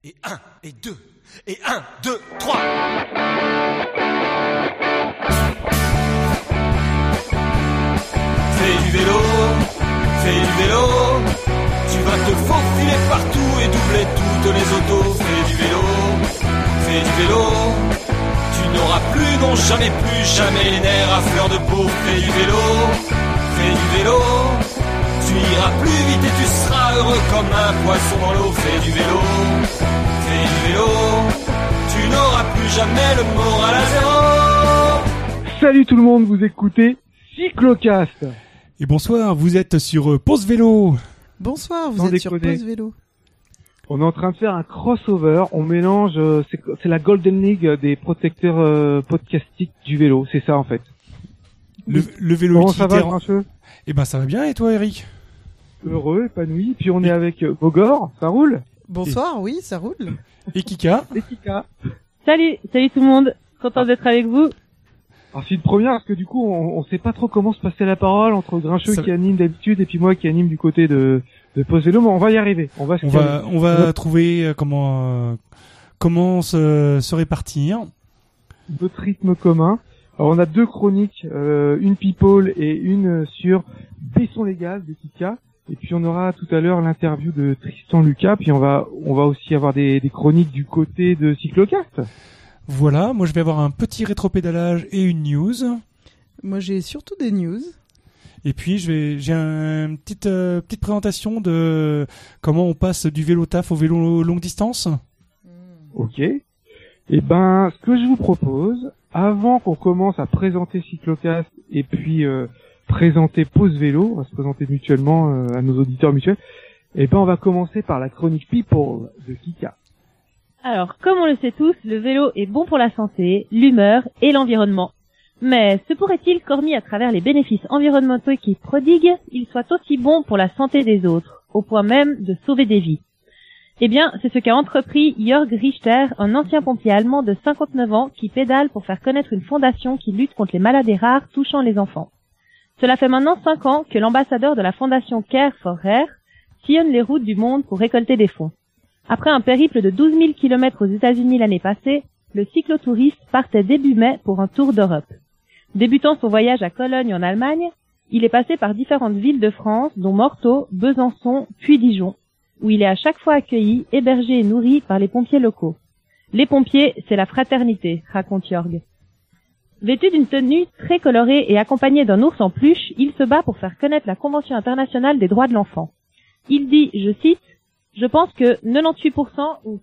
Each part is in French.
Et 1, et 2, et 1, 2, 3. Fais du vélo, tu vas te faufiler partout et doubler toutes les autos. Fais du vélo, tu n'auras plus, non jamais les nerfs à fleur de peau. Fais du vélo, tu iras plus vite et tu seras heureux comme un poisson dans l'eau. Fais du vélo, tu n'auras plus jamais le moral à zéro. Salut tout le monde, vous écoutez Cyclocast. Et bonsoir, vous êtes sur Pause Vélo. Bonsoir, vous Sans êtes sur déconner. Pause Vélo. On est en train de faire un crossover, on mélange, c'est la Golden League des protecteurs podcastiques du vélo, c'est ça en fait. Le vélo Comment ça va, utilitaire. Grincheux? Eh ben ça va bien, et toi Eric? Heureux, épanoui, puis on est avec Bogor, ça roule? Bonsoir, oui, ça roule. Et Kika? Et Kika. Salut tout le monde, content d'être avec vous. Alors c'est une première parce que du coup on sait pas trop comment se passer la parole entre Grincheux Ça- qui anime d'habitude et puis moi qui anime du côté de Pause Vélo, mais on va y arriver, on va se calmer. On va trouver comment se répartir. Notre rythme commun. Alors on a deux chroniques, une people et une sur Besson les gaz de Kika. Et puis on aura tout à l'heure l'interview de Tristan Lucas. Puis on va aussi avoir des chroniques du côté de Cyclocast. Voilà, moi je vais avoir un petit rétropédalage et une news. Moi, j'ai surtout des news. Et puis j'ai une petite présentation de comment on passe du vélo taf au vélo longue distance. Ok. Et ben ce que je vous propose, avant qu'on commence à présenter Cyclocast et puis présenter Pause Vélo, on va se présenter mutuellement à nos auditeurs mutuels. Et ben on va commencer par la chronique People de Kika. Alors, comme on le sait tous, le vélo est bon pour la santé, l'humeur et l'environnement. Mais se pourrait-il qu'hormis à travers les bénéfices environnementaux qu'il prodigue, il soit aussi bon pour la santé des autres, au point même de sauver des vies? Eh bien, c'est ce qu'a entrepris Jörg Richter, un ancien pompier allemand de 59 ans qui pédale pour faire connaître une fondation qui lutte contre les maladies rares touchant les enfants. Cela fait maintenant 5 ans que l'ambassadeur de la fondation Care for Rare sillonne les routes du monde pour récolter des fonds. Après un périple de 12 000 km aux États-Unis l'année passée, le cyclotouriste partait début mai pour un tour d'Europe. Débutant son voyage à Cologne en Allemagne, il est passé par différentes villes de France, dont Morteau, Besançon, puis Dijon, où il est à chaque fois accueilli, hébergé et nourri par les pompiers locaux. Les pompiers, c'est la fraternité, raconte Jörg. Vêtu d'une tenue très colorée et accompagné d'un ours en peluche, il se bat pour faire connaître la Convention internationale des droits de l'enfant. Il dit, je cite, « Je pense que 98% ou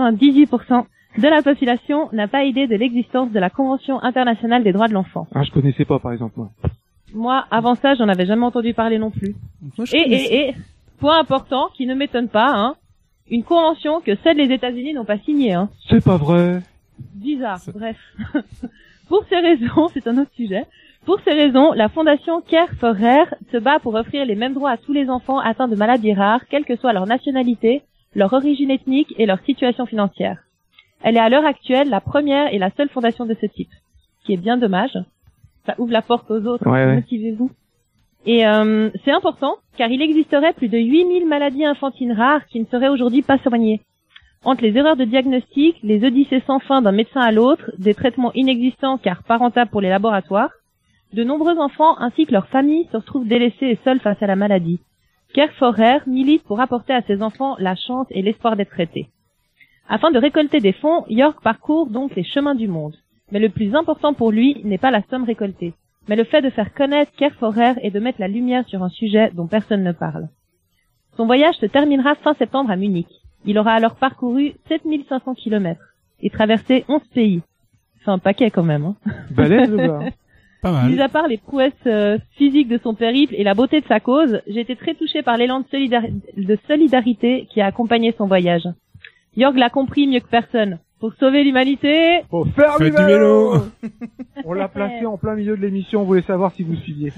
98% de la population n'a pas idée de l'existence de la Convention internationale des droits de l'enfant. Ah, je connaissais pas par exemple moi. Moi, avant ça, j'en avais jamais entendu parler non plus. Moi, je connaissais. Et, point important qui ne m'étonne pas, hein, une convention que seuls les États-Unis n'ont pas signée, hein. C'est pas vrai. Bizarre, bref. Pour ces raisons, c'est un autre sujet. Pour ces raisons, la fondation Care for Rare se bat pour offrir les mêmes droits à tous les enfants atteints de maladies rares, quelle que soit leur nationalité, leur origine ethnique et leur situation financière. Elle est à l'heure actuelle la première et la seule fondation de ce type. Ce qui est bien dommage. Ça ouvre la porte aux autres. Ouais. Motivez-vous. Et c'est important, car il existerait plus de 8000 maladies infantines rares qui ne seraient aujourd'hui pas soignées. Entre les erreurs de diagnostic, les odyssées sans fin d'un médecin à l'autre, des traitements inexistants car pas rentables pour les laboratoires, de nombreux enfants ainsi que leurs familles se retrouvent délaissés et seuls face à la maladie. Care for Rare milite pour apporter à ces enfants la chance et l'espoir d'être traités. Afin de récolter des fonds, Jörg parcourt donc les chemins du monde. Mais le plus important pour lui n'est pas la somme récoltée, mais le fait de faire connaître Care for Rare et de mettre la lumière sur un sujet dont personne ne parle. Son voyage se terminera fin septembre à Munich. Il aura alors parcouru 7500 km et traversé 11 pays. C'est un paquet quand même, hein. Balèze le gars. Pas mal. Mis à part les prouesses physiques de son périple et la beauté de sa cause, j'ai été très touchée par l'élan de solidarité qui a accompagné son voyage. Jörg l'a compris mieux que personne. Pour sauver l'humanité, Faut faire Faites du du vélo. On l'a placé en plein milieu de l'émission, on voulait savoir si vous suiviez.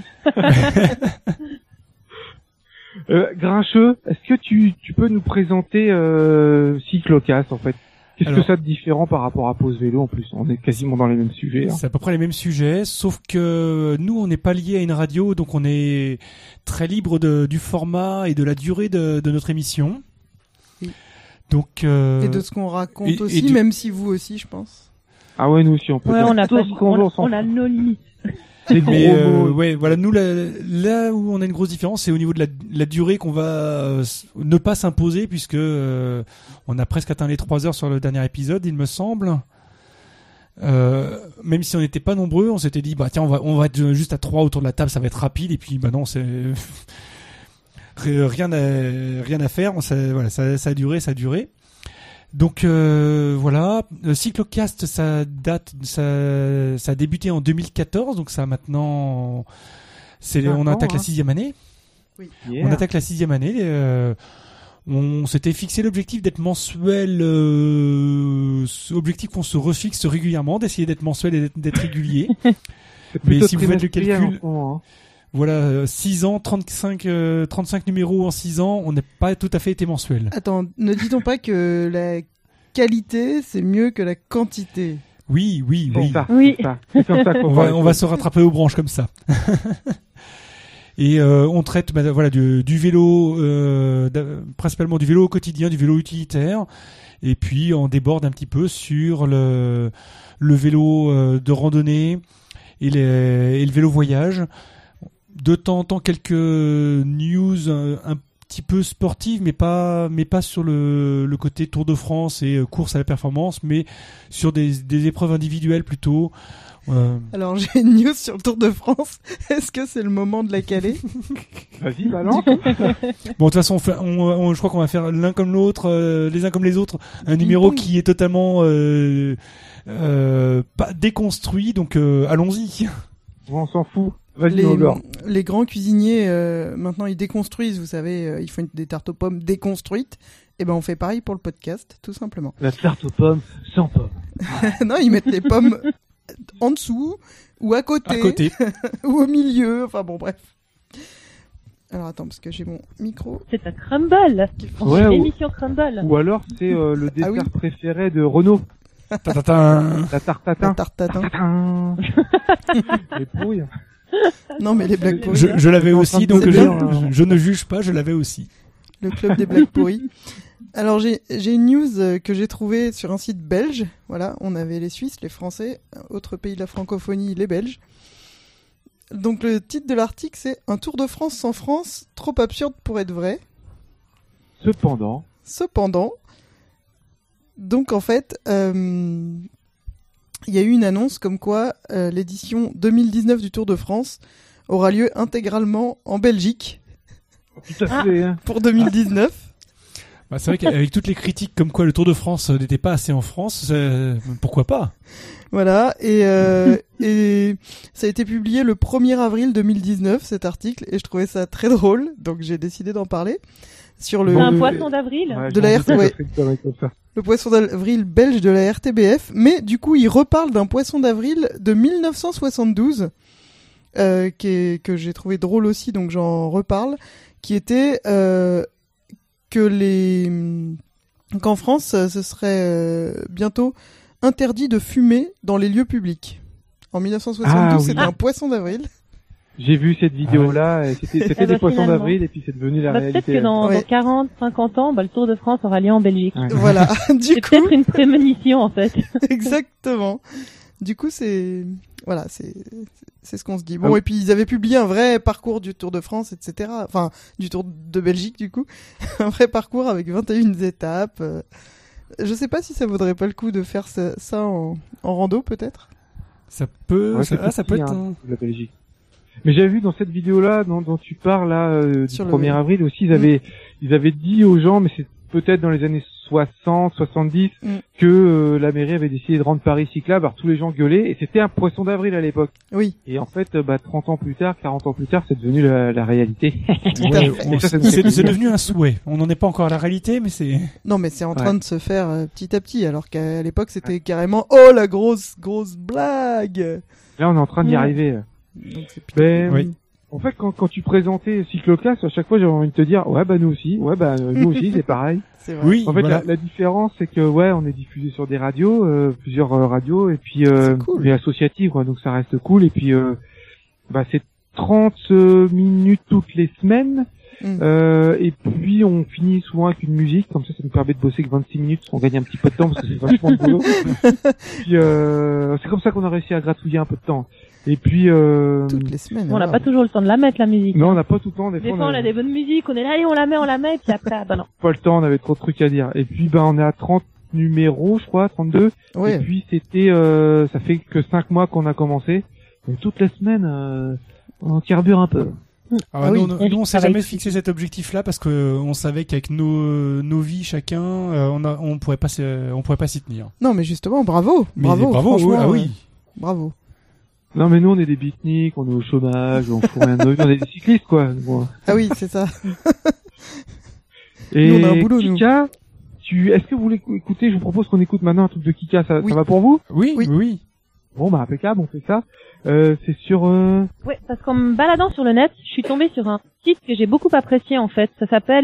Grincheux, est-ce que tu peux nous présenter Cyclocast en fait? Qu'est-ce Alors- que ça de différent par rapport à Pause Vélo en plus? On est quasiment dans les mêmes sujets. Hein. C'est à peu près les mêmes sujets, sauf que nous, on n'est pas lié à une radio, donc on est très libre du format et de la durée de notre émission. Donc Et de ce qu'on raconte aussi, même si vous aussi, je pense. Ah ouais, nous aussi, on peut Ouais, dire on a tout pas, ce qu'on veut, on s'en on a fout. nos limites. C'est gros Mais mots. ouais, voilà, nous là où on a une grosse différence, c'est au niveau de la durée qu'on va ne pas s'imposer, puisque on a presque atteint les 3 heures sur le dernier épisode, il me semble. Même si on n'était pas nombreux, on s'était dit bah tiens, on va être juste à 3 autour de la table, ça va être rapide, et puis bah non, c'est rien à faire. Voilà, ça a duré. Donc voilà, Cyclocast, ça a débuté en 2014, donc ça maintenant, on attaque la 6e année. Yeah. On attaque la 6e année. On s'était fixé l'objectif d'être mensuel, objectif qu'on se refixe régulièrement, d'essayer d'être mensuel et d'être régulier. C'est Mais plutôt si vous faites le trimestriel calcul, en ce moment, hein. Voilà, 6 ans, 35 numéros en 6 ans, on n'a pas tout à fait été mensuel. Attends, ne dit-on pas que la qualité, c'est mieux que la quantité? Oui. C'est ça, Oui. c'est ça. C'est comme ça qu'on On va se rattraper aux branches comme ça. Et on traite du vélo, principalement du vélo au quotidien, du vélo utilitaire, et puis on déborde un petit peu sur le vélo de randonnée et le vélo voyage. De temps en temps quelques news un petit peu sportives, mais pas sur le côté Tour de France et course à la performance, mais sur des épreuves individuelles plutôt. Alors j'ai une news sur le Tour de France. Est-ce que c'est le moment de la caler? Vas-y, balance. Bon, de toute façon, je crois qu'on va faire l'un comme l'autre, les uns comme les autres, un numéro qui est totalement pas déconstruit, donc allons-y. On s'en fout. Vas-y, Ogre. Les grands cuisiniers, maintenant, ils déconstruisent, vous savez, ils font des tartes aux pommes déconstruites. Et ben, on fait pareil pour le podcast, tout simplement. La tarte aux pommes sans pommes. Non, ils mettent les pommes en dessous, ou à côté. Ou au milieu, enfin bon, bref. Alors attends, parce que j'ai mon micro. C'est un crumble. Ouais, L'émission crumble. Ou alors, c'est le dessert oui. préféré de Renault. Ta-ta-ta. La tarte tatin. La tarte tatin. Tatin. Les pourris. Non, mais les blagues pourries. Je l'avais aussi, donc C'est bien. je ne juge pas, je l'avais aussi. Le club des blagues pourries. Alors j'ai une news que j'ai trouvée sur un site belge. Voilà, on avait les Suisses, les Français, autre pays de la francophonie, les Belges. Donc le titre de l'article c'est « Un Tour de France sans France, trop absurde pour être vrai ». Cependant, donc en fait, il y a eu une annonce comme quoi l'édition 2019 du Tour de France aura lieu intégralement en Belgique Tout à fait. Hein. pour 2019. Bah, c'est vrai qu'avec toutes les critiques comme quoi le Tour de France n'était pas assez en France, pourquoi pas? Voilà, et ça a été publié le 1er avril 2019, cet article, et je trouvais ça très drôle, donc j'ai décidé d'en parler. Sur le, C'est un poisson d'avril. Ouais, De la j'en doute, ouais. ça fait une connerie comme ça. le poisson d'avril belge de la RTBF, mais du coup il reparle d'un poisson d'avril de 1972, que j'ai trouvé drôle aussi, donc j'en reparle, qui était qu'en France, ce serait bientôt interdit de fumer dans les lieux publics. En 1972, Ah, oui. c'était un poisson d'avril. J'ai vu cette vidéo-là, et c'était Ah bah, des poissons finalement. d'avril, et puis c'est devenu la Bah, peut-être réalité. que dans Ouais. 40, 50 ans, le Tour de France aura lieu en Belgique. Ouais. Voilà, du C'est coup, peut-être une prémonition, en fait. exactement. Du coup, c'est ce qu'on se dit. Bon, Ah oui. et puis ils avaient publié un vrai parcours du Tour de France, etc. Enfin, du Tour de Belgique, du coup. Un vrai parcours avec 21 étapes. Je sais pas si ça vaudrait pas le coup de faire ça en rando, peut-être. Ça peut, Ouais, ça c'est peut petit, être. hein, la Belgique. Mais j'avais vu dans cette vidéo-là, dont tu parles là, du Sur le- 1er avril aussi, ils avaient dit aux gens, mais c'est peut-être dans les années 60, 70, que la mairie avait décidé de rendre Paris cyclable. Alors tous les gens gueulaient, et c'était un poisson d'avril à l'époque. Oui. Et en fait, 30 ans plus tard, 40 ans plus tard, c'est devenu la réalité. Ouais, Et ça, nous fait c'est plaisir. devenu un souhait. On n'en est pas encore à la réalité, mais c'est. Non, mais c'est en train de se faire petit à petit, alors qu'à l'époque, c'était carrément « Oh, la grosse blague !» Là, on est en train d'y Ouais. arriver. Donc, c'est plutôt- Ben, Oui. en fait, quand tu présentais Cyclocast, à chaque fois, j'avais envie de te dire, ouais, bah, nous aussi, nous aussi, c'est pareil. C'est vrai. Oui. En fait, voilà. la différence, c'est que, ouais, on est diffusé sur des radios, plusieurs radios, et puis, C'est cool. mais associatives, quoi, donc ça reste cool, et puis, c'est 30 minutes toutes les semaines. Et puis on finit souvent avec une musique, comme ça nous permet de bosser que 26 minutes, on gagne un petit peu de temps parce que c'est vachement de boulot. Puis c'est comme ça qu'on a réussi à gratouiller un peu de temps. Et puis toutes les semaines. On n'a pas toujours le temps de la mettre, la musique. Non, on n'a pas tout le temps. Des fois on a des bonnes musiques, on est là, allez, on la met, et puis après, ah bah non. Pas le temps, on avait trop de trucs à dire. Et puis on est à 30 numéros, je crois, 32. Ouais. Et puis c'était, ça fait que 5 mois qu'on a commencé. Donc toutes les semaines, on carbure un peu. Ah, oui. nous, on s'est jamais fixé cet objectif-là parce que on savait qu'avec nos vies chacun, on pourrait pas s'y tenir. Non, mais justement, bravo. Mais bravo, franchement, ah oui. Bravo. Non mais nous on est des beatniks, on est au chômage, on fout rien de notre vie, on est des cyclistes quoi. Bon. Ah oui, c'est ça. Et nous, on a un boulot, nous. Kika, est-ce que vous voulez écouter, je vous propose qu'on écoute maintenant un truc de Kika, ça va pour vous? Oui. Bon bah impeccable, on fait ça. C'est sur Ouais, parce qu'en me baladant sur le net, je suis tombée sur un site que j'ai beaucoup apprécié en fait. Ça s'appelle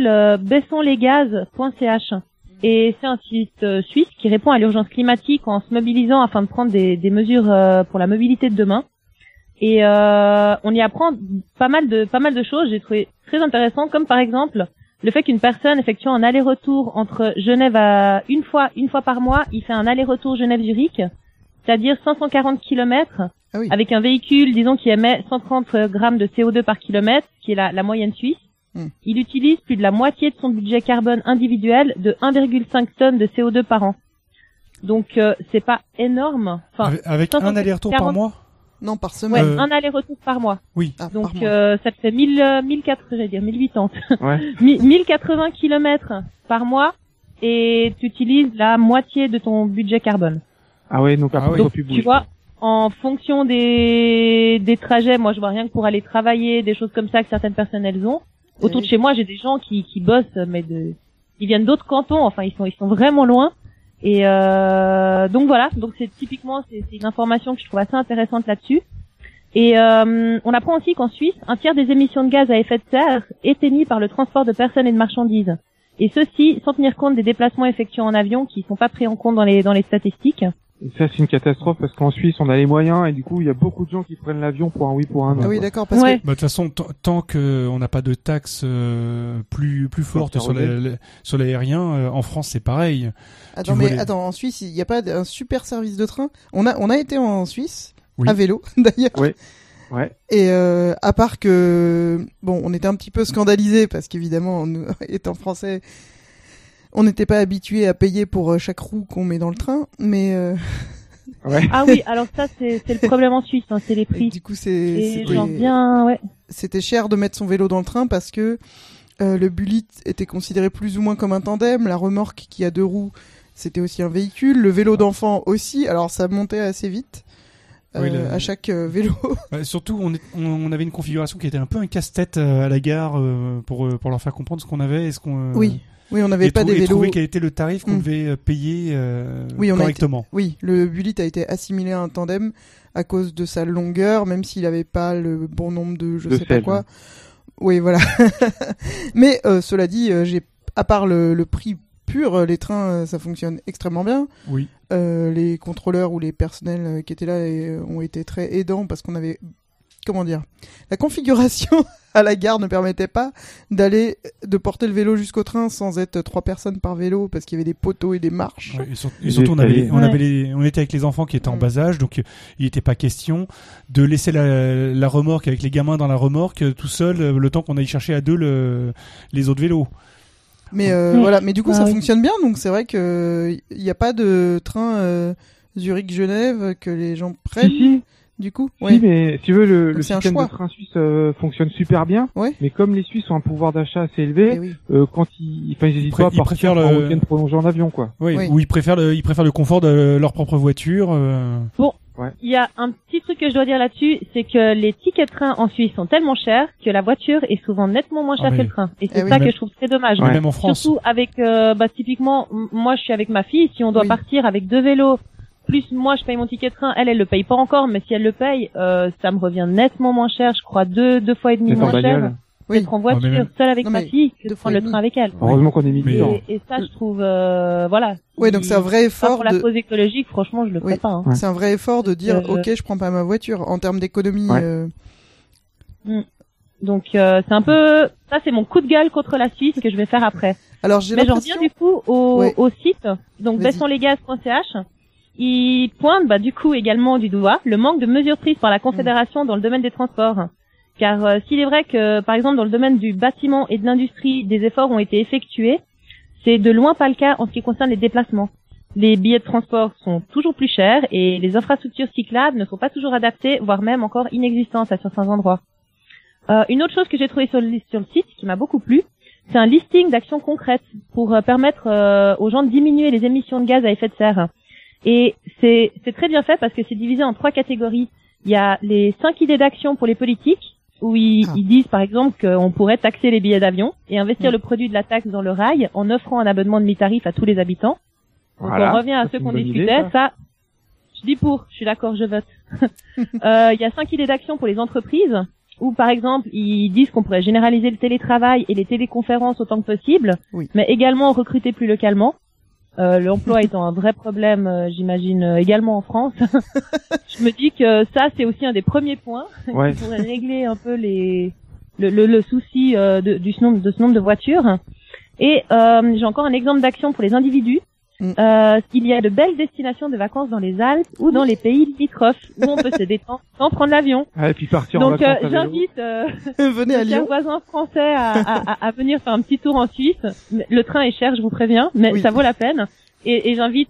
baissonslesgaz.ch et c'est un site suisse qui répond à l'urgence climatique en se mobilisant afin de prendre des mesures pour la mobilité de demain. Et on y apprend pas mal de choses. J'ai trouvé très intéressant, comme par exemple le fait qu'une personne effectuant un aller-retour entre Genève une fois par mois, il fait un aller-retour Genève-Zurich, c'est-à-dire 540 kilomètres. Ah oui. Avec un véhicule, disons, qui émet 130 grammes de CO2 par kilomètre, qui est la moyenne suisse. Il utilise plus de la moitié de son budget carbone individuel de 1,5 tonnes de CO2 par an. Donc, c'est pas énorme. Enfin, avec un aller-retour par mois? Non, par Ouais, semaine. un aller-retour par mois. Oui. Ah, Donc, par mois. ça te fait 1080. ouais. 1080 kilomètres par mois et tu utilises la moitié de ton budget carbone. Ah ouais, donc après Donc, plus tu vois, en fonction des trajets, moi je vois rien que pour aller travailler, des choses comme ça que certaines personnes elles ont. Autour de chez moi, j'ai des gens qui bossent, mais ils viennent d'autres cantons, enfin ils sont vraiment loin. Et donc voilà, donc c'est une information que je trouve assez intéressante là-dessus. Et on apprend aussi qu'en Suisse, un tiers des émissions de gaz à effet de serre est émis par le transport de personnes et de marchandises. Et ceci sans tenir compte des déplacements effectués en avion qui sont pas pris en compte dans les statistiques. Et ça c'est une catastrophe parce qu'en Suisse on a les moyens et du coup il y a beaucoup de gens qui prennent l'avion pour un oui pour un non. Ah oui, quoi. d'accord, parce Ouais. que Bah, de toute façon, tant qu'on n'a pas de taxes plus fortes sur l'aérien, en France c'est pareil. Attends, en Suisse, il n'y a pas un super service de train. On a été en Suisse Oui. à vélo d'ailleurs. Ouais. Ouais. Et à part que bon, on était un petit peu scandalisés parce qu'évidemment, nous, étant français, on n'était pas habitué à payer pour chaque roue qu'on met dans le train, mais Ouais. Ah oui, alors ça c'est le problème en Suisse, hein, c'est les prix. du coup Et genre bien, ouais. c'était cher de mettre son vélo dans le train parce que le bullet était considéré plus ou moins comme un tandem, la remorque qui a 2 roues, c'était aussi un véhicule, le vélo d'enfant aussi, alors ça montait assez vite. Oui, à chaque vélo. Surtout, on avait une configuration qui était un peu un casse-tête à la gare pour leur faire comprendre ce qu'on avait et ce qu'on. Oui, on n'avait pas des vélos. Trouver quel était le tarif qu'on devait payer correctement. Oui, le bullet a été assimilé à un tandem à cause de sa longueur, même s'il n'avait pas le bon nombre de je sais pas quoi. Oui, voilà. Mais cela dit, à part le prix pur, les trains, ça fonctionne extrêmement bien. Oui. Les contrôleurs ou les personnels qui étaient là ont été très aidants parce qu'on avait, comment dire, la configuration à la gare ne permettait pas de porter le vélo jusqu'au train sans être 3 personnes par vélo parce qu'il y avait des poteaux et des marches. Ouais, et surtout, on était avec les enfants qui étaient en bas âge, donc il n'était pas question de laisser la remorque avec les gamins dans la remorque tout seul le temps qu'on aille chercher à 2 les autres vélos. Mais voilà, mais du coup ça fonctionne bien, donc c'est vrai que il n'y a pas de train Zurich-Genève que les gens prennent. Si. Du coup, Si, mais si tu veux, le système choix. de train suisse fonctionne super bien. Ouais. Mais comme les Suisses ont un pouvoir d'achat assez élevé, quand ils hésitent pas à partir pour un week-end prolongé en avion, quoi. Oui. Ou ils préfèrent le confort de leur propre voiture. Bon. Il y a un petit truc que je dois dire là-dessus, c'est que les tickets de train en Suisse sont tellement chers que la voiture est souvent nettement moins chère que le train. Et c'est que je trouve très dommage. Même en France. Surtout avec, typiquement, moi je suis avec ma fille, si on doit partir avec 2 vélos, plus moi je paye mon ticket de train, elle le paye pas encore, mais si elle le paye, ça me revient nettement moins cher, je crois 2 fois et demi moins cher. D'être en voiture, seule avec ma fille, que de prendre le train avec elle. Heureusement qu'on est mis dedans. Et ça, je trouve, voilà. Ouais, donc c'est un vrai effort pour la cause écologique, franchement, je le ferais pas. Hein. C'est un vrai effort de dire, ok, je prends pas ma voiture en termes d'économie. Donc c'est un peu, ça c'est mon coup de gueule contre la Suisse que je vais faire après. Alors j'ai Mais j'en l'impression... reviens du coup au site, donc Vas-y. baissonslesgaz.ch. Il pointe du coup également du doigt le manque de mesures prises par la Confédération dans le domaine des transports. Car s'il est vrai que par exemple dans le domaine du bâtiment et de l'industrie, des efforts ont été effectués, c'est de loin pas le cas en ce qui concerne les déplacements. Les billets de transport sont toujours plus chers et les infrastructures cyclables ne sont pas toujours adaptées, voire même encore inexistantes à certains endroits. Une autre chose que j'ai trouvée sur le site qui m'a beaucoup plu, c'est un listing d'actions concrètes pour permettre aux gens de diminuer les émissions de gaz à effet de serre. Et c'est très bien fait parce que c'est divisé en 3 catégories. Il y a les 5 idées d'action pour les politiques, où ils disent par exemple qu'on pourrait taxer les billets d'avion et investir le produit de la taxe dans le rail en offrant un abonnement de mi-tarif à tous les habitants. Donc Voilà. on revient à Ça, ceux c'est qu'on une bonne discutait, idée, ça, je dis pour, je suis d'accord, je vote. Il y a 5 idées d'action pour les entreprises, où par exemple ils disent qu'on pourrait généraliser le télétravail et les téléconférences autant que possible, mais également recruter plus localement. L'emploi étant un vrai problème, j'imagine, également en France. Je me dis que ça, c'est aussi un des premiers points qui pourrait régler un peu le souci de ce nombre de voitures. Et j'ai encore un exemple d'action pour les individus. Il y a de belles destinations de vacances dans les Alpes ou dans les pays limitrophes où on peut se détendre sans prendre l'avion. Ah, et puis partir en Donc vacances à vélo. j'invite Venez à nos chers Lyon. voisins français à venir faire un petit tour en Suisse. Le train est cher, je vous préviens, mais ça vaut la peine. Et j'invite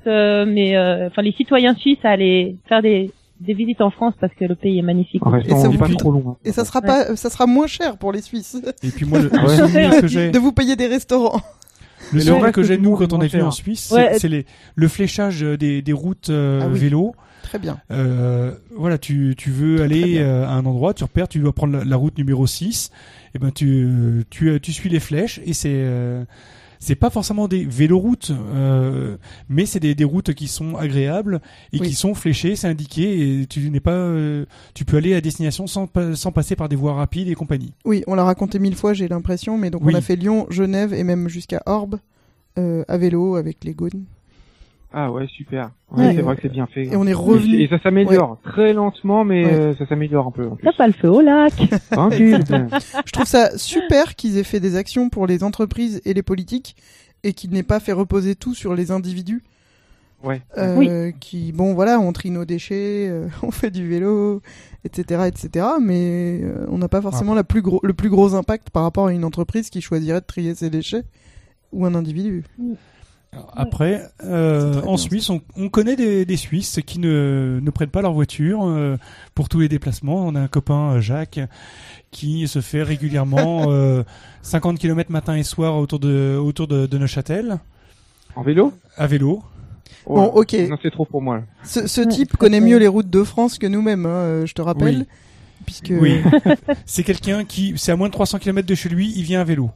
les citoyens suisses à aller faire des visites en France parce que le pays est magnifique. En restant ça vous pas coûte- trop long. Et ça sera moins cher pour les Suisses Et puis moi, le souvenir que j'ai, de vous payer des restaurants. le Mais souvenir le que reste j'ai du nous monde quand on est est venu moins en cher. Suisse, Ouais. c'est le fléchage des routes Oui. vélo. Très bien. Voilà, tu veux aller à un endroit, tu repères, tu dois prendre la route numéro 6, et ben tu suis les flèches et c'est pas forcément des véloroutes, mais c'est des routes qui sont agréables et qui sont fléchées, c'est indiqué et tu peux aller à destination sans passer par des voies rapides et compagnie. Oui, on l'a raconté 1000 fois, j'ai l'impression, mais donc on a fait Lyon, Genève et même jusqu'à Orbe à vélo avec les Gaunes. Ah ouais, super. Ouais, c'est vrai que c'est bien fait. Et on est revenu. Et ça s'améliore très lentement, mais ça s'améliore un peu. En plus. Ça pas le feu au lac. Tranquille. Je trouve ça super qu'ils aient fait des actions pour les entreprises et les politiques et qu'ils n'aient pas fait reposer tout sur les individus. Ouais. Qui, bon, voilà, on trie nos déchets, on fait du vélo, etc., mais on n'a pas forcément le plus gros impact par rapport à une entreprise qui choisirait de trier ses déchets ou un individu. Alors, après, en Suisse, on connaît des Suisses qui ne prennent pas leur voiture pour tous les déplacements. On a un copain, Jacques, qui se fait régulièrement 50 km matin et soir autour de Neuchâtel. En vélo ? À vélo. Oh, bon, ok. Non, c'est trop pour moi. Ce type connaît mieux les routes de France que nous-mêmes, je te rappelle. Oui. Puisque... Oui. C'est quelqu'un c'est à moins de 300 km de chez lui, il vient à vélo.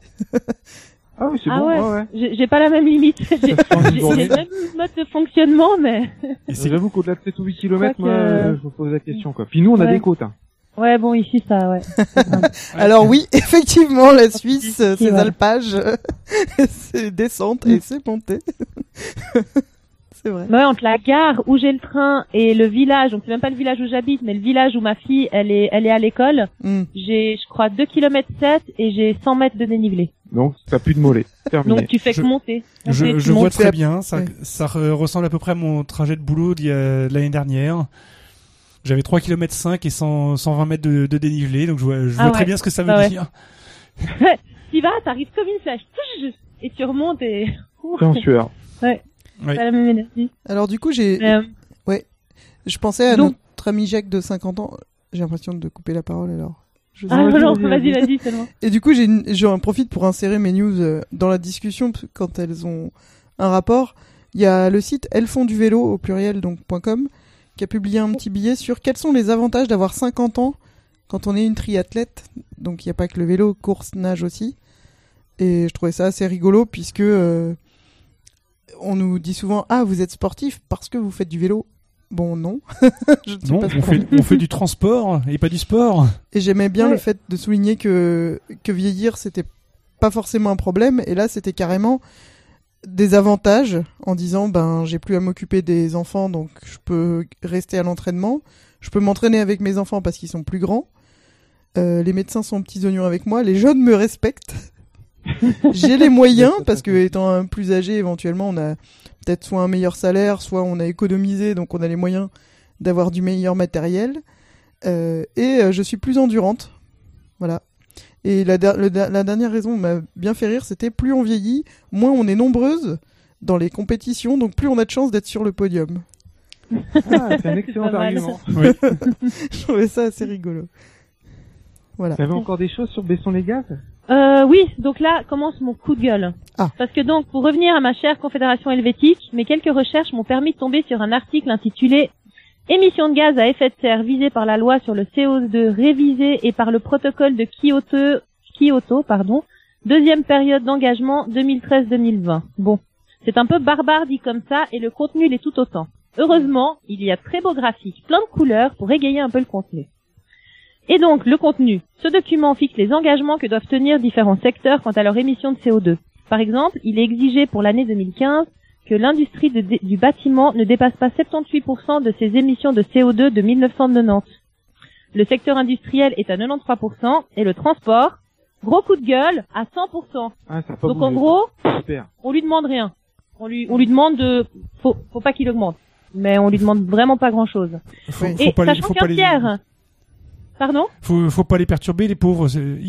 Ah oui, c'est bon. Ouais. J'ai pas la même limite. J'ai journée. le même mode de fonctionnement, mais... J'avoue qu'au-delà de 7 ou 8 km, moi, je me pose la question, quoi. Puis nous, on a des côtes, hein. Ouais, bon, ici, ça, ouais. Alors oui, effectivement, la Suisse, ses alpages, c'est descente et c'est montée. C'est vrai. Ouais, entre la gare où j'ai le train et le village, donc c'est même pas le village où j'habite, mais le village où ma fille, elle est à l'école, j'ai, je crois, 2 km 7 et j'ai 100 mètres de dénivelé. Donc, t'as plus de mollets. Terminé. Donc tu fais que monter. Je vois très bien, ça ressemble à peu près à mon trajet de boulot de l'année dernière. J'avais 3 km 5 et 120 mètres de dénivelé, donc je vois très bien ce que ça veut dire. Tu vas, t'arrives comme une flèche, et tu remontes et... T'es en sueur. Ouais. Oui. Pas la même énergie. Alors du coup, je pensais à notre ami Jacques de 50 ans. J'ai l'impression de couper la parole alors. Non, vas-y seulement. Et du coup, j'en profite pour insérer mes news dans la discussion quand elles ont un rapport. Il y a le site elfondduvélo au pluriel donc .com qui a publié un petit billet sur quels sont les avantages d'avoir 50 ans quand on est une triathlète. Donc il n'y a pas que le vélo, course, nage aussi. Et je trouvais ça assez rigolo puisque on nous dit souvent vous êtes sportif parce que vous faites du vélo. Bon, non. Non, on fait du transport et pas du sport. Et j'aimais bien le fait de souligner que vieillir, c'était pas forcément un problème. Et là, c'était carrément des avantages en disant, j'ai plus à m'occuper des enfants, donc je peux rester à l'entraînement. Je peux m'entraîner avec mes enfants parce qu'ils sont plus grands. Les médecins sont aux petits oignons avec moi. Les jeunes me respectent. J'ai les moyens parce que étant un plus âgé, éventuellement, on a peut-être soit un meilleur salaire, soit on a économisé, donc on a les moyens d'avoir du meilleur matériel. Je suis plus endurante. Voilà. Et la dernière raison m'a bien fait rire, c'était plus on vieillit, moins on est nombreuses dans les compétitions, donc plus on a de chances d'être sur le podium. Ah, c'est un excellent C'est pas mal. argument. Oui. Je trouvais ça assez rigolo. Voilà. T'avais encore des choses sur Besson-les-Gaz? Oui, donc là commence mon coup de gueule. Ah. Parce que donc, pour revenir à ma chère Confédération helvétique, mes quelques recherches m'ont permis de tomber sur un article intitulé « Émissions de gaz à effet de serre visées par la loi sur le CO2 révisé et par le protocole de Kyoto, deuxième période d'engagement 2013-2020 ». Bon, c'est un peu barbare dit comme ça et le contenu l'est tout autant. Heureusement, il y a très beaux graphiques, plein de couleurs pour égayer un peu le contenu. Et donc, le contenu. Ce document fixe les engagements que doivent tenir différents secteurs quant à leur émission de CO2. Par exemple, il est exigé pour l'année 2015 que l'industrie du bâtiment ne dépasse pas 78% de ses émissions de CO2 de 1990. Le secteur industriel est à 93% et le transport, gros coup de gueule, à 100%. Ah, ça a pas Donc bougé, en gros, super. on lui demande rien. On lui demande faut pas qu'il augmente. Mais on lui demande vraiment pas grand chose. Faut Et pas les, sachant faut qu'un pas les, tiers, pardon? faut pas les perturber, les pauvres.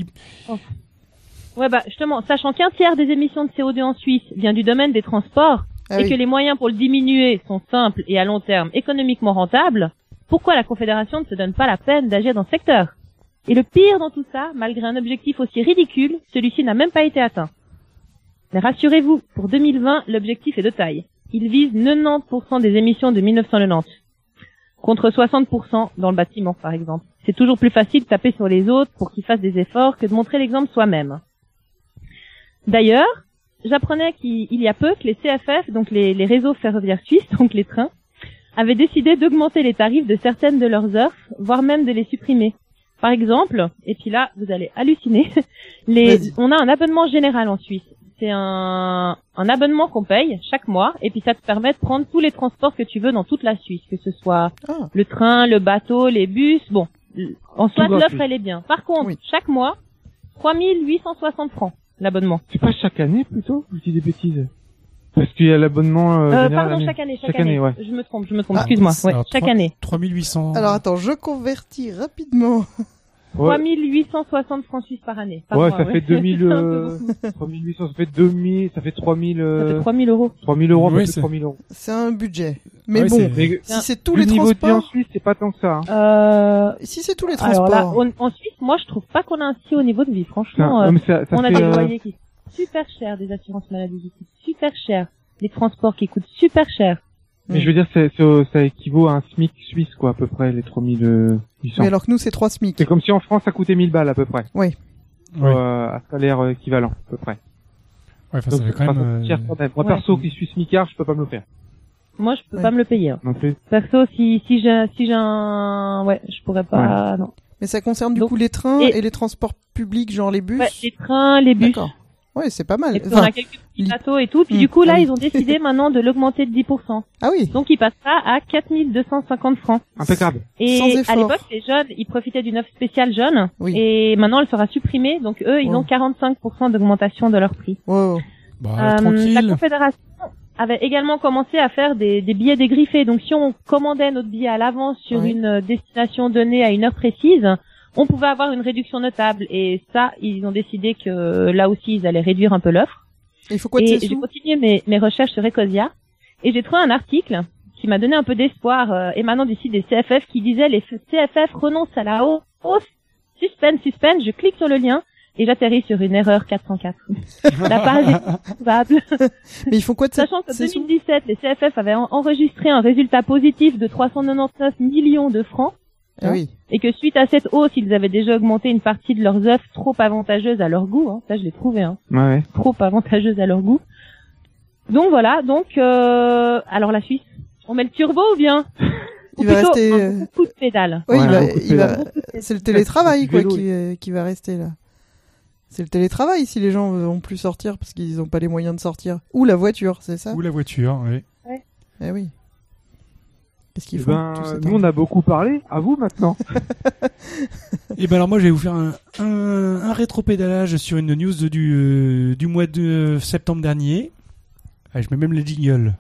Ouais, bah, justement, sachant qu'un tiers des émissions de CO2 en Suisse vient du domaine des transports, et que les moyens pour le diminuer sont simples et à long terme économiquement rentables, pourquoi la Confédération ne se donne pas la peine d'agir dans ce secteur? Et le pire dans tout ça, malgré un objectif aussi ridicule, celui-ci n'a même pas été atteint. Mais rassurez-vous, pour 2020, l'objectif est de taille. Il vise 90% des émissions de 1990, contre 60% dans le bâtiment, par exemple. C'est toujours plus facile de taper sur les autres pour qu'ils fassent des efforts que de montrer l'exemple soi-même. D'ailleurs, j'apprenais qu'il y a peu que les CFF, donc les réseaux ferroviaires suisses, donc les trains, avaient décidé d'augmenter les tarifs de certaines de leurs offres, voire même de les supprimer. Par exemple, et puis là, vous allez halluciner, on a un abonnement général en Suisse. C'est un abonnement qu'on paye chaque mois, et puis ça te permet de prendre tous les transports que tu veux dans toute la Suisse, que ce soit le train, le bateau, les bus, bon. En soi, l'offre, elle est bien. Par contre, chaque mois, 3860 francs, l'abonnement. C'est pas chaque année, plutôt? Je dis des bêtises. Parce qu'il y a l'abonnement, général. Pardon, chaque année. Ouais. Je me trompe, excuse-moi. Ouais, alors, chaque année. 3800. Alors attends, je convertis rapidement. Ouais. 3860 francs suisses par année. Par Ouais, mois, ça fait 2000, 3800, ça fait 2000, ça fait 3000, Ça fait 3000 euros. 3000 euros, Oui, ça fait 3000 euros. C'est un budget. Mais Ouais, bon, Mais si c'est tous le les niveau de vie en transports, Suisse, c'est pas tant que ça, hein. si c'est tous les Alors transports, là, en Suisse, moi, je trouve pas qu'on a un si haut niveau de vie. Franchement, Non, mais ça on a fait, des loyers qui coûtent super cher, des assurances maladie qui coûtent super cher, des transports qui coûtent super cher. mais je veux dire, ça équivaut à un SMIC suisse, quoi, à peu près, les 3800. mais alors que nous c'est 3 SMIC. C'est comme si en France, ça coûtait 1000 balles, à peu près. Oui. À salaire équivalent, à peu près. Ouais, enfin, ça fait quand même. Cher quand même. Moi, Ouais. perso, qui suis smicard, je peux pas me le faire. Moi, je peux Ouais. pas me le payer. Hein. Non plus. Perso, si j'ai un, ouais, je pourrais pas, non. Mais ça concerne du Donc, coup les trains et- et les transports publics, genre les bus. Ouais, les trains, les bus. D'accord. Ouais, c'est pas mal. Et puis, on a quelques petits bateaux et tout. Puis du coup, là, ah oui. ils ont décidé maintenant de l'augmenter de 10%. Ah oui. Donc, il passera à 4250 francs. Impeccable. Et Sans effort. à l'époque, les jeunes, ils profitaient d'une offre spéciale jeune. Oui. Et maintenant, elle sera supprimée. Donc, eux, ils Oh. ont 45% d'augmentation de leur prix. Wow. Bah, La tranquille. Confédération avait également commencé à faire des billets dégriffés. Donc, si on commandait notre billet à l'avance sur Oui. une destination donnée à une heure précise, on pouvait avoir une réduction notable. Et ça, ils ont décidé que là aussi, ils allaient réduire un peu l'offre. Et il faut quoi de Et ces j'ai sous? continué mes recherches sur Ecosia. Et j'ai trouvé un article qui m'a donné un peu d'espoir émanant du site des CFF qui disait les CFF renoncent à la hausse. Suspense. Je clique sur le lien et j'atterris sur une erreur 404. La page est trouvable. Mais il faut quoi de Sachant que ces sous? 2017, les CFF avaient enregistré un résultat positif de 399 millions de francs. Ah oui. Et que suite à cette hausse, ils avaient déjà augmenté une partie de leurs offres trop avantageuses à leur goût. Hein. Ça, je l'ai trouvé. Hein. Ouais. Trop avantageuses à leur goût. Donc voilà. Donc alors la Suisse, on met le turbo ou bien Il va rester. un bon coup de pédale. Oui, Ouais, il va, beaucoup de il va. pédales. C'est le télétravail quoi Vélo, qui va rester là. C'est le télétravail si les gens vont plus sortir parce qu'ils n'ont pas les moyens de sortir. Ou la voiture, c'est ça? Ou la voiture, oui. Eh oui. Qu'est-ce qu'ils Eh font ben, tout cet nous, on a beaucoup parlé. À vous, maintenant. Et ben alors moi je vais vous faire un rétropédalage sur une news du mois de septembre dernier. Allez, je mets même les jingles.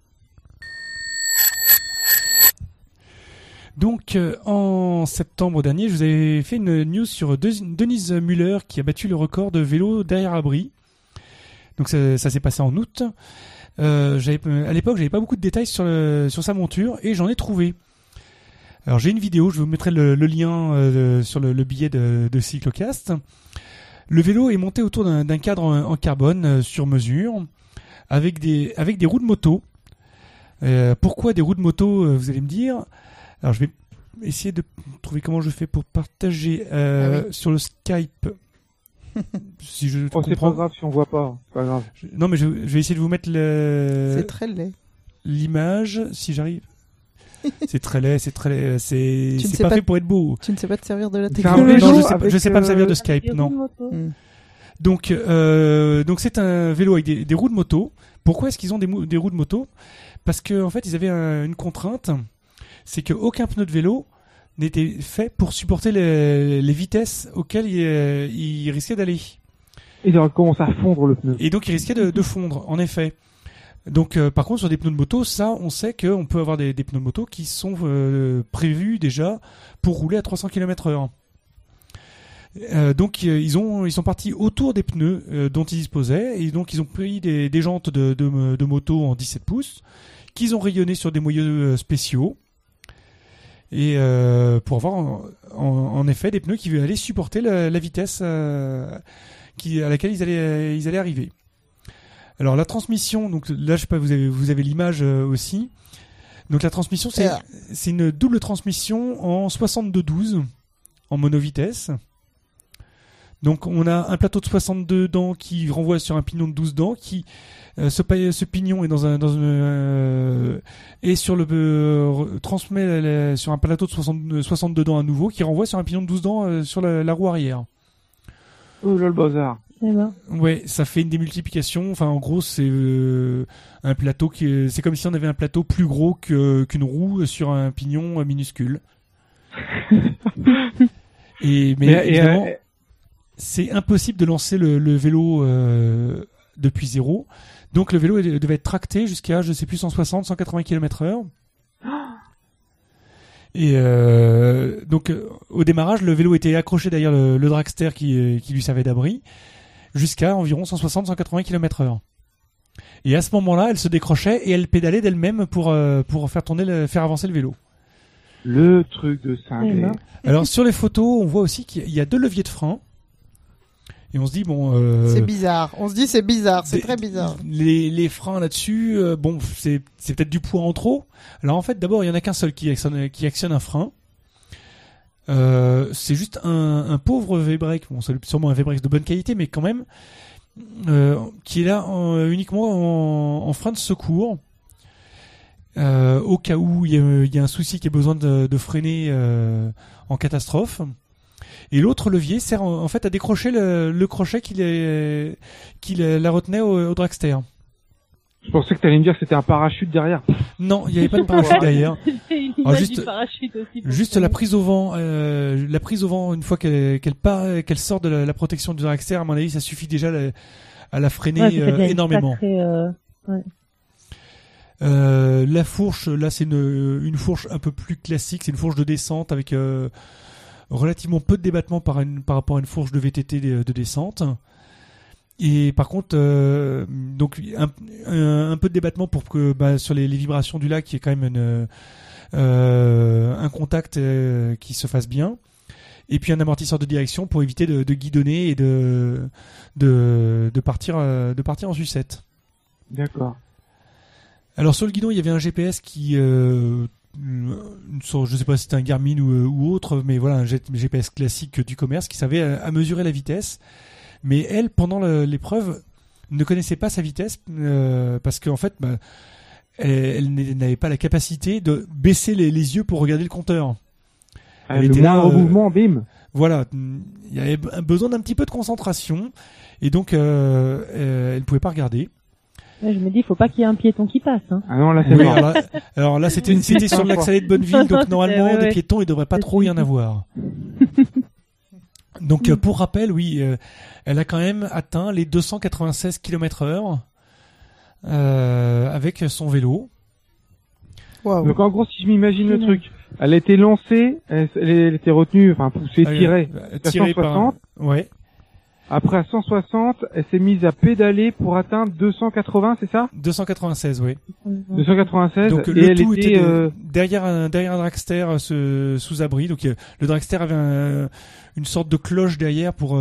Donc en septembre dernier, je vous avais fait une news sur Denise Müller qui a battu le record de vélo derrière abri. Donc ça s'est passé en août. À l'époque, j'avais pas beaucoup de détails sur sa monture et j'en ai trouvé. Alors j'ai une vidéo, je vous mettrai le lien sur le billet de Cyclocast. Le vélo est monté autour d'un cadre en carbone sur mesure avec des roues de moto. Pourquoi des roues de moto, vous allez me dire? Alors je vais essayer de trouver comment je fais pour partager sur le Skype. Si je comprends. C'est pas grave si on voit pas. C'est pas grave. Non mais je vais essayer de vous mettre C'est très laid. l'image si j'arrive. C'est très laid. C'est sais pas pas fait pour être beau. Tu ne sais pas te servir de la C'est technologie. un Non, vélo je sais pas me servir de Skype, Des non. roues de moto. Donc c'est un vélo avec des roues de moto. Pourquoi est-ce qu'ils ont des roues de moto? Parce que en fait ils avaient une contrainte, c'est qu'aucun pneu de vélo n'était fait pour supporter les vitesses auxquelles il risquait d'aller. Et il commence à fondre le pneu. Et donc il risquait de fondre, en effet. Donc par contre sur des pneus de moto, ça on sait qu'on peut avoir des pneus de moto qui sont prévus déjà pour rouler à 300 km/h. Donc ils sont partis autour des pneus dont ils disposaient et donc ils ont pris des jantes de moto en 17 pouces qu'ils ont rayonné sur des moyeux spéciaux et pour avoir en effet des pneus qui allaient supporter la vitesse à laquelle ils allaient arriver. Alors la transmission, donc là je sais pas, vous avez l'image aussi. Donc la transmission c'est une double transmission en 62/12 en monovitesse. Donc on a un plateau de 62 dents qui renvoie sur un pignon de 12 dents qui ce pignon est transmet sur un plateau de 62 dents à nouveau qui renvoie sur un pignon de 12 dents sur la roue arrière. Oh là le bazar. Ouais, ça fait une démultiplication. Enfin, en gros, c'est un plateau c'est comme si on avait un plateau plus gros qu'une roue sur un pignon minuscule. Mais évidemment, c'est impossible de lancer le vélo depuis zéro. Donc le vélo devait être tracté jusqu'à, je sais plus, 160, 180 km/h. Et donc au démarrage, le vélo était accroché derrière le dragster qui lui servait d'abri jusqu'à environ 160-180 km/h. Et à ce moment-là, elle se décrochait et elle pédalait d'elle-même pour faire avancer le vélo. Le truc de cinglé. Alors sur les photos, on voit aussi qu'il y a 2 leviers de frein. Et on se dit c'est bizarre. On se dit c'est bizarre, c'est très bizarre. Les freins là-dessus, c'est peut-être du poids en trop. Alors en fait, d'abord, il y en a qu'un seul qui actionne un frein. C'est juste un pauvre V-brake. Bon, c'est sûrement un V-brake de bonne qualité, mais quand même, qui est là uniquement en frein de secours. Au cas où il y a un souci qui a besoin de freiner en catastrophe. Et l'autre levier sert en fait à décrocher le crochet qui la retenait au dragster. Je pensais que t'allais me dire que c'était un parachute derrière. Non, il n'y avait pas de parachute derrière. Alors, juste la prise au vent, une fois qu'elle sort de la protection du dragster, à mon avis, ça suffit déjà à la freiner énormément. La fourche, là, c'est une fourche un peu plus classique. C'est une fourche de descente avec relativement peu de débattement par rapport à une fourche de VTT de descente. Et par contre, donc un peu de débattement pour que sur les vibrations du lac, il y ait quand même un contact qui se fasse bien. Et puis un amortisseur de direction pour éviter de guidonner et de partir en sucette. D'accord. Alors sur le guidon, il y avait un GPS qui je sais pas si c'était un Garmin ou autre, mais voilà, un GPS classique du commerce qui savait à mesurer la vitesse. Mais elle, pendant l'épreuve, ne connaissait pas sa vitesse parce qu'en fait, elle n'avait pas la capacité de baisser les yeux pour regarder le compteur. Elle était là, mouvement, bim. Voilà, il y avait besoin d'un petit peu de concentration et donc elle pouvait pas regarder. Ouais, je me dis, il faut pas qu'il y ait un piéton qui passe. Hein. Ah non, là c'est mort. Alors là, c'était sur l'axe allée de Bonneville, donc normalement des piétons, il devrait pas trop y en avoir. Donc pour rappel, oui, elle a quand même atteint les 296 km/h avec son vélo. Waouh. Donc en gros, si je m'imagine le truc, elle a été lancée, elle était retenue, enfin poussée, tirée, à Tirée 160. Ouais. Après à 160, elle s'est mise à pédaler pour atteindre 280, c'est ça? 296, oui. 296. Donc et le elle tout était, était derrière un dragster sous abri. Donc le dragster avait une sorte de cloche derrière pour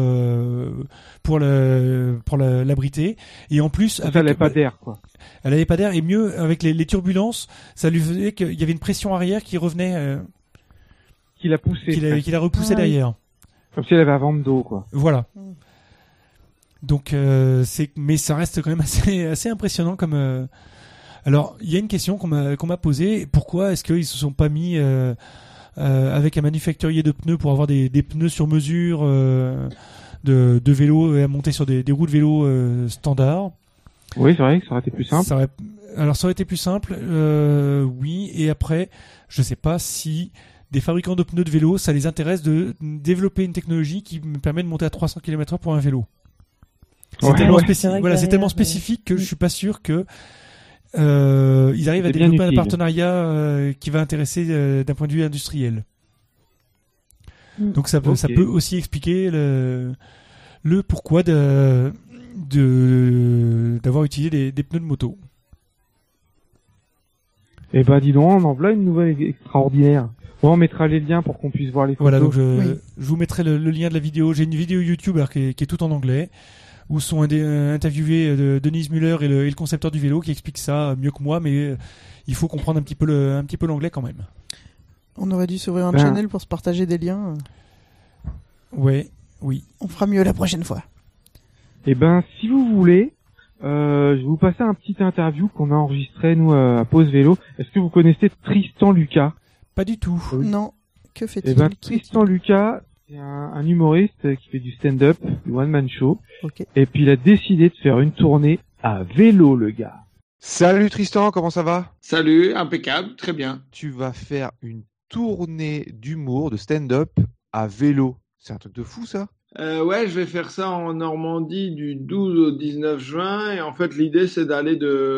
l'abriter. Et en plus, elle n'avait pas d'air, quoi. Elle avait pas d'air, et mieux avec les turbulences, ça lui faisait qu'il y avait une pression arrière qui revenait, Qui l'a poussée. qui la repoussait derrière. Comme si elle avait un vent d'eau, quoi. Voilà. Donc mais ça reste quand même assez impressionnant comme. Alors il y a une question qu'on m'a posée. Pourquoi est-ce qu'ils se sont pas mis avec un manufacturier de pneus pour avoir des pneus sur mesure de vélo et à monter sur des roues de vélo standard? Oui, c'est vrai que ça aurait été plus simple. Alors ça aurait été plus simple, oui. Et après, je sais pas si des fabricants de pneus de vélo, ça les intéresse de développer une technologie qui me permet de monter à 300 km/h pour un vélo. C'est tellement spécifique que je suis pas sûr que ils arrivent à développer un partenariat qui va intéresser d'un point de vue industriel. Donc ça peut aussi expliquer le pourquoi d'avoir utilisé des pneus de moto. Eh ben dis donc, on en voilà une nouvelle extraordinaire. Bon, on mettra les liens pour qu'on puisse voir les photos. Voilà, donc je vous mettrai le lien de la vidéo. J'ai une vidéo YouTube qui est toute en anglais, où sont interviewés Denise Muller et le concepteur du vélo qui explique ça mieux que moi, mais il faut comprendre un petit peu l'anglais quand même. On aurait dû s'ouvrir un channel pour se partager des liens. Ouais, oui. On fera mieux la prochaine fois. Eh ben, si vous voulez, je vais vous passer un petit interview qu'on a enregistré, nous, à Pause Vélo. Est-ce que vous connaissez Tristan Lucas? Pas du tout. Non. Que fait-il? Eh ben, Tristan Lucas, c'est un humoriste qui fait du stand-up, du one-man show. Okay. Et puis, il a décidé de faire une tournée à vélo, le gars. Salut Tristan, comment ça va? Salut, impeccable, très bien. Tu vas faire une tournée d'humour, de stand-up à vélo. C'est un truc de fou, ça? Ouais, je vais faire ça en Normandie du 12 au 19 juin. Et en fait, l'idée, c'est d'aller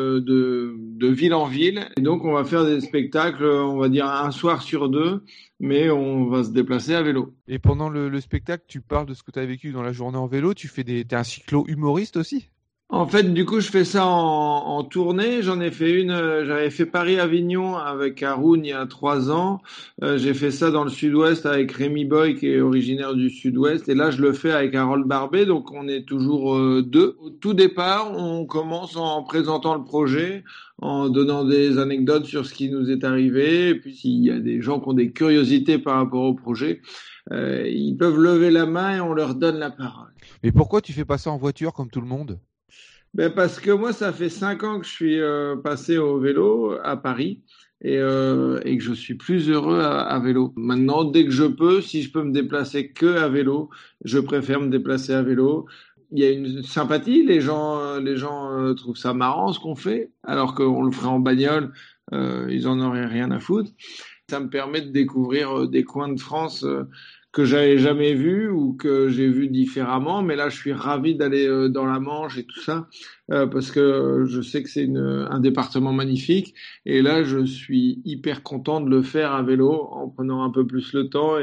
de ville en ville. Et donc, on va faire des spectacles, on va dire un soir sur deux, mais on va se déplacer à vélo. Et pendant le spectacle, tu parles de ce que tu as vécu dans la journée en vélo. T'es un cyclo-humoriste aussi? En fait, du coup, je fais ça en tournée. J'en ai fait une, j'avais fait Paris-Avignon avec Haroun il y a 3 ans. J'ai fait ça dans le sud-ouest avec Rémi Boy, qui est originaire du sud-ouest. Et là, je le fais avec Harold Barbet. Donc, on est toujours deux. Au tout départ, on commence en présentant le projet, en donnant des anecdotes sur ce qui nous est arrivé. Et puis, s'il y a des gens qui ont des curiosités par rapport au projet, ils peuvent lever la main et on leur donne la parole. Mais pourquoi tu fais pas ça en voiture comme tout le monde? Ben parce que moi, ça fait 5 ans que je suis passé au vélo à Paris et que je suis plus heureux à vélo. Maintenant, dès que je peux, si je peux me déplacer que à vélo, je préfère me déplacer à vélo. Il y a une sympathie, les gens trouvent ça marrant ce qu'on fait, alors qu'on le ferait en bagnole, ils en auraient rien à foutre. Ça me permet de découvrir des coins de France que j'avais jamais vu ou que j'ai vu différemment, mais là je suis ravi d'aller dans la Manche et tout ça parce que je sais que c'est un département magnifique et là je suis hyper content de le faire à vélo en prenant un peu plus le temps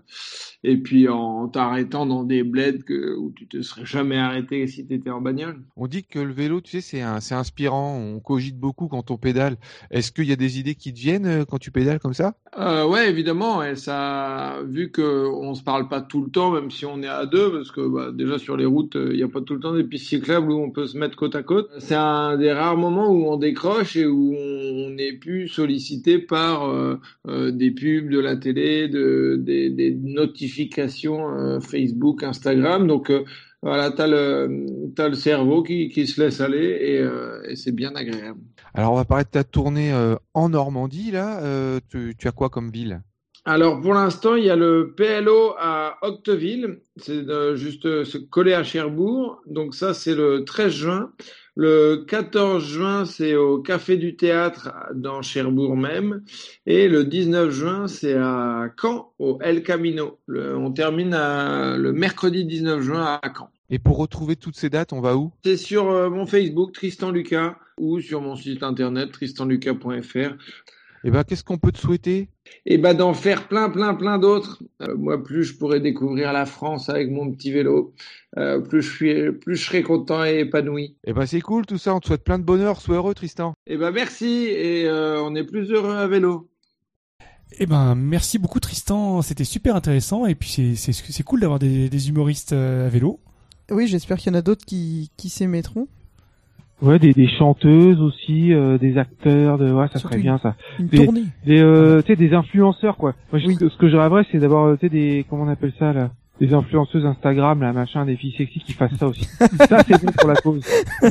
et puis en t'arrêtant dans des bleds où tu te serais jamais arrêté si tu étais en bagnole. On dit que le vélo, tu sais, c'est inspirant, on cogite beaucoup quand on pédale. Est-ce qu'il y a des idées qui te viennent quand tu pédales comme ça? Ouais, évidemment, et ça, vu que on se parle pas tout le temps, même si on est à deux, parce que déjà sur les routes, il y a pas tout le temps des pistes cyclables où on peut se mettre côte à côte. C'est un des rares moments où on décroche et où on n'est plus sollicité par des pubs de la télé, des notifications Facebook, Instagram. Donc voilà, t'as le cerveau qui se laisse aller et c'est bien agréable. Alors on va parler de ta tournée en Normandie là. Tu as quoi comme ville? Alors pour l'instant, il y a le PLO à Octeville, c'est juste se coller à Cherbourg. Donc ça, c'est le 13 juin. Le 14 juin, c'est au Café du Théâtre dans Cherbourg même. Et le 19 juin, c'est à Caen, au El Camino. On termine le mercredi 19 juin à Caen. Et pour retrouver toutes ces dates, on va où? C'est sur mon Facebook, Tristan Lucas, ou sur mon site internet, tristanlucas.fr. Eh ben, qu'est-ce qu'on peut te souhaiter? Et ben d'en faire plein d'autres. Moi, plus je pourrais découvrir la France avec mon petit vélo, plus je serai content et épanoui. Eh ben, c'est cool tout ça. On te souhaite plein de bonheur. Sois heureux, Tristan. Et ben merci, et on est plus heureux à vélo. Eh ben, merci beaucoup, Tristan. C'était super intéressant. Et puis, c'est cool d'avoir des humoristes à vélo. Oui, j'espère qu'il y en a d'autres qui s'y mettront. Ouais, des chanteuses aussi, des acteurs, ouais, ça Surtout serait bien ça. Une tournée. Tu sais, des influenceurs quoi. Moi, Oui. ce que je rêverais, c'est d'avoir, tu sais, des, comment on appelle ça là, des influenceuses Instagram, là, machin, des filles sexy qui fassent ça aussi. Ça, c'est bon pour la cause.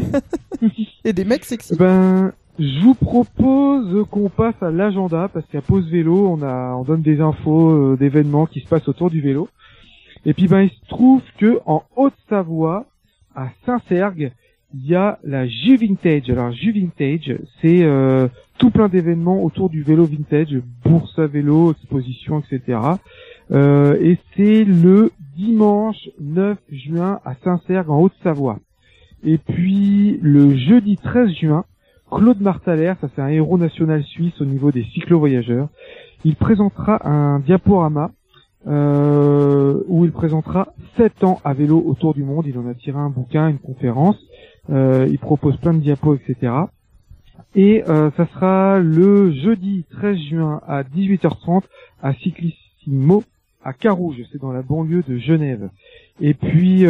Et des mecs sexy. Ben, je vous propose qu'on passe à l'agenda parce qu'à Pause Vélo, on donne des infos d'événements qui se passent autour du vélo. Et puis ben, il se trouve que en Haute-Savoie, à Saint-Sergue, il y a la Juvintage. Alors Juvintage, c'est tout plein d'événements autour du vélo vintage, bourse à vélo, exposition, etc. Et c'est le dimanche 9 juin à Saint-Sergue en Haute-Savoie. Et puis le jeudi 13 juin, Claude Martalère, ça c'est un héros national suisse au niveau des cyclo-voyageurs, il présentera un diaporama où il présentera 7 ans à vélo autour du monde. Il en a tiré un bouquin, une conférence. Il propose plein de diapos, etc. Et ça sera le jeudi 13 juin à 18h30 à Cyclissimo à Carouge, c'est dans la banlieue de Genève. Et puis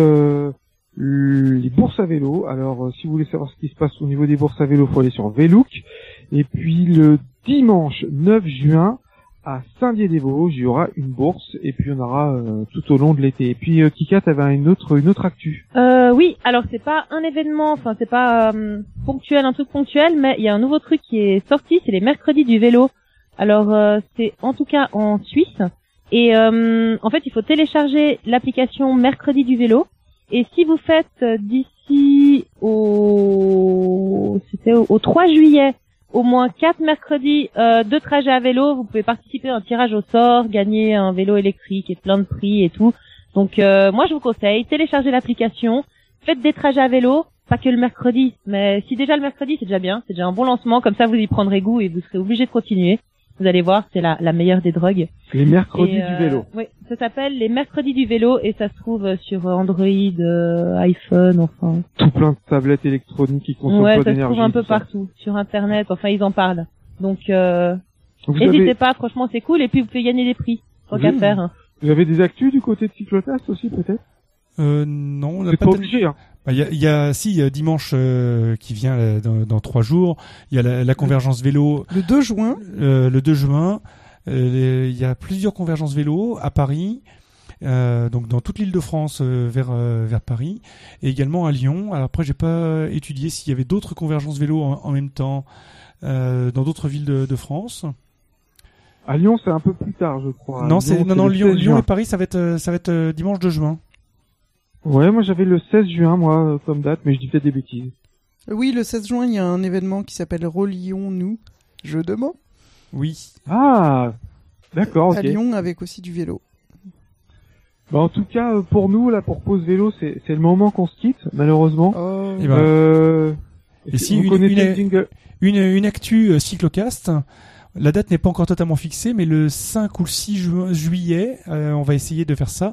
les bourses à vélo. Alors si vous voulez savoir ce qui se passe au niveau des bourses à vélo, faut aller sur Velook. Et puis le dimanche 9 juin à Saint-Dié-des-Vosges, il y aura une bourse et puis on aura tout au long de l'été. Et puis Kika, t'avais une autre actu. Oui, alors c'est pas un événement, enfin c'est pas ponctuel, un truc ponctuel, mais il y a un nouveau truc qui est sorti, c'est les mercredis du vélo. Alors c'est en tout cas en Suisse et en fait il faut télécharger l'application Mercredi du vélo et si vous faites d'ici au 3 juillet au moins 4 mercredis de trajet à vélo, vous pouvez participer à un tirage au sort, gagner un vélo électrique et plein de prix et tout. Donc moi je vous conseille, téléchargez l'application, faites des trajets à vélo, pas que le mercredi, mais si déjà le mercredi c'est déjà bien, c'est déjà un bon lancement, comme ça vous y prendrez goût et vous serez obligé de continuer. Vous allez voir, c'est la meilleure des drogues. Les mercredis du vélo. Oui, ça s'appelle les mercredis du vélo et ça se trouve sur Android, iPhone, enfin. Tout plein de tablettes électroniques qui consomment ouais, pas ça se d'énergie. trouve un peu tout ça. partout, sur Internet, enfin ils en parlent. Donc Vous n'hésitez avez, pas, franchement c'est cool et puis vous pouvez gagner des prix. Tant qu'à faire. Hein. vous avez des actus du côté de Cyclotast aussi peut-être? Non, on n'a C'est pas pas tellement- obligé, hein. Bah, il y a dimanche qui vient dans 3 jours. Il y a la convergence vélo Le 2 juin. le 2 juin. Il y a plusieurs convergences vélo à Paris, donc dans toute l'île de France vers Paris, et également à Lyon. Alors après, j'ai pas étudié s'il y avait d'autres convergences vélo en même temps dans d'autres villes de France. À Lyon, c'est un peu plus tard, je crois. Non, le 16 Lyon juin. et Paris, ça va être dimanche 2 juin. Ouais, moi j'avais le 16 juin, moi, comme date, mais je dis peut-être des bêtises. Oui, le 16 juin, il y a un événement qui s'appelle Relions-nous. Jeu de mots. Oui. Ah, d'accord, ok. À Lyon, avec aussi du vélo. Bah, en tout cas, pour nous, là, pour Pause Vélo, c'est le moment qu'on se quitte, malheureusement. Oh. Eh ben, et si vous une- connaissez une- le jingle Une actu cyclocast. La date n'est pas encore totalement fixée, mais le 5 ou le 6 juillet, on va essayer de faire ça.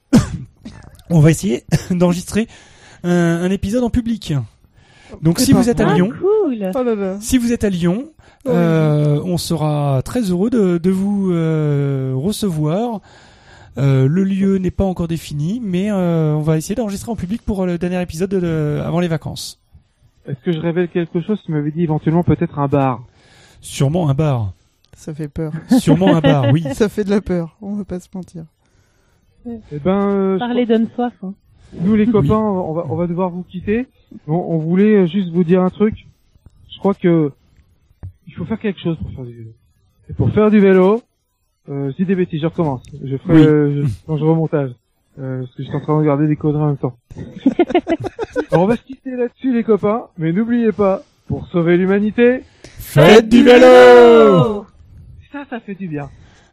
On va essayer d'enregistrer un épisode en public. Donc si vous êtes à Ah, Lyon, cool. Oh là là. si vous êtes à Lyon, Oui. on sera très heureux de vous recevoir. Le lieu n'est pas encore défini, mais on va essayer d'enregistrer en public pour le dernier épisode avant les vacances. Est-ce que je révèle quelque chose? Tu m'avais dit éventuellement peut-être un bar. Sûrement un bar. Ça fait peur. Sûrement un bar, oui. Ça fait de la peur, on va pas se mentir. Eh ben, Parler donne soif. Hein. nous les copains, on va devoir vous quitter. On voulait juste vous dire un truc. Je crois que il faut faire quelque chose pour faire du vélo. Et pour faire du vélo, je dis des bêtises, je recommence. Je ferai quand je remontage. Parce que j'étais en train de regarder des conneries en même temps. Alors on va se quitter là-dessus les copains, mais n'oubliez pas, pour sauver l'humanité, Faites du vélo! ça fait du bien.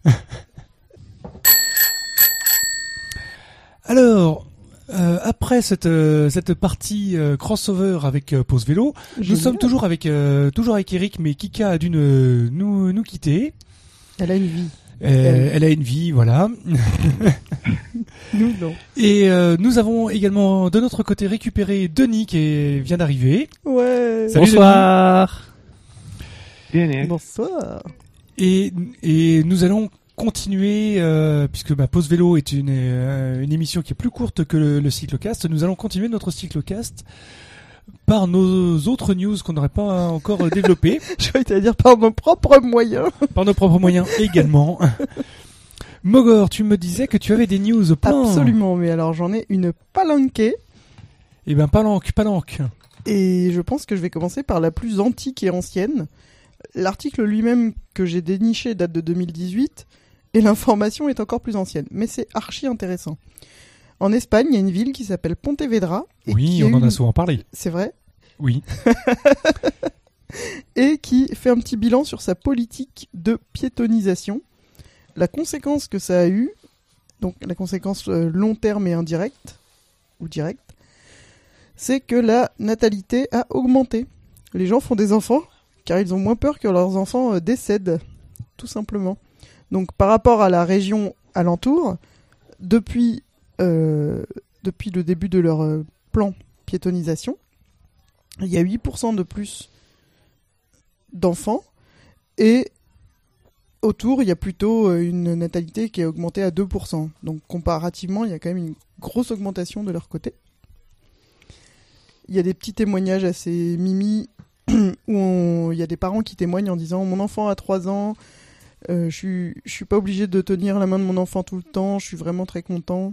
Alors, après cette partie crossover avec Pause Vélo, nous sommes toujours avec Eric, mais Kika a dû nous quitter. Elle a une vie. Elle a une vie, voilà. Nous, non. Et nous avons également de notre côté récupéré Denis qui vient d'arriver. Ouais. Salut, Bonsoir. Bien, Bonsoir. Et nous allons continuer, puisque Pause Vélo est une émission qui est plus courte que le cyclocast, nous allons continuer notre cyclocast par nos autres news qu'on n'aurait pas encore développées. Je croyais que t'allais dire par nos propres moyens. Par nos propres moyens également. Mogor, tu me disais que tu avais des news plein. Absolument, mais alors j'en ai une palanquée. Eh ben, palanque. Et je pense que je vais commencer par la plus antique et ancienne. L'article lui-même que j'ai déniché date de 2018 et l'information est encore plus ancienne. Mais c'est archi intéressant. En Espagne, il y a une ville qui s'appelle Pontevedra. Oui, on en a souvent parlé. C'est vrai ? Oui. Et qui fait un petit bilan sur sa politique de piétonisation. La conséquence que ça a eu, donc la conséquence long terme et indirecte, ou directe, c'est que la natalité a augmenté. Les gens font des enfants car ils ont moins peur que leurs enfants décèdent, tout simplement. Donc par rapport à la région alentour, depuis le début de leur plan piétonisation, il y a 8% de plus d'enfants et autour, il y a plutôt une natalité qui a augmenté à 2%. Donc comparativement, il y a quand même une grosse augmentation de leur côté. Il y a des petits témoignages assez mimi où il y a des parents qui témoignent en disant « Mon enfant a 3 ans, je suis pas obligé de tenir la main de mon enfant tout le temps, je suis vraiment très content.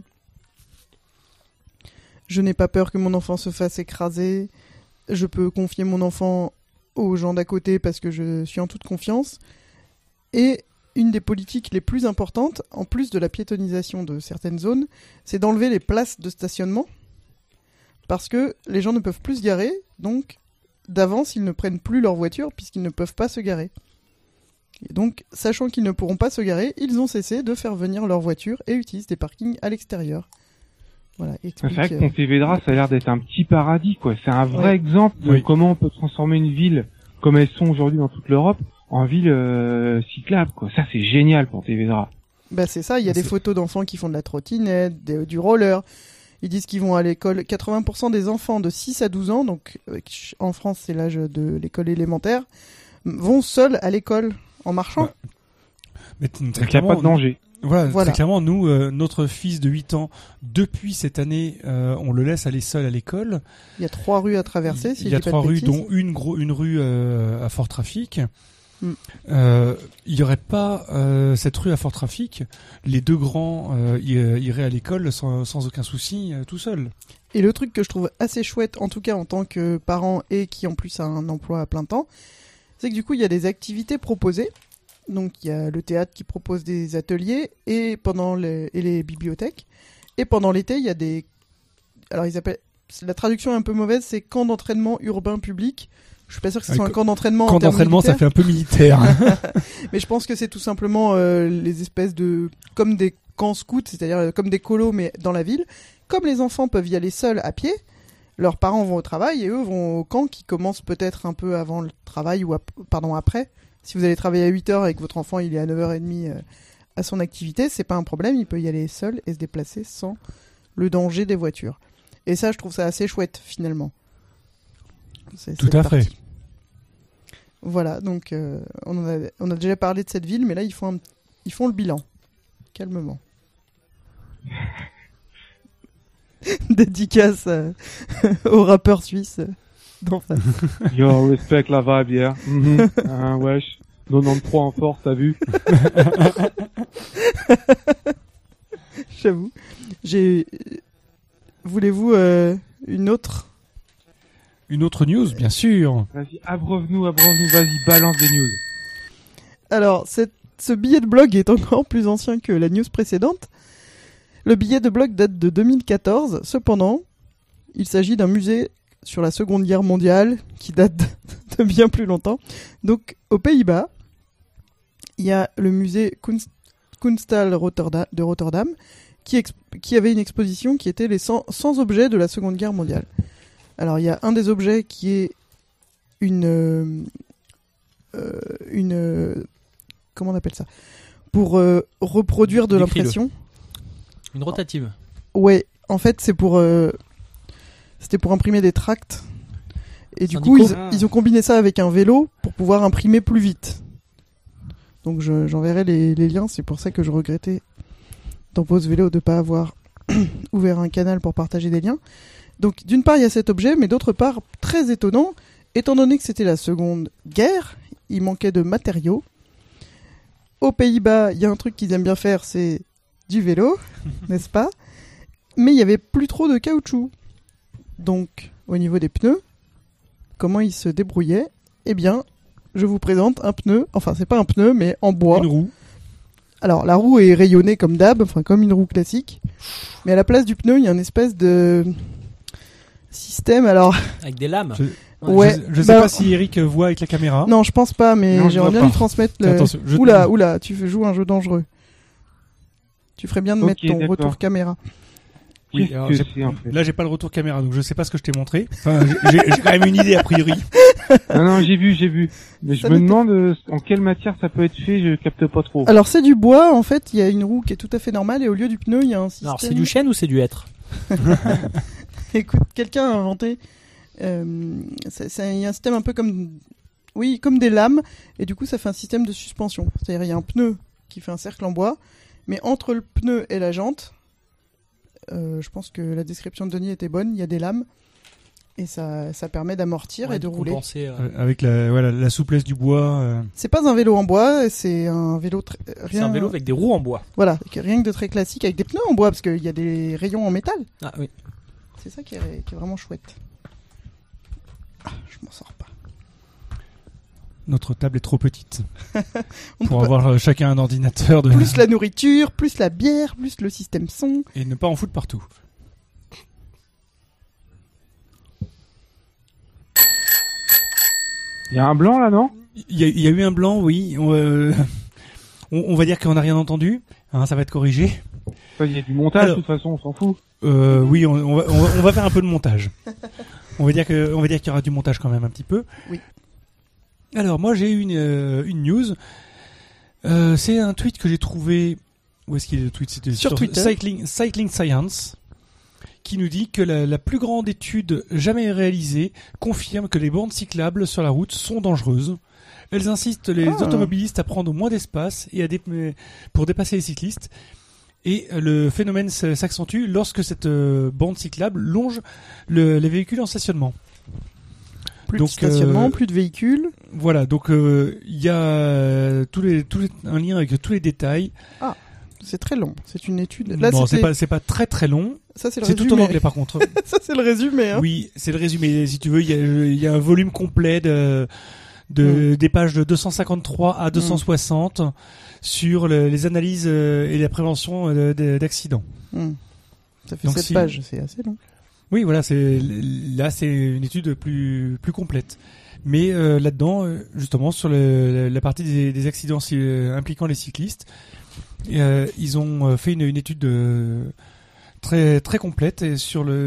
Je n'ai pas peur que mon enfant se fasse écraser. Je peux confier mon enfant aux gens d'à côté parce que je suis en toute confiance. » Et une des politiques les plus importantes, en plus de la piétonisation de certaines zones, c'est d'enlever les places de stationnement parce que les gens ne peuvent plus se garer, donc d'avance, ils ne prennent plus leur voiture puisqu'ils ne peuvent pas se garer. Et donc, sachant qu'ils ne pourront pas se garer, ils ont cessé de faire venir leur voiture et utilisent des parkings à l'extérieur. Voilà, c'est vrai que Pontevedra, ça a l'air d'être un petit paradis, quoi. C'est un vrai exemple de comment on peut transformer une ville, comme elles sont aujourd'hui dans toute l'Europe, en ville cyclable, quoi. Ça, c'est génial, Pontevedra. Bah, c'est ça, il y a des photos d'enfants qui font de la trottinette, du roller. Ils disent qu'ils vont à l'école. 80% des enfants de 6 à 12 ans, donc en France, c'est l'âge de l'école élémentaire, vont seuls à l'école en marchant. Ouais. Mais il n'y a pas de danger. Voilà. Très clairement, nous, notre fils de 8 ans, depuis cette année, on le laisse aller seul à l'école. Il y a 3 rues à traverser, il y a 3 rues, dont une rue à fort trafic. Il n'y aurait pas cette rue à fort trafic, les deux grands iraient à l'école sans aucun souci, tout seul. Et le truc que je trouve assez chouette, en tout cas en tant que parent et qui en plus a un emploi à plein temps, c'est que du coup il y a des activités proposées. Donc il y a le théâtre qui propose des ateliers et les bibliothèques. Et pendant l'été, il y a des... Alors ils appellent... La traduction est un peu mauvaise, c'est camp d'entraînement urbain public. Je suis pas sûr que ce soit un camp d'entraînement. Camp d'entraînement, ça fait un peu militaire. Mais je pense que c'est tout simplement les espèces de... Comme des camps scouts, c'est-à-dire comme des colos, mais dans la ville. Comme les enfants peuvent y aller seuls à pied, leurs parents vont au travail et eux vont au camp qui commence peut-être un peu avant le travail ou après. Si vous allez travailler à 8h et que votre enfant il est à 9h30 à son activité, c'est pas un problème, il peut y aller seul et se déplacer sans le danger des voitures. Et ça, je trouve ça assez chouette finalement. Tout à fait. Voilà, donc on a déjà parlé de cette ville, mais là ils font le bilan. Calmement. Dédicace au rappeur suisse d'en face. Yo, respect la vibe, yeah. Wesh. 93 en force, t'as vu? J'avoue. Voulez-vous une autre news, bien sûr. Vas-y, abreuve-nous, vas-y, balance des news. Alors, ce billet de blog est encore plus ancien que la news précédente. Le billet de blog date de 2014. Cependant, il s'agit d'un musée sur la Seconde Guerre mondiale qui date de bien plus longtemps. Donc, aux Pays-Bas, il y a le musée Kunsthal de Rotterdam qui avait une exposition qui était les 100 objets de la Seconde Guerre mondiale. Alors, il y a un des objets qui est une comment on appelle ça, pour reproduire de Décris-le. l'impression. Une rotative. Ouais, en fait, c'était pour imprimer des tracts. Et du coup, Syndicaux. ils ont combiné ça avec un vélo pour pouvoir imprimer plus vite. Donc j'enverrai les liens, c'est pour ça que je regrettais dans Pause Vélo de ne pas avoir ouvert un canal pour partager des liens. Donc d'une part, il y a cet objet, mais d'autre part, très étonnant, étant donné que c'était la Seconde Guerre, il manquait de matériaux. Aux Pays-Bas, il y a un truc qu'ils aiment bien faire, c'est du vélo, n'est-ce pas? Mais il n'y avait plus trop de caoutchouc. Donc, au niveau des pneus, comment ils se débrouillaient? Eh bien, je vous présente un pneu, enfin c'est pas un pneu, mais en bois. Une roue. Alors, la roue est rayonnée comme d'hab, enfin comme une roue classique. Mais à la place du pneu, il y a une espèce de système, alors... Avec des lames. Ouais, Je sais bah- pas si Eric voit avec la caméra. Non, je pense pas, mais Non, je j'aimerais vois bien pas. lui transmettre le... Attention, je- Oula, tu joues un jeu dangereux. Tu ferais bien de Ok, mettre ton d'accord. retour caméra. Oui, Qu'est-ce alors, que j'ai- c'est, en fait là j'ai pas le retour caméra, donc je sais pas ce que je t'ai montré. Enfin, j'ai quand même une idée a priori. Non, j'ai vu. Mais je Ça me m'était- demande en quelle matière ça peut être fait, je capte pas trop. Alors, c'est du bois, en fait, il y a une roue qui est tout à fait normale, et au lieu du pneu, il y a un système... Alors, c'est du chêne ou c'est du hêtre? Écoute, quelqu'un a inventé... il y a un système un peu comme... Oui, comme des lames, et du coup, ça fait un système de suspension. C'est-à-dire, il y a un pneu qui fait un cercle en bois, mais entre le pneu et la jante, je pense que la description de Denis était bonne, il y a des lames, et ça permet d'amortir Ouais, et de rouler. compenser, Avec la souplesse du bois. C'est pas un vélo en bois, c'est un vélo... C'est un vélo avec des roues en bois. Voilà, rien que de très classique, avec des pneus en bois, parce qu'il y a des rayons en métal. Ah oui. C'est ça qui est vraiment chouette. Ah, je m'en sors pas. Notre table est trop petite On pour peut pas- avoir chacun un ordinateur de... Plus la nourriture, plus la bière, plus le système son. et ne pas en foutre partout. Il y a un blanc là, non? Il y a eu un blanc, oui. On va dire qu'on n'a rien entendu. Hein, ça va être corrigé. Enfin, il y a du montage, Alors- de toute façon, on s'en fout. Oui, on va faire un peu de montage. On va dire qu'il y aura du montage quand même un petit peu. Oui. Alors moi j'ai eu une news. C'est un tweet que j'ai trouvé. Où est-ce qu'il est le tweet? C'était Sur Twitter. Cycling Science, qui nous dit que la plus grande étude jamais réalisée confirme que les bandes cyclables sur la route sont dangereuses. Elles incitent les automobilistes à prendre moins d'espace et pour dépasser les cyclistes. Et le phénomène s'accentue lorsque cette bande cyclable longe les véhicules en stationnement. Plus Donc, de stationnement, plus de véhicules. Voilà, donc il y a un lien avec tous les détails. C'est très long. C'est une étude. Non, c'est pas très très long. Ça, c'est le C'est résumé. tout en anglais par contre. Ça, c'est le résumé. Hein. Oui, c'est le résumé. Si tu veux, il y a un volume complet des pages de 253 à 260 sur les analyses et la prévention d'accidents. Ça fait Donc, 7 pages, c'est assez long. Oui, voilà, c'est une étude plus complète. Mais là-dedans, justement, sur la partie des accidents impliquant les cyclistes, ils ont fait une étude très très complète et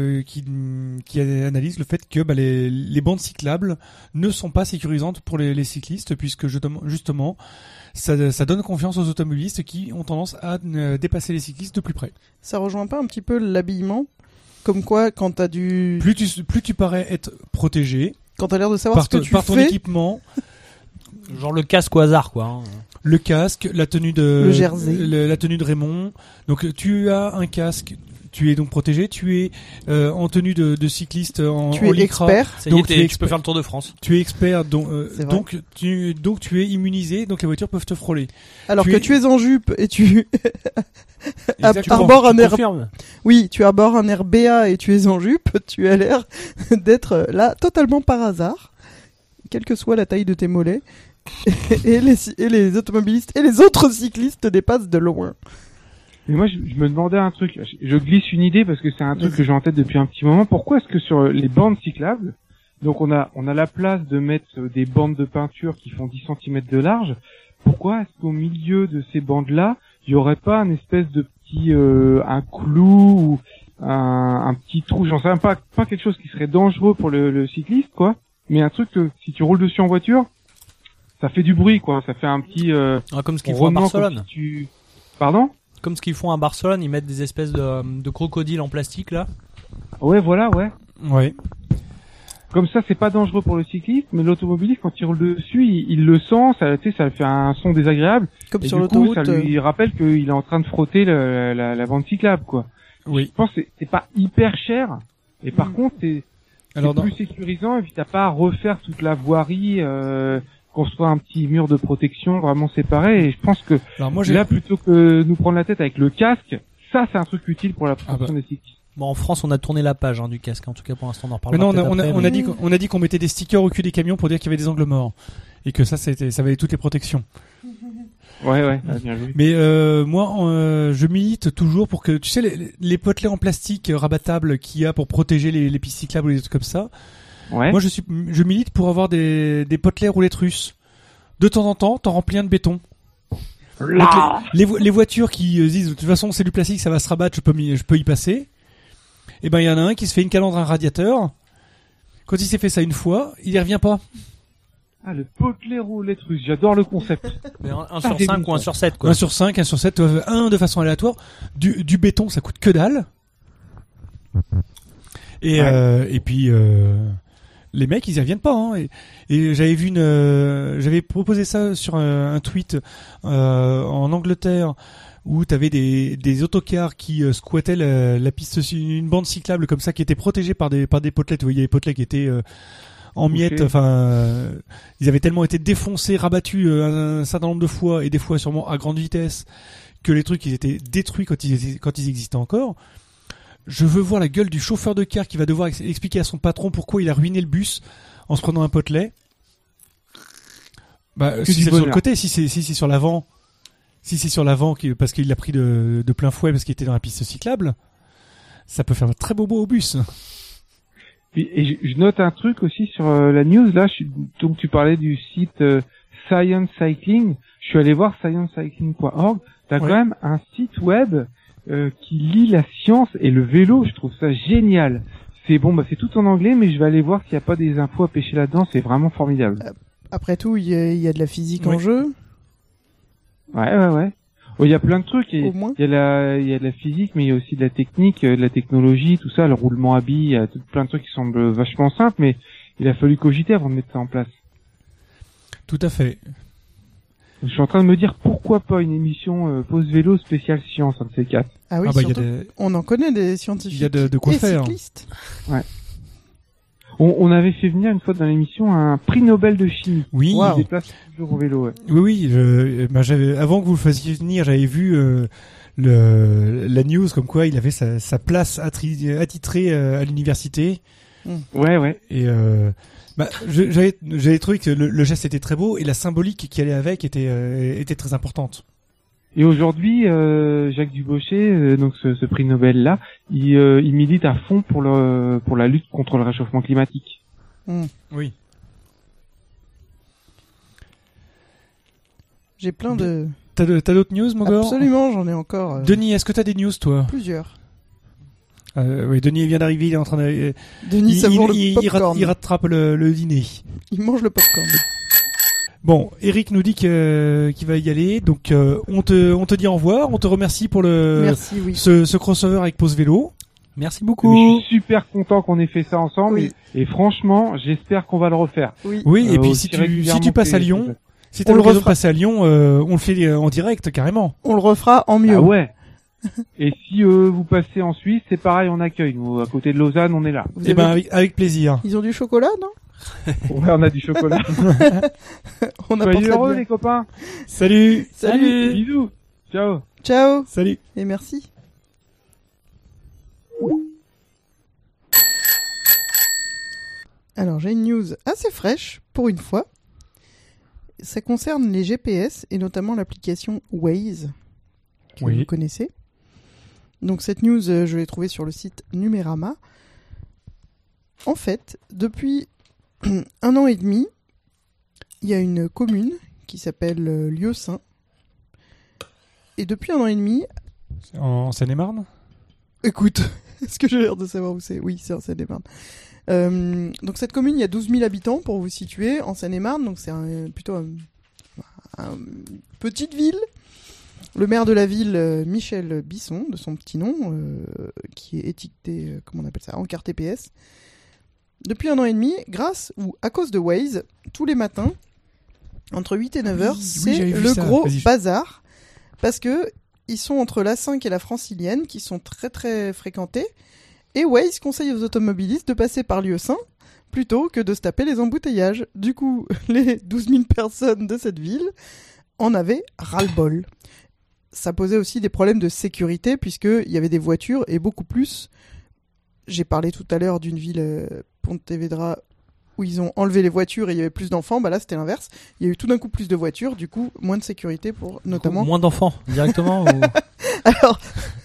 qui analyse le fait que les bandes cyclables ne sont pas sécurisantes pour les cyclistes, puisque justement ça donne confiance aux automobilistes qui ont tendance à dépasser les cyclistes de plus près. Ça rejoint pas un petit peu l'habillement? Comme quoi, quand t'as Plus tu parais être protégé quand t'as l'air de savoir ce que tu par ton fais, équipement, Genre le casque au hasard, quoi. Hein. le casque, la tenue Le jersey. la tenue de Raymond. Donc tu as un casque, tu es donc protégé, tu es en tenue de cycliste en tu es lycra. expert. Ça y est, Donc, tu es tu peux faire le tour de France. Tu es expert, C'est vrai. donc tu es immunisé, donc les voitures peuvent te frôler. Alors tu que es- tu es en jupe et tu Exactement. arbores un Tu air... confirmes. Oui, tu arbores un air BA et tu es en jupe, tu as l'air d'être là totalement par hasard, quelle que soit la taille de tes mollets. et les automobilistes et les autres cyclistes dépassent de loin. Mais moi, je me demandais un truc. Je glisse une idée parce que c'est un truc que j'ai en tête depuis un petit moment. Pourquoi est-ce que sur les bandes cyclables, donc on a la place de mettre des bandes de peinture qui font 10 cm de large. Pourquoi est-ce qu'au milieu de ces bandes-là, il y aurait pas une espèce de petit un clou ou un petit trou, j'en sais même pas quelque chose qui serait dangereux pour le cycliste, quoi. Mais un truc que si tu roules dessus en voiture, ça fait du bruit, quoi. Ça fait un petit comme ce qu'ils font à Barcelone. Pardon ? Comme ce qu'ils font à Barcelone, ils mettent des espèces de crocodiles en plastique là. Ouais, voilà, ouais. Ouais. Comme ça, c'est pas dangereux pour le cycliste, mais l'automobiliste, quand il roule dessus, il le sent, ça fait un son désagréable. Comme et sur du coup, l'autoroute. ça lui rappelle qu'il est en train de frotter la bande cyclable, quoi. Oui. Je pense que c'est pas hyper cher, et par contre, c'est plus sécurisant, et puis t'as pas à refaire toute la voirie, construire un petit mur de protection vraiment séparé, et je pense que là, plutôt que nous prendre la tête avec le casque, ça, c'est un truc utile pour la protection des cyclistes. Bon, en France, on a tourné la page du casque. En tout cas, pour l'instant, on en parle pas. Non, on a dit qu'on mettait des stickers au cul des camions pour dire qu'il y avait des angles morts et que ça valait toutes les protections. Ouais, bien joué. Mais moi, je milite toujours pour que, tu sais, les potelets en plastique rabattables qu'il y a pour protéger les pistes cyclables ou des trucs comme ça. Ouais. Moi, je milite pour avoir des potelets roulettes russes. De temps en temps, t'en remplis un de béton. Donc, les voitures qui disent de toute façon c'est du plastique, ça va se rabattre, je peux y passer. Et ben il y en a un qui se fait une calandre à un radiateur. Quand il s'est fait ça une fois, il y revient pas. Ah, le potelet roulette russe, j'adore le concept. Mais 1 sur 5 ou 1 sur 7 quoi. 1 sur 5, 1 sur 7, un de façon aléatoire. Du béton, ça coûte que dalle. Et puis les mecs, ils y reviennent pas. Hein. Et j'avais vu j'avais proposé ça sur un tweet en Angleterre où t'avais des autocars qui squattaient la piste, une bande cyclable comme ça qui était protégée par des potelets. Vous voyez les potelets qui étaient en miettes. Enfin, ils avaient tellement été défoncés, rabattus un certain nombre de fois et des fois sûrement à grande vitesse que les trucs ils étaient détruits quand ils existaient encore. Je veux voir la gueule du chauffeur de car qui va devoir expliquer à son patron pourquoi il a ruiné le bus en se prenant un potelet. Bah, si c'est sur le côté, si c'est sur l'avant, parce qu'il l'a pris de plein fouet parce qu'il était dans la piste cyclable, ça peut faire un très beau au bus. Et je note un truc aussi sur la news là. Donc tu parlais du site Science Cycling. Je suis allé voir sciencecycling.org. T'as quand même un site web qui lie la science et le vélo. Je trouve ça génial. C'est tout en anglais, mais je vais aller voir s'il n'y a pas des infos à pêcher là-dedans. C'est vraiment formidable. Après tout, il y a de la physique en jeu. Ouais. Il y a plein de trucs. Il y a de la physique, mais il y a aussi de la technique, de la technologie, tout ça, le roulement à billes, il y a plein de trucs qui semblent vachement simples, mais il a fallu cogiter avant de mettre ça en place. Tout à fait. Je suis en train de me dire pourquoi pas une émission pause vélo spéciale science, un de ces quatre. Ah oui, surtout, on en connaît des scientifiques. Il y a de quoi faire. Cyclistes. Ouais. On avait fait venir une fois dans l'émission un prix Nobel de chimie. Oui. Qui se déplace toujours au vélo. Ouais. Oui. Avant que vous le fassiez venir, j'avais vu la news comme quoi il avait sa place attitrée à l'université. Ouais. Et j'avais trouvé que le geste était très beau et la symbolique qui allait avec était très importante. Et aujourd'hui, Jacques Dubochet, donc ce prix Nobel là, il milite à fond pour la lutte contre le réchauffement climatique. Oui. J'ai plein de. T'as d'autres news, Mogor ? Absolument, j'en ai encore. Denis, est-ce que t'as des news, toi ? Plusieurs. Oui, Denis vient d'arriver, il est en train de. Denis savoure le popcorn. Il rattrape le dîner. Il mange le popcorn. Bon, Eric nous dit qu'il va y aller, donc on te dit au revoir, on te remercie pour ce crossover avec Pause Vélo. Merci beaucoup. Je suis super content qu'on ait fait ça ensemble et franchement, j'espère qu'on va le refaire. Oui, et puis si tu passes à Lyon, si t'as l'occasion de passer à Lyon, on le fait en direct carrément. On le refera en mieux. Ah ouais. Et si vous passez en Suisse, c'est pareil, on accueille. Nous, à côté de Lausanne, on est là. Eh ben avec plaisir. Ils ont du chocolat, non ? Ouais, on a du chocolat. On Soyez heureux, les copains. Salut. Bisous. Ciao. Salut. Et merci. Alors, j'ai une news assez fraîche, pour une fois. ça concerne les GPS et notamment l'application Waze, que Oui. vous connaissez. Donc cette news, je l'ai trouvée sur le site Numérama. En fait, depuis 1 an et demi, il y a une commune qui s'appelle Lieusaint. Et depuis 1 an et demi, En Seine-et-Marne? écoute, est-ce que j'ai l'air de savoir où c'est ? Oui, c'est en Seine-et-Marne. Donc cette commune, il y a 12 000 habitants pour vous situer en Seine-et-Marne, donc c'est plutôt une petite ville. Le maire de la ville, Michel Bisson, de son petit nom, qui est étiqueté, comment on appelle ça, en carte TPS. Depuis 1 an et demi, grâce ou à cause de Waze, tous les matins, entre 8 et 9 heures, Oui, c'est j'avais vu le ça. gros Vas-y. bazar. Parce que ils sont entre l'A5 et la Francilienne, qui sont très très fréquentés. Et Waze conseille aux automobilistes de passer par Lieusaint plutôt que de se taper les embouteillages. Du coup, les 12 000 personnes de cette ville en avaient ras-le-bol. Ça posait aussi des problèmes de sécurité puisqu'il y avait des voitures et beaucoup plus. J'ai parlé tout à l'heure d'une ville, Pontevedra, où ils ont enlevé les voitures et il y avait plus d'enfants. Bah là, c'était l'inverse. Il y a eu tout d'un coup plus de voitures, du coup, moins de sécurité pour notamment... Moins d'enfants, directement ou... Alors,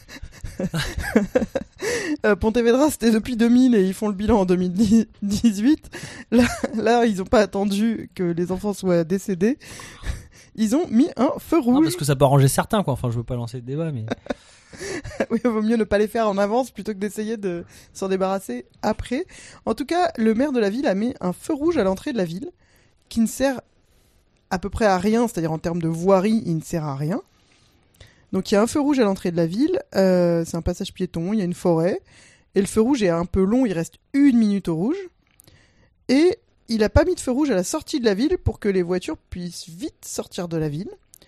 Pontevedra, c'était depuis 2000 et ils font le bilan en 2018. Là, ils n'ont pas attendu que les enfants soient décédés. Ils ont mis un feu Non, rouge. parce que ça peut arranger certains, quoi. Enfin, je veux pas lancer le débat, mais... Oui, il vaut mieux ne pas les faire en avance plutôt que d'essayer de s'en débarrasser après. En tout cas, le maire de la ville a mis un feu rouge à l'entrée de la ville qui ne sert à peu près à rien, c'est-à-dire en termes de voirie, il ne sert à rien. Donc il y a un feu rouge à l'entrée de la ville, c'est un passage piéton, il y a une forêt, et le feu rouge est un peu long, il reste 1 minute au rouge. Et il n'a pas mis de feu rouge à la sortie de la ville pour que les voitures puissent vite sortir de la ville.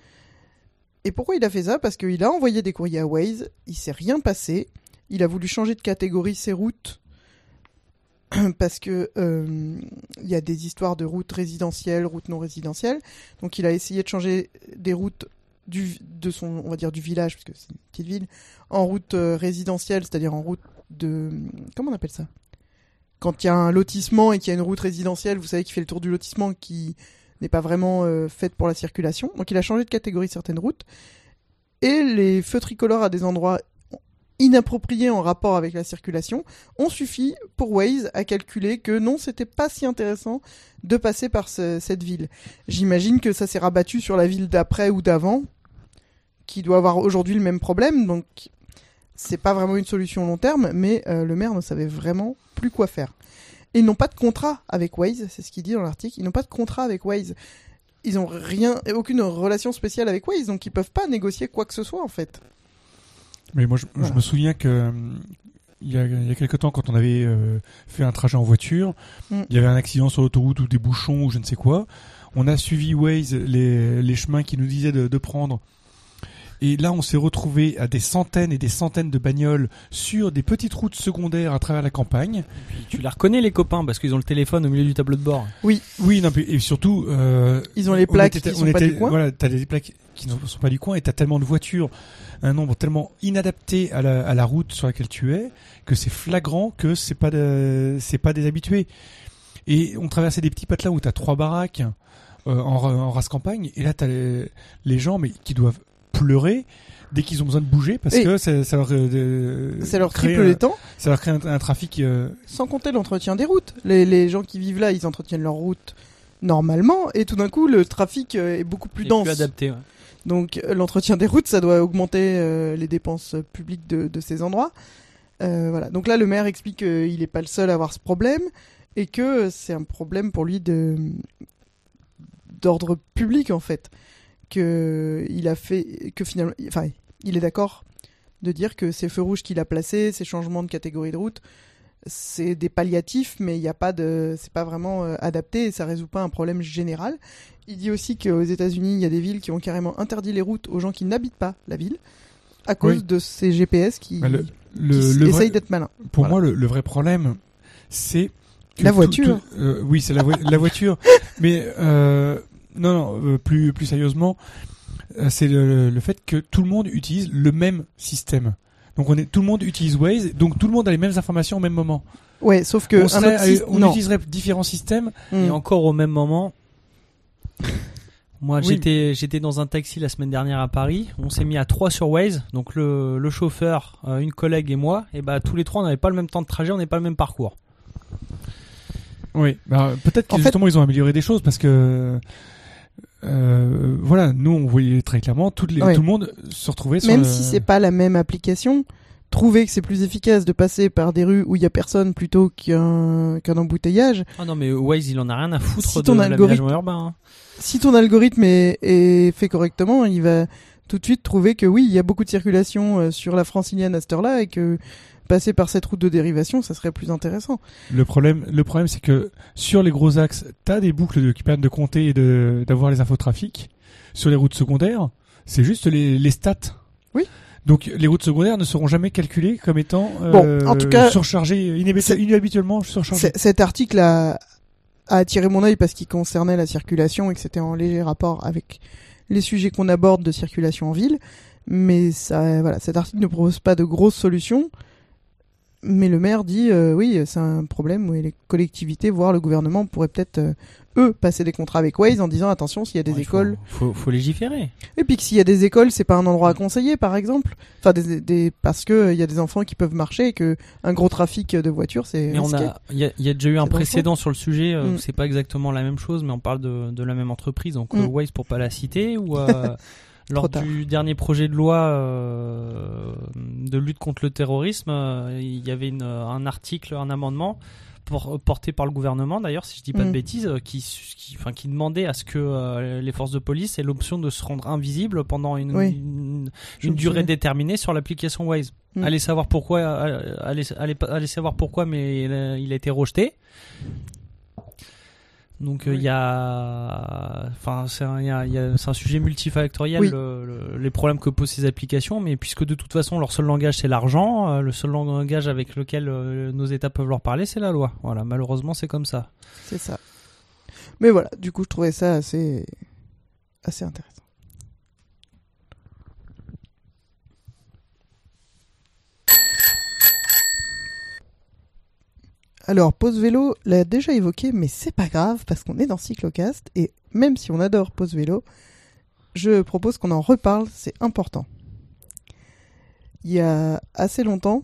Et pourquoi il a fait ça ? Parce qu'il a envoyé des courriers à Waze, il s'est rien passé, il a voulu changer de catégorie ses routes, parce que il y a des histoires de routes résidentielles, routes non résidentielles, donc il a essayé de changer des routes de son, on va dire du village, parce que c'est une petite ville, en route résidentielle, c'est-à-dire en route de... Comment on appelle ça ? Quand il y a un lotissement et qu'il y a une route résidentielle, vous savez, qui fait le tour du lotissement, qui n'est pas vraiment faite pour la circulation. Donc il a changé de catégorie certaines routes. Et les feux tricolores à des endroits inappropriés en rapport avec la circulation ont suffi pour Waze à calculer que non, c'était pas si intéressant de passer par cette ville. J'imagine que ça s'est rabattu sur la ville d'après ou d'avant, qui doit avoir aujourd'hui le même problème. Donc c'est pas vraiment une solution long terme, mais le maire ne savait vraiment plus quoi faire. Et ils n'ont pas de contrat avec Waze, c'est ce qu'il dit dans l'article. Ils n'ont pas de contrat avec Waze. Ils n'ont aucune relation spéciale avec Waze, donc ils peuvent pas négocier quoi que ce soit en fait. Mais moi, je me souviens que il y a quelque temps, quand on avait fait un trajet en voiture, il y avait un accident sur l'autoroute ou des bouchons ou je ne sais quoi. On a suivi Waze, les chemins qu'il nous disait de prendre. Et là, on s'est retrouvé à des centaines et des centaines de bagnoles sur des petites routes secondaires à travers la campagne. Puis tu les reconnais, les copains, parce qu'ils ont le téléphone au milieu du tableau de bord. Oui, non, et surtout... ils ont les plaques qui sont pas du coin. Voilà, t'as des plaques qui ne sont pas du coin et t'as tellement de voitures, un nombre tellement inadapté à la route sur laquelle tu es, que c'est flagrant que c'est pas des habitués. Et on traversait des petits patelins où t'as 3 baraques en race campagne, et là t'as les gens mais qui doivent pleurer dès qu'ils ont besoin de bouger parce que ça leur triple les temps. Ça leur crée un trafic. Sans compter l'entretien des routes. Les gens qui vivent là, ils entretiennent leur route normalement et tout d'un coup le trafic est beaucoup plus dense. Plus adapté. Ouais. Donc l'entretien des routes, ça doit augmenter les dépenses publiques de ces endroits. Voilà. Donc là, le maire explique qu'il n'est pas le seul à avoir ce problème et que c'est un problème pour lui d'ordre public en fait. Il est d'accord de dire que ces feux rouges qu'il a placés, ces changements de catégorie de route, c'est des palliatifs, mais c'est pas vraiment adapté et ça résout pas un problème général. Il dit aussi qu'aux États-Unis, il y a des villes qui ont carrément interdit les routes aux gens qui n'habitent pas la ville à cause de ces GPS qui essayent d'être malins. Pour moi, le vrai problème, c'est que la voiture. Oui, c'est la voiture, mais non, plus sérieusement, c'est le fait que tout le monde utilise le même système. Donc tout le monde utilise Waze, donc tout le monde a les mêmes informations au même moment. Ouais, sauf que on utiliserait différents systèmes. Et encore au même moment. Moi, Oui. j'étais dans un taxi la semaine dernière à Paris. On s'est mis à 3 sur Waze. Donc le chauffeur, une collègue et moi. Et bah tous les trois, on n'avait pas le même temps de trajet, on n'avait pas le même parcours. Oui, bah, peut-être que En fait- justement ils ont amélioré des choses parce que voilà, nous on voyait très clairement Ouais. tout le monde se retrouvait sur Même le- si c'est pas la même application, trouver que c'est plus efficace de passer par des rues où il y a personne plutôt qu'un embouteillage. Ah non, mais Waze, il en a rien à foutre Si de ton algorithme- l'aménagement urbain. Hein. Si ton algorithme est fait correctement, il va tout de suite trouver que oui, il y a beaucoup de circulation sur la Francilienne à cette heure-là et que passer par cette route de dérivation, ça serait plus intéressant. Le problème, c'est que sur les gros axes, t'as des boucles qui permettent de compter et d'avoir les infos trafic. Sur les routes secondaires, c'est juste les stats. Oui. Donc les routes secondaires ne seront jamais calculées comme étant Bon, en tout cas, surchargées, inhabituellement surchargées. Cet article a attiré mon œil parce qu'il concernait la circulation et que c'était en léger rapport avec les sujets qu'on aborde de circulation en ville. Mais ça, voilà, cet article ne propose pas de grosses solutions. Mais le maire dit, oui, c'est un problème où les collectivités, voire le gouvernement, pourraient peut-être, eux, passer des contrats avec Waze en disant, attention, s'il y a des Ouais, écoles... Faut légiférer. Et puis que s'il y a des écoles, c'est pas un endroit à conseiller, par exemple. Enfin, parce que il y a des enfants qui peuvent marcher et que un gros trafic de voitures, c'est Mais risqué. il y a déjà eu un C'est dangereux. précédent sur le sujet. Mm. C'est pas exactement la même chose, mais on parle de la même entreprise. Donc Mm. Waze pour pas la citer ou lors tard. du dernier projet de loi de lutte contre le terrorisme, il y avait un article, un amendement porté par le gouvernement d'ailleurs, si je dis pas de Mm. bêtises, qui demandait à ce que les forces de police aient l'option de se rendre invisibles pendant une Je me durée souviens. déterminée sur l'application Waze. Mm. Allez savoir pourquoi, allez savoir pourquoi, mais il a été rejeté. Donc il y a, enfin c'est un sujet multifactoriel, Oui. les problèmes que posent ces applications, mais puisque de toute façon leur seul langage c'est l'argent, le seul langage avec lequel nos États peuvent leur parler c'est la loi. Voilà, malheureusement c'est comme ça. C'est ça. Mais voilà, du coup, je trouvais ça assez intéressant. Alors, Pause Vélo l'a déjà évoqué, mais c'est pas grave parce qu'on est dans Cyclocast et même si on adore Pause Vélo, je propose qu'on en reparle, c'est important. Il y a assez longtemps,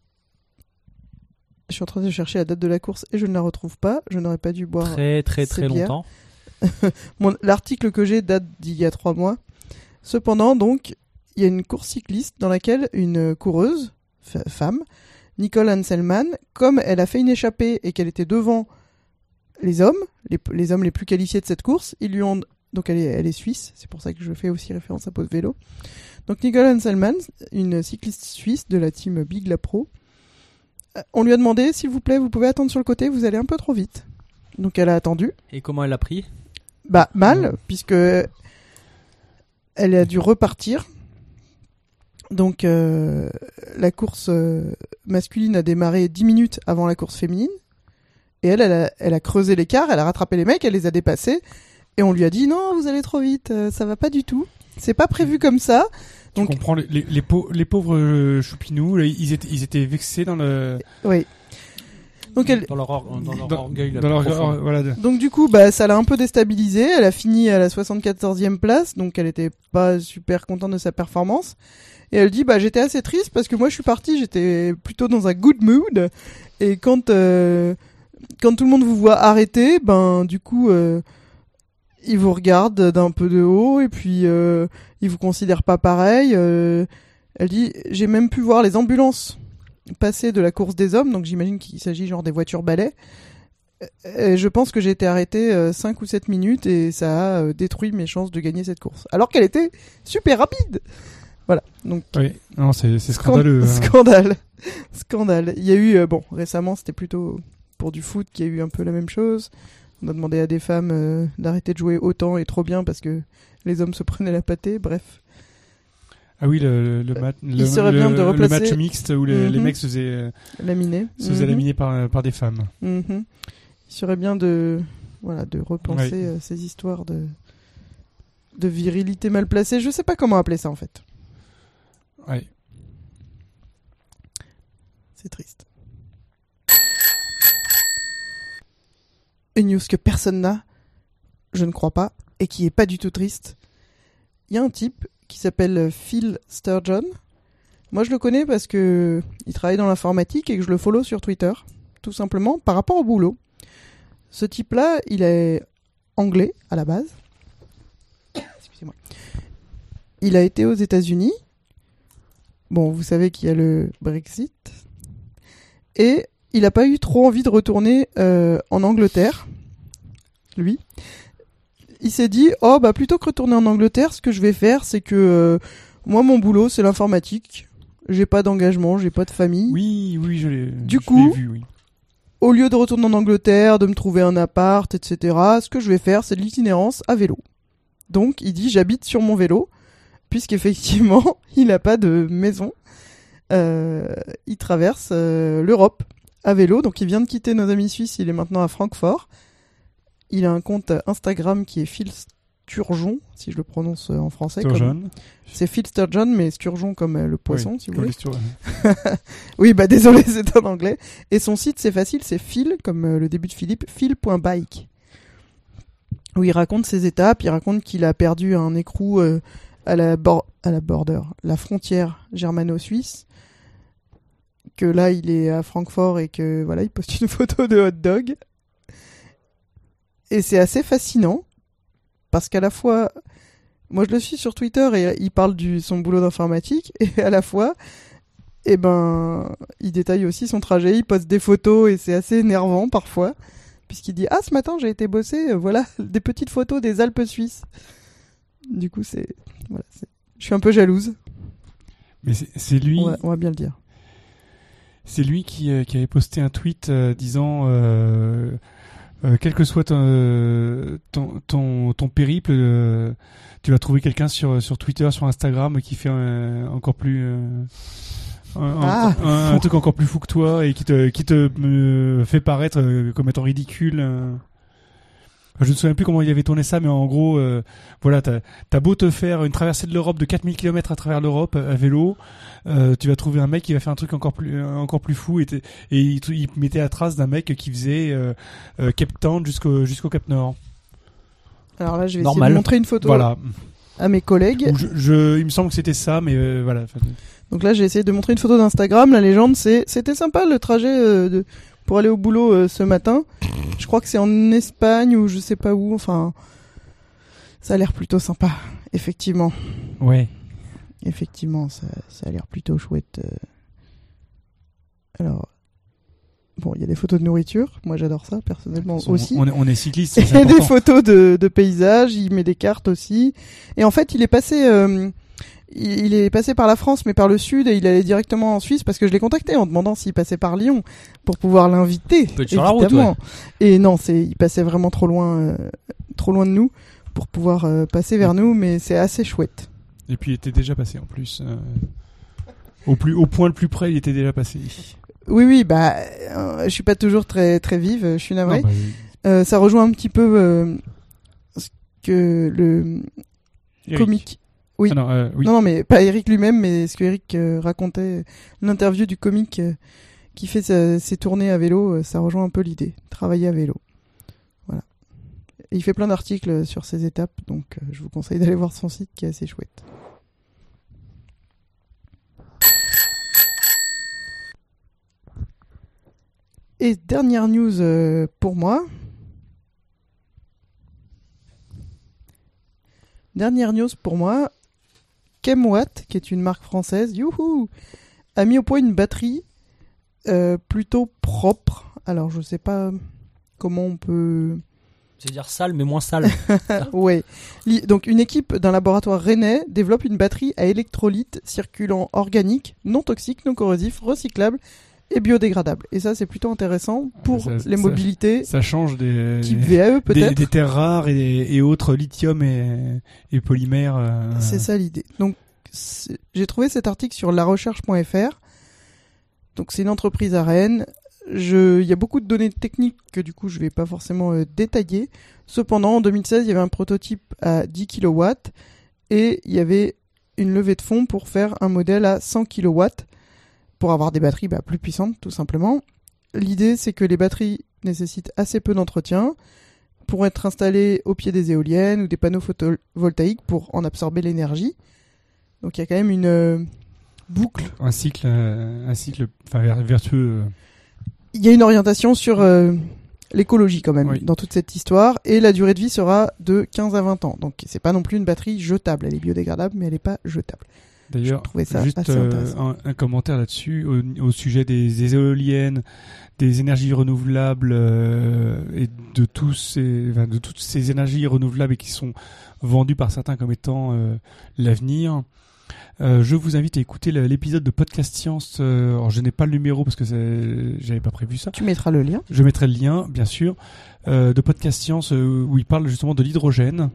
je suis en train de chercher la date de la course et je ne la retrouve pas. Je n'aurais pas dû boire. Très très c'est très bien. longtemps. L'article que j'ai date d'il y a 3 mois. Cependant, donc, il y a une course cycliste dans laquelle une coureuse, femme, Nicole Hanselmann, comme elle a fait une échappée et qu'elle était devant les hommes, les hommes les plus qualifiés de cette course, ils lui ont... Donc elle est suisse, c'est pour ça que je fais aussi référence à Pause Vélo. Donc Nicole Hanselmann, une cycliste suisse de la team Big La Pro, on lui a demandé, s'il vous plaît, vous pouvez attendre sur le côté, vous allez un peu trop vite. Donc elle a attendu. Et comment elle l'a pris? Bah mal, puisque elle a dû repartir. Donc la course masculine a démarré 10 minutes avant la course féminine. Et elle a creusé l'écart, elle a rattrapé les mecs, elle les a dépassés. Et on lui a dit non, vous allez trop vite, ça va pas du tout. C'est pas prévu comme ça. Tu Donc, comprends les pauvres choupinous, ils étaient vexés dans le oui. Donc elle, Dans leur orgueil. dans leur profond. voilà. Donc du coup, bah ça l'a un peu déstabilisée. Elle a fini à la 74e place, donc elle était pas super contente de sa performance. Et elle dit, bah j'étais assez triste parce que moi je suis partie, j'étais plutôt dans un good mood. Et quand tout le monde vous voit arrêter, ben du coup ils vous regardent d'un peu de haut et puis ils vous considèrent pas pareil. Elle dit, j'ai même pu voir les ambulances passer de la course des hommes, donc j'imagine qu'il s'agit genre des voitures balais. Je pense que j'ai été arrêté 5 ou 7 minutes et ça a détruit mes chances de gagner cette course. Alors qu'elle était super rapide. Voilà. Donc Oui, non, c'est scandaleux. hein. Scandale. Il y a eu récemment, c'était plutôt pour du foot qu'il y a eu un peu la même chose. On a demandé à des femmes d'arrêter de jouer autant et trop bien parce que les hommes se prenaient la pâtée. Bref. Ah oui, le serait bien de replacer- match mixte où les Mhm. mecs se faisaient Laminé. laminer par des femmes. Mhm. Il serait bien de repenser ces histoires de virilité mal placée. Je sais pas comment appeler ça en fait. Ouais. C'est triste. Une news que personne n'a, je ne crois pas, et qui est pas du tout triste. Il y a un type qui s'appelle Phil Sturgeon. Moi, je le connais parce que il travaille dans l'informatique et que je le follow sur Twitter, tout simplement par rapport au boulot. Ce type-là, il est anglais à la base. Excusez-moi. Il a été aux États-Unis. Bon, vous savez qu'il y a le Brexit. Et il n'a pas eu trop envie de retourner en Angleterre, lui. Il s'est dit, plutôt que retourner en Angleterre, ce que je vais faire, c'est que moi, mon boulot, c'est l'informatique. J'ai pas d'engagement, j'ai pas de famille. Oui, je l'ai vu, oui. Au lieu de retourner en Angleterre, de me trouver un appart, etc., ce que je vais faire, c'est de l'itinérance à vélo. Donc, il dit, j'habite sur mon vélo, puisqu'effectivement, il n'a pas de maison. Il traverse l'Europe à vélo, donc il vient de quitter nos amis suisses, il est maintenant à Francfort. Il a un compte Instagram qui est Phil Sturgeon, si je le prononce en français. C'est Phil Sturgeon, mais Sturgeon comme le poisson, si vous voulez. Oui, désolé, c'est en anglais. Et son site, c'est facile, c'est Phil, comme le début de Philippe, phil.bike. Où il raconte ses étapes, il raconte qu'il a perdu un écrou à la frontière germano-suisse, que là, il est à Francfort et que, voilà, il poste une photo de hot dog. Et c'est assez fascinant, parce qu'à la fois, moi je le suis sur Twitter et il parle de son boulot d'informatique, et à la fois, il détaille aussi son trajet, il poste des photos et c'est assez énervant parfois, puisqu'il dit « Ah, ce matin j'ai été bosser, voilà, des petites photos des Alpes suisses. » Du coup, je suis un peu jalouse. Mais c'est lui... On va bien le dire. C'est lui qui avait posté un tweet disant... quel que soit ton périple, tu vas trouver quelqu'un sur Twitter, sur Instagram qui fait encore plus un truc encore plus fou que toi et qui te fait paraître comme étant ridicule. Je ne me souviens plus comment il avait tourné ça, mais en gros, voilà, t'as beau te faire une traversée de l'Europe de 4000 km à travers l'Europe à vélo, tu vas trouver un mec qui va faire un truc encore plus fou et il mettait la trace d'un mec qui faisait Cape Town jusqu'au Cap Nord. Alors là, je vais essayer de montrer une photo à mes collègues. Il me semble que c'était ça, mais voilà. Donc là, j'ai essayé de montrer une photo d'Instagram. La légende, c'était sympa le trajet pour aller au boulot ce matin. Je crois que c'est en Espagne ou je sais pas où. Enfin, ça a l'air plutôt sympa, effectivement. Ouais. Effectivement, ça a l'air plutôt chouette. Alors, bon, il y a des photos de nourriture. Moi, j'adore ça, personnellement, aussi. On est cycliste. Il y a des photos de paysages. Il met des cartes aussi. Et en fait, il est passé par la France, mais par le sud, et il allait directement en Suisse parce que je l'ai contacté en demandant s'il passait par Lyon pour pouvoir l'inviter. Peut être sur la route, ouais. Et non, il passait vraiment trop loin de nous pour pouvoir passer vers nous, mais c'est assez chouette. Et puis il était déjà passé en plus. Au point le plus près, il était déjà passé. Oui, je suis pas toujours très très vive, je suis navrée. Oui. Ça rejoint un petit peu ce que le Eric. comique. Oui. Ah non, oui. Non, mais pas Eric lui-même, mais ce que Eric racontait, l'interview du comique qui fait ses tournées à vélo, ça rejoint un peu l'idée, travailler à vélo. Voilà. Et il fait plein d'articles sur ses étapes, donc je vous conseille d'aller voir son site qui est assez chouette. Et dernière news pour moi. Chemwatt, qui est une marque française, a mis au point une batterie plutôt propre. Alors, je sais pas comment on peut... C'est-à-dire sale, mais moins sale. Ouais. Donc, une équipe d'un laboratoire rennais développe une batterie à électrolyte circulant organique, non toxique, non corrosif, recyclable et biodégradable. Et ça, c'est plutôt intéressant pour les mobilités. Ça change des type VAE, peut-être. Des terres rares et autres lithium et polymères. C'est ça l'idée. Donc, j'ai trouvé cet article sur larecherche.fr. Donc, c'est une entreprise à Rennes. Il y a beaucoup de données techniques que du coup, je vais pas forcément détailler. Cependant, en 2016, il y avait un prototype à 10 kW et il y avait une levée de fonds pour faire un modèle à 100 kW. Pour avoir des batteries plus puissantes, tout simplement. L'idée, c'est que les batteries nécessitent assez peu d'entretien, pourront être installés au pied des éoliennes ou des panneaux photovoltaïques pour en absorber l'énergie. Donc il y a quand même une boucle. Un cycle vertueux. Il y a une orientation sur l'écologie quand même Oui. dans toute cette histoire, et la durée de vie sera de 15 à 20 ans. Donc c'est pas non plus une batterie jetable, elle est biodégradable mais elle est pas jetable. D'ailleurs, Je trouvais ça juste assez intéressant. un commentaire là-dessus au sujet des éoliennes, des énergies renouvelables et de toutes ces énergies renouvelables et qui sont vendues par certains comme étant l'avenir. Je vous invite à écouter l'épisode de Podcast Science. Alors je n'ai pas le numéro parce que j'avais pas prévu ça. Tu mettras le lien. Je mettrai le lien, bien sûr, de Podcast Science où il parle justement de l'hydrogène.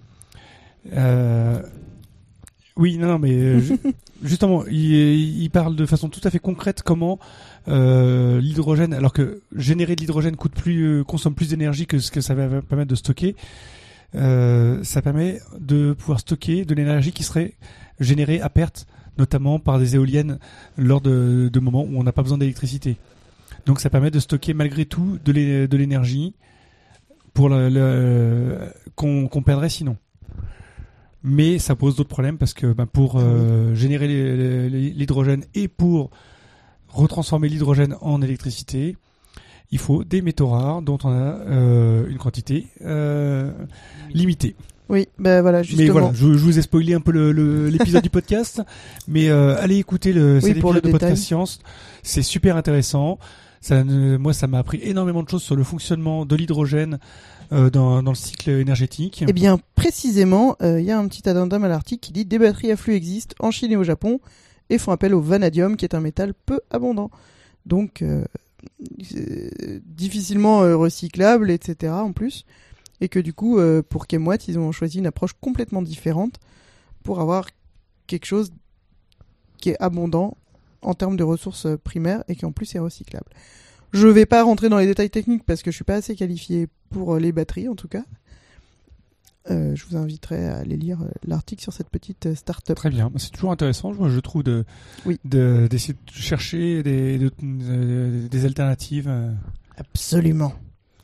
Oui, non, mais justement, il parle de façon tout à fait concrète comment l'hydrogène, alors que générer de l'hydrogène consomme plus d'énergie que ce que ça va permettre de stocker, ça permet de pouvoir stocker de l'énergie qui serait générée à perte, notamment par des éoliennes lors de moments où on n'a pas besoin d'électricité. Donc ça permet de stocker malgré tout de l'énergie pour qu'on perdrait sinon. Mais ça pose d'autres problèmes parce que pour générer l'hydrogène et pour retransformer l'hydrogène en électricité, il faut des métaux rares dont on a une quantité limitée. Oui, ben voilà, justement. Mais voilà, je vous ai spoilé un peu l'épisode du podcast, mais allez écouter cet épisode de Podcast Science, c'est super intéressant. Moi, ça m'a appris énormément de choses sur le fonctionnement de l'hydrogène dans le cycle énergétique. Eh bien, précisément, il y a un petit addendum à l'article qui dit « Des batteries à flux existent en Chine et au Japon et font appel au vanadium, qui est un métal peu abondant. » Donc, difficilement recyclable, etc. en plus. Et que du coup, pour Chemwatt, ils ont choisi une approche complètement différente pour avoir quelque chose qui est abondant en termes de ressources primaires et qui en plus est recyclable. Je vais pas rentrer dans les détails techniques parce que je suis pas assez qualifié pour les batteries en tout cas. Je vous inviterai à aller lire l'article sur cette petite start-up. Très bien, c'est toujours intéressant, moi, je trouve, d'essayer de chercher des alternatives. Absolument.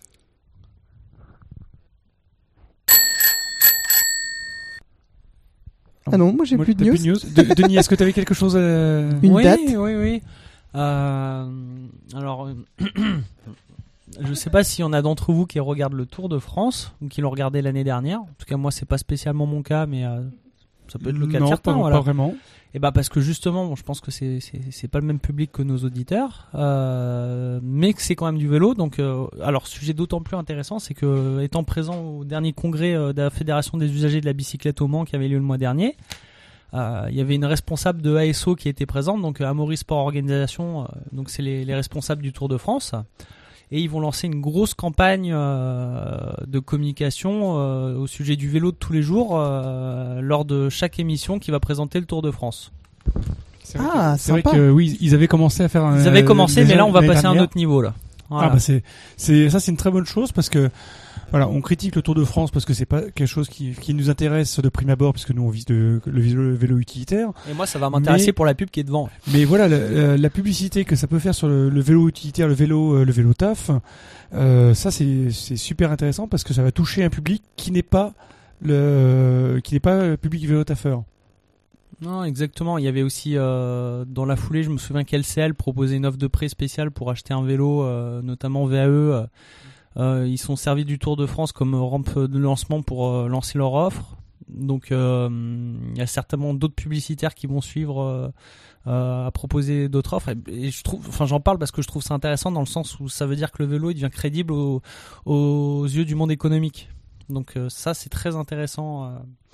Ah non, moi j'ai plus de news. Denis, est-ce que tu avais quelque chose à... Une date ? Oui. Alors, je sais pas s'il y en a d'entre vous qui regardent le Tour de France ou qui l'ont regardé l'année dernière. En tout cas, moi, c'est pas spécialement mon cas, mais ça peut être le cas de certains. Non, pas vraiment. Et parce que justement, je pense que c'est pas le même public que nos auditeurs, mais que c'est quand même du vélo. Donc, alors, sujet d'autant plus intéressant, c'est que étant présent au dernier congrès de la Fédération des usagers de la bicyclette au Mans qui avait lieu le mois dernier, il y avait une responsable de ASO qui était présente, donc Amaury Sport Organisation, donc c'est les responsables du Tour de France. Et ils vont lancer une grosse campagne de communication au sujet du vélo de tous les jours lors de chaque émission qui va présenter le Tour de France. C'est vrai que oui, ils avaient commencé à faire. Ils avaient commencé, mais là on va passer à un autre niveau là. Voilà. C'est une très bonne chose parce que voilà, on critique le Tour de France parce que c'est pas quelque chose qui nous intéresse de prime abord puisque nous on vise le vélo utilitaire. Et moi ça va m'intéresser pour la pub qui est devant. Mais voilà, la publicité que ça peut faire sur le vélo utilitaire, le vélo taf, ça c'est super intéressant parce que ça va toucher un public qui n'est pas le public vélo taffeur. Non, exactement. Il y avait aussi dans la foulée, je me souviens qu'LCL proposait une offre de prêt spéciale pour acheter un vélo, notamment VAE. Ils sont servis du Tour de France comme rampe de lancement pour lancer leur offre. Donc il y a certainement d'autres publicitaires qui vont suivre à proposer d'autres offres. Et je trouve, j'en parle parce que je trouve ça intéressant dans le sens où ça veut dire que le vélo il devient crédible aux yeux du monde économique. Donc ça c'est très intéressant.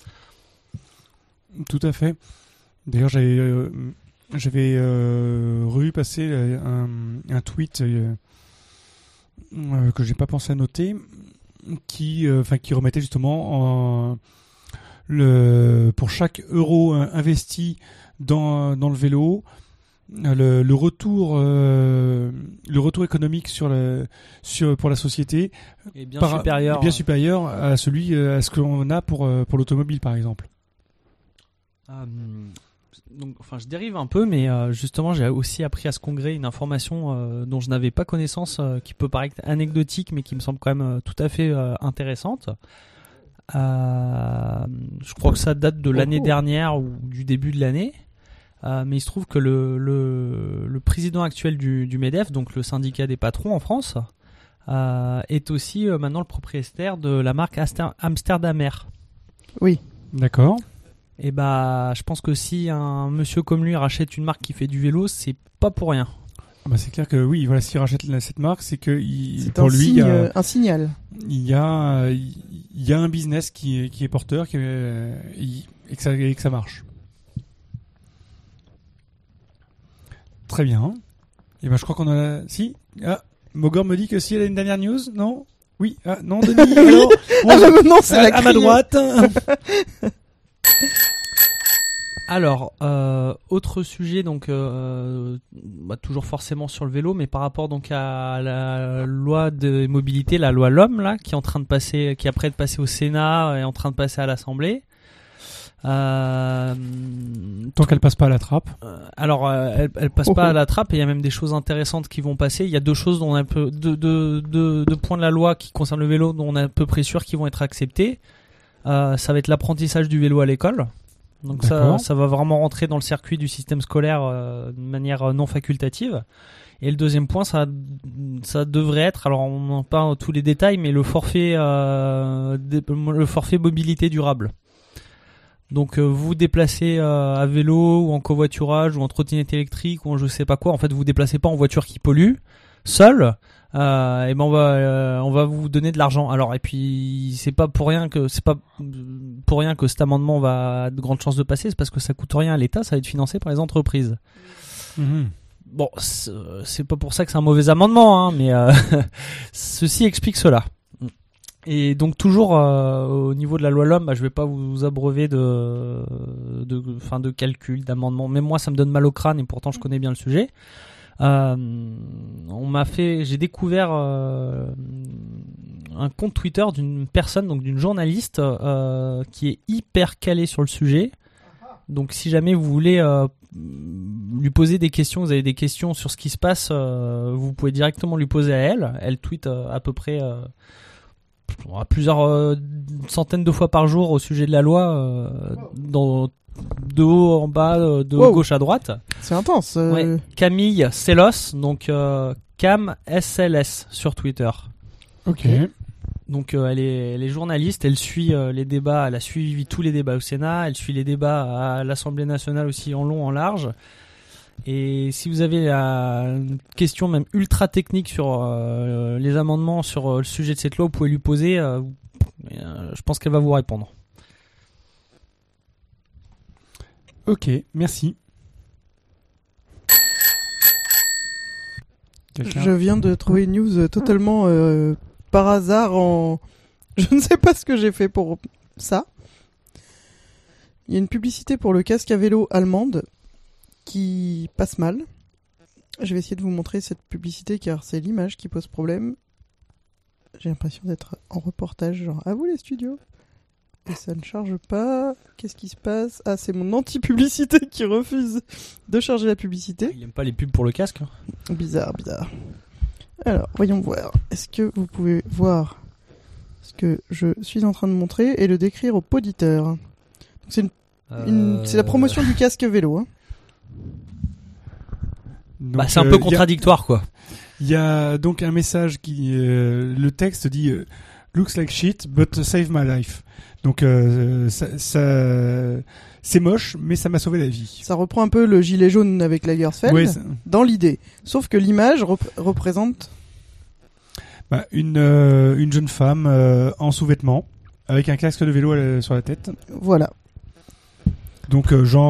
Tout à fait. D'ailleurs j'avais revu passer un tweet que j'ai pas pensé à noter, qui remettait justement pour chaque euro investi dans le vélo, le retour économique pour la société est bien supérieur à ce que l'on a pour l'automobile par exemple. Donc, enfin, je dérive un peu, mais justement, j'ai aussi appris à ce congrès une information dont je n'avais pas connaissance, qui peut paraître anecdotique, mais qui me semble quand même tout à fait intéressante. Je crois que ça date de l'année dernière ou du début de l'année. Mais il se trouve que le président actuel du MEDEF, donc le syndicat des patrons en France, est aussi maintenant le propriétaire de la marque Amsterdamer. Oui. D'accord. Et je pense que si un monsieur comme lui rachète une marque qui fait du vélo, c'est pas pour rien. C'est clair que oui, voilà, s'il rachète cette marque, c'est que pour lui, un signal. Il y a un business qui est porteur, et que ça marche. Très bien. Et je crois qu'on a. Si. Mogor me dit que si elle a une dernière news, non. Oui. Non, Denis. Alors, maintenant c'est la à ma droite. Alors, autre sujet, donc toujours forcément sur le vélo, mais par rapport donc à la loi de mobilité, la loi LOM là, qui est en train de passer, qui est près de passer au Sénat et en train de passer à l'Assemblée. Tant qu'elle passe pas à la trappe. Alors, elle passe pas à la trappe, et il y a même des choses intéressantes qui vont passer. Il y a deux choses dont on a deux points de la loi qui concernent le vélo dont on est à peu près sûr qu'ils vont être acceptés. Ça va être l'apprentissage du vélo à l'école. Donc ça va vraiment rentrer dans le circuit du système scolaire de manière non facultative. Et le deuxième point, ça devrait être, alors on n'en parle tous les détails, mais le forfait mobilité durable. Donc vous vous déplacez à vélo ou en covoiturage ou en trottinette électrique ou en je sais pas quoi. En fait, vous vous déplacez pas en voiture qui pollue, seul. Et on va vous donner de l'argent. Alors, et puis c'est pas pour rien que cet amendement va à de grandes chances de passer. C'est parce que ça coûte rien à l'État, ça va être financé par les entreprises. Mmh. Bon, c'est pas pour ça que c'est un mauvais amendement, mais ceci explique cela. Et donc toujours au niveau de la loi LOM, je vais pas vous abreuver de calcul, d'amendement. Même moi, ça me donne mal au crâne, et pourtant je connais bien le sujet. J'ai découvert un compte Twitter d'une personne, donc d'une journaliste qui est hyper calée sur le sujet. Donc si jamais vous voulez lui poser des questions, vous avez des questions sur ce qui se passe, vous pouvez directement lui poser à elle. Elle tweet à peu près plusieurs centaines de fois par jour au sujet de la loi, de haut en bas, de gauche à droite. C'est intense. Ouais. Camille Sellos, donc Cam SLS sur Twitter. Ok. Donc elle est journaliste, elle suit les débats, elle a suivi tous les débats au Sénat, elle suit les débats à l'Assemblée nationale aussi en long, en large. Et si vous avez une question même ultra technique sur les amendements, sur le sujet de cette loi, vous pouvez lui poser. Je pense qu'elle va vous répondre. Ok, merci. Je viens de trouver une news totalement par hasard Je ne sais pas ce que j'ai fait pour ça. Il y a une publicité pour le casque à vélo allemande qui passe mal. Je vais essayer de vous montrer cette publicité car c'est l'image qui pose problème. J'ai l'impression d'être en reportage, genre à vous les studios. Et ça ne charge pas. Qu'est-ce qui se passe ? Ah, c'est mon anti-publicité qui refuse de charger la publicité. Il n'aime pas les pubs pour le casque. Bizarre. Alors, voyons voir. Est-ce que vous pouvez voir ce que je suis en train de montrer et le décrire aux auditeurs ? C'est la promotion du casque vélo. Hein. Donc, c'est un peu contradictoire, quoi. Il y a donc un message qui... le texte dit looks like shit, but save my life. Donc c'est moche, mais ça m'a sauvé la vie. Ça reprend un peu le gilet jaune avec Lagerfeld dans l'idée. Sauf que l'image représente... une jeune femme en sous-vêtements, avec un casque de vélo sur la tête. Voilà. Donc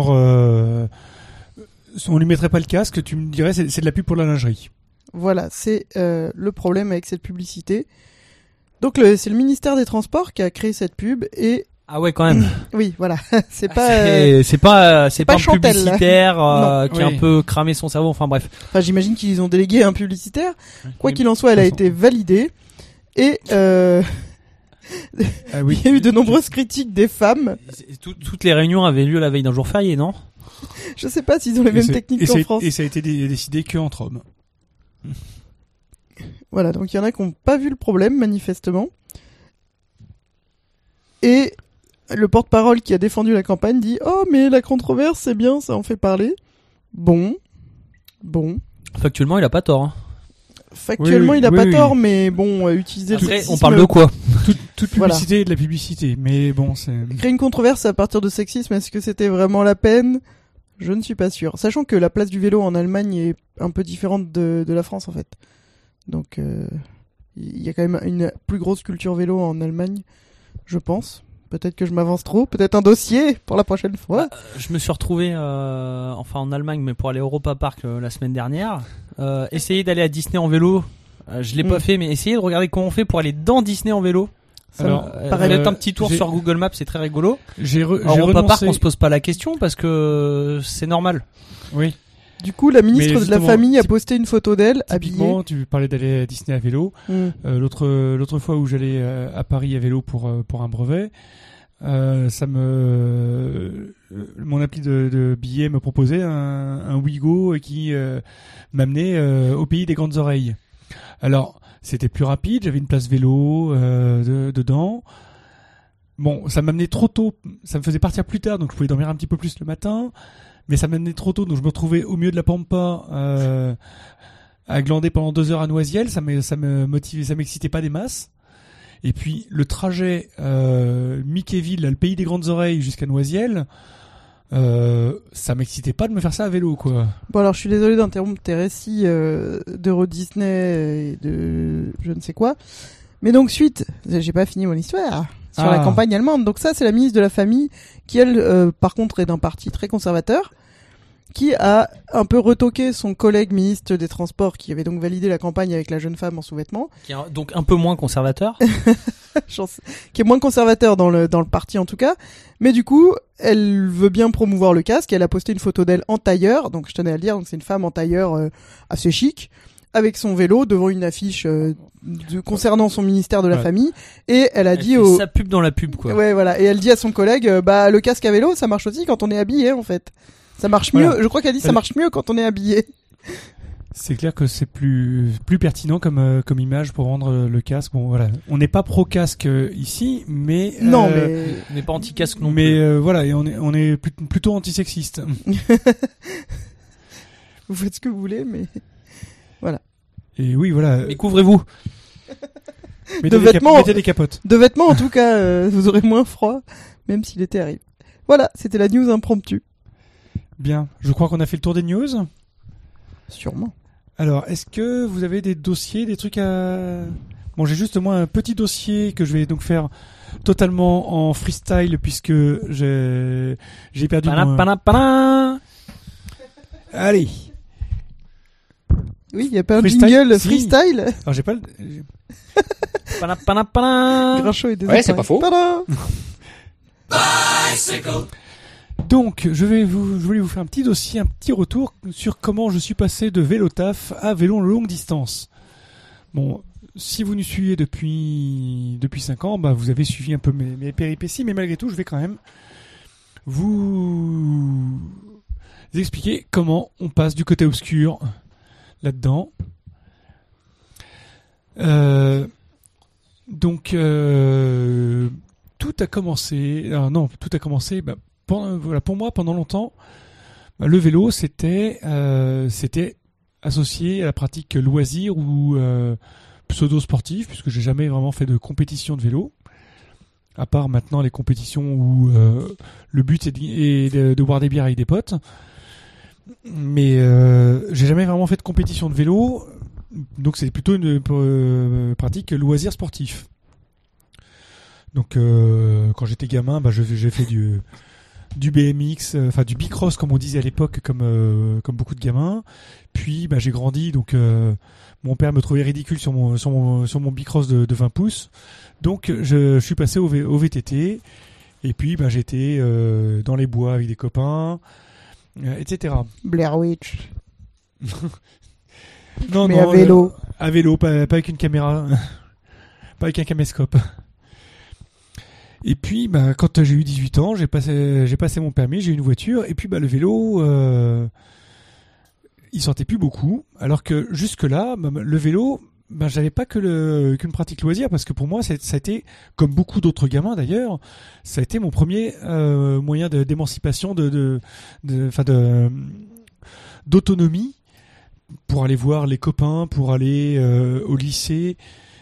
on lui mettrait pas le casque, tu me dirais c'est de la pub pour la lingerie. Voilà, c'est le problème avec cette publicité. Donc c'est le ministère des Transports qui a créé cette pub et... Ah ouais, quand même. Oui, voilà. C'est pas un Chantel, publicitaire qui a Oui. un peu cramé son cerveau. Enfin bref. Enfin, j'imagine qu'ils ont délégué un publicitaire. Quoi qu'il en soit, elle a été validée et Ah oui. Il y a eu de nombreuses critiques des femmes. Toutes les réunions avaient lieu la veille d'un jour férié, non? Je sais pas s'ils ont les mêmes techniques qu'en France. Et ça a été décidé que entre hommes. Voilà, donc il y en a qui n'ont pas vu le problème, manifestement. Et le porte-parole qui a défendu la campagne dit « Oh, mais la controverse, c'est bien, ça en fait parler. » Bon. Factuellement, il a pas tort. Hein. Factuellement, il a pas tort, mais bon, utiliser Après, le sexisme... on parle de quoi? Toute publicité est de la publicité, mais bon, c'est... Créer une controverse à partir de sexisme, est-ce que c'était vraiment la peine? Je ne suis pas sûr. Sachant que la place du vélo en Allemagne est un peu différente de la France, en fait. Donc, il y a quand même une plus grosse culture vélo en Allemagne, je pense. Peut-être que je m'avance trop. Peut-être un dossier pour la prochaine fois. Je me suis retrouvé en Allemagne, mais pour aller au Europa Park la semaine dernière. Essayer d'aller à Disney en vélo. Je l'ai pas fait, mais essayer de regarder comment on fait pour aller dans Disney en vélo. Alors, faites un petit tour sur Google Maps, c'est très rigolo. Europa Park, on se pose pas la question parce que c'est normal. Oui. Du coup, la ministre de la Famille a posté une photo d'elle habillée. Typiquement, tu parlais d'aller à Disney à vélo. L'autre fois où j'allais à Paris à vélo pour un brevet, mon appli de billets me proposait un Ouigo qui m'amenait au pays des grandes oreilles. Alors, c'était plus rapide, j'avais une place vélo dedans. Bon, ça m'amenait trop tôt, ça me faisait partir plus tard, donc je pouvais dormir un petit peu plus le matin. Mais ça m'amenait trop tôt, donc je me retrouvais au milieu de la pampa à glander pendant 2 heures à Noisiel. Ça me motivait, ça m'excitait pas des masses. Et puis le trajet Mickeyville, le pays des grandes oreilles, jusqu'à Noisiel, ça m'excitait pas de me faire ça à vélo, quoi. Bon, alors je suis désolé d'interrompre tes récits d'Euro Disney et de je ne sais quoi. Mais donc suite, j'ai pas fini mon histoire. Sur la campagne allemande. Donc ça, c'est la ministre de la Famille qui, elle, par contre, est d'un parti très conservateur, qui a un peu retoqué son collègue ministre des Transports, qui avait donc validé la campagne avec la jeune femme en sous-vêtements. Qui est donc un peu moins conservateur. Qui est moins conservateur dans le parti, en tout cas. Mais du coup, elle veut bien promouvoir le casque. Elle a posté une photo d'elle en tailleur. Donc je tenais à le dire, donc c'est une femme en tailleur assez chic, avec son vélo devant une affiche concernant son ministère de la Famille, et elle a dit sa pub dans la pub, quoi. Ouais, voilà, et elle dit à son collègue le casque à vélo, ça marche aussi quand on est habillé, en fait. Ça marche mieux, je crois qu'elle dit ça marche mieux quand on est habillé. C'est clair que c'est plus pertinent comme image pour vendre le casque. Bon, voilà, on n'est pas pro casque ici, mais non, mais on n'est pas anti casque non plus. Mais voilà, et on est plutôt antisexiste. Vous faites ce que vous voulez, mais voilà. Et oui, voilà. Mais couvrez-vous. Mettez des capotes. De vêtements, en tout cas, vous aurez moins froid, même si l'été arrive. Voilà, c'était la news impromptue. Bien. Je crois qu'on a fait le tour des news. Sûrement. Alors, est-ce que vous avez des dossiers, des trucs à... Bon, j'ai juste moi un petit dossier que je vais donc faire totalement en freestyle puisque j'ai perdu mon... Allez. Oui, il n'y a pas un jingle freestyle. Alors, j'ai pas le... Grinchot est désolé. Ouais, c'est pas faux. Donc, je voulais vous faire un petit dossier, un petit retour sur comment je suis passé de vélo taf à vélo longue distance. Bon, si vous nous suivez depuis 5 ans, bah, vous avez suivi un peu mes péripéties, mais malgré tout, je vais quand même vous expliquer comment on passe du côté obscur là-dedans. Donc, tout a commencé. Alors non, tout a commencé. Bah, pour moi, pendant longtemps, bah, le vélo, c'était associé à la pratique loisir ou pseudo-sportive, puisque j'ai jamais vraiment fait de compétition de vélo. À part maintenant les compétitions où le but est de boire des bières avec des potes. Mais j'ai jamais vraiment fait de compétition de vélo, donc c'est plutôt une pratique loisir sportif. Donc quand j'étais gamin, bah, j'ai fait du BMX, enfin du bicross comme on disait à l'époque, comme beaucoup de gamins. Puis bah, j'ai grandi, donc mon père me trouvait ridicule sur mon bicross de 20 pouces. Donc je suis passé au VTT, et puis bah, j'étais dans les bois avec des copains, etc. Blair Witch. Non, mais à vélo. À vélo, pas avec une caméra, pas avec un caméscope. Et puis, quand j'ai eu 18 ans, j'ai passé mon permis, j'ai eu une voiture, et puis le vélo, il sortait plus beaucoup. Alors que jusque-là, le vélo, j'avais pas qu'une pratique loisir, parce que pour moi, ça a été, comme beaucoup d'autres gamins d'ailleurs, ça a été mon premier moyen d'émancipation, d'autonomie, pour aller voir les copains, pour aller au lycée.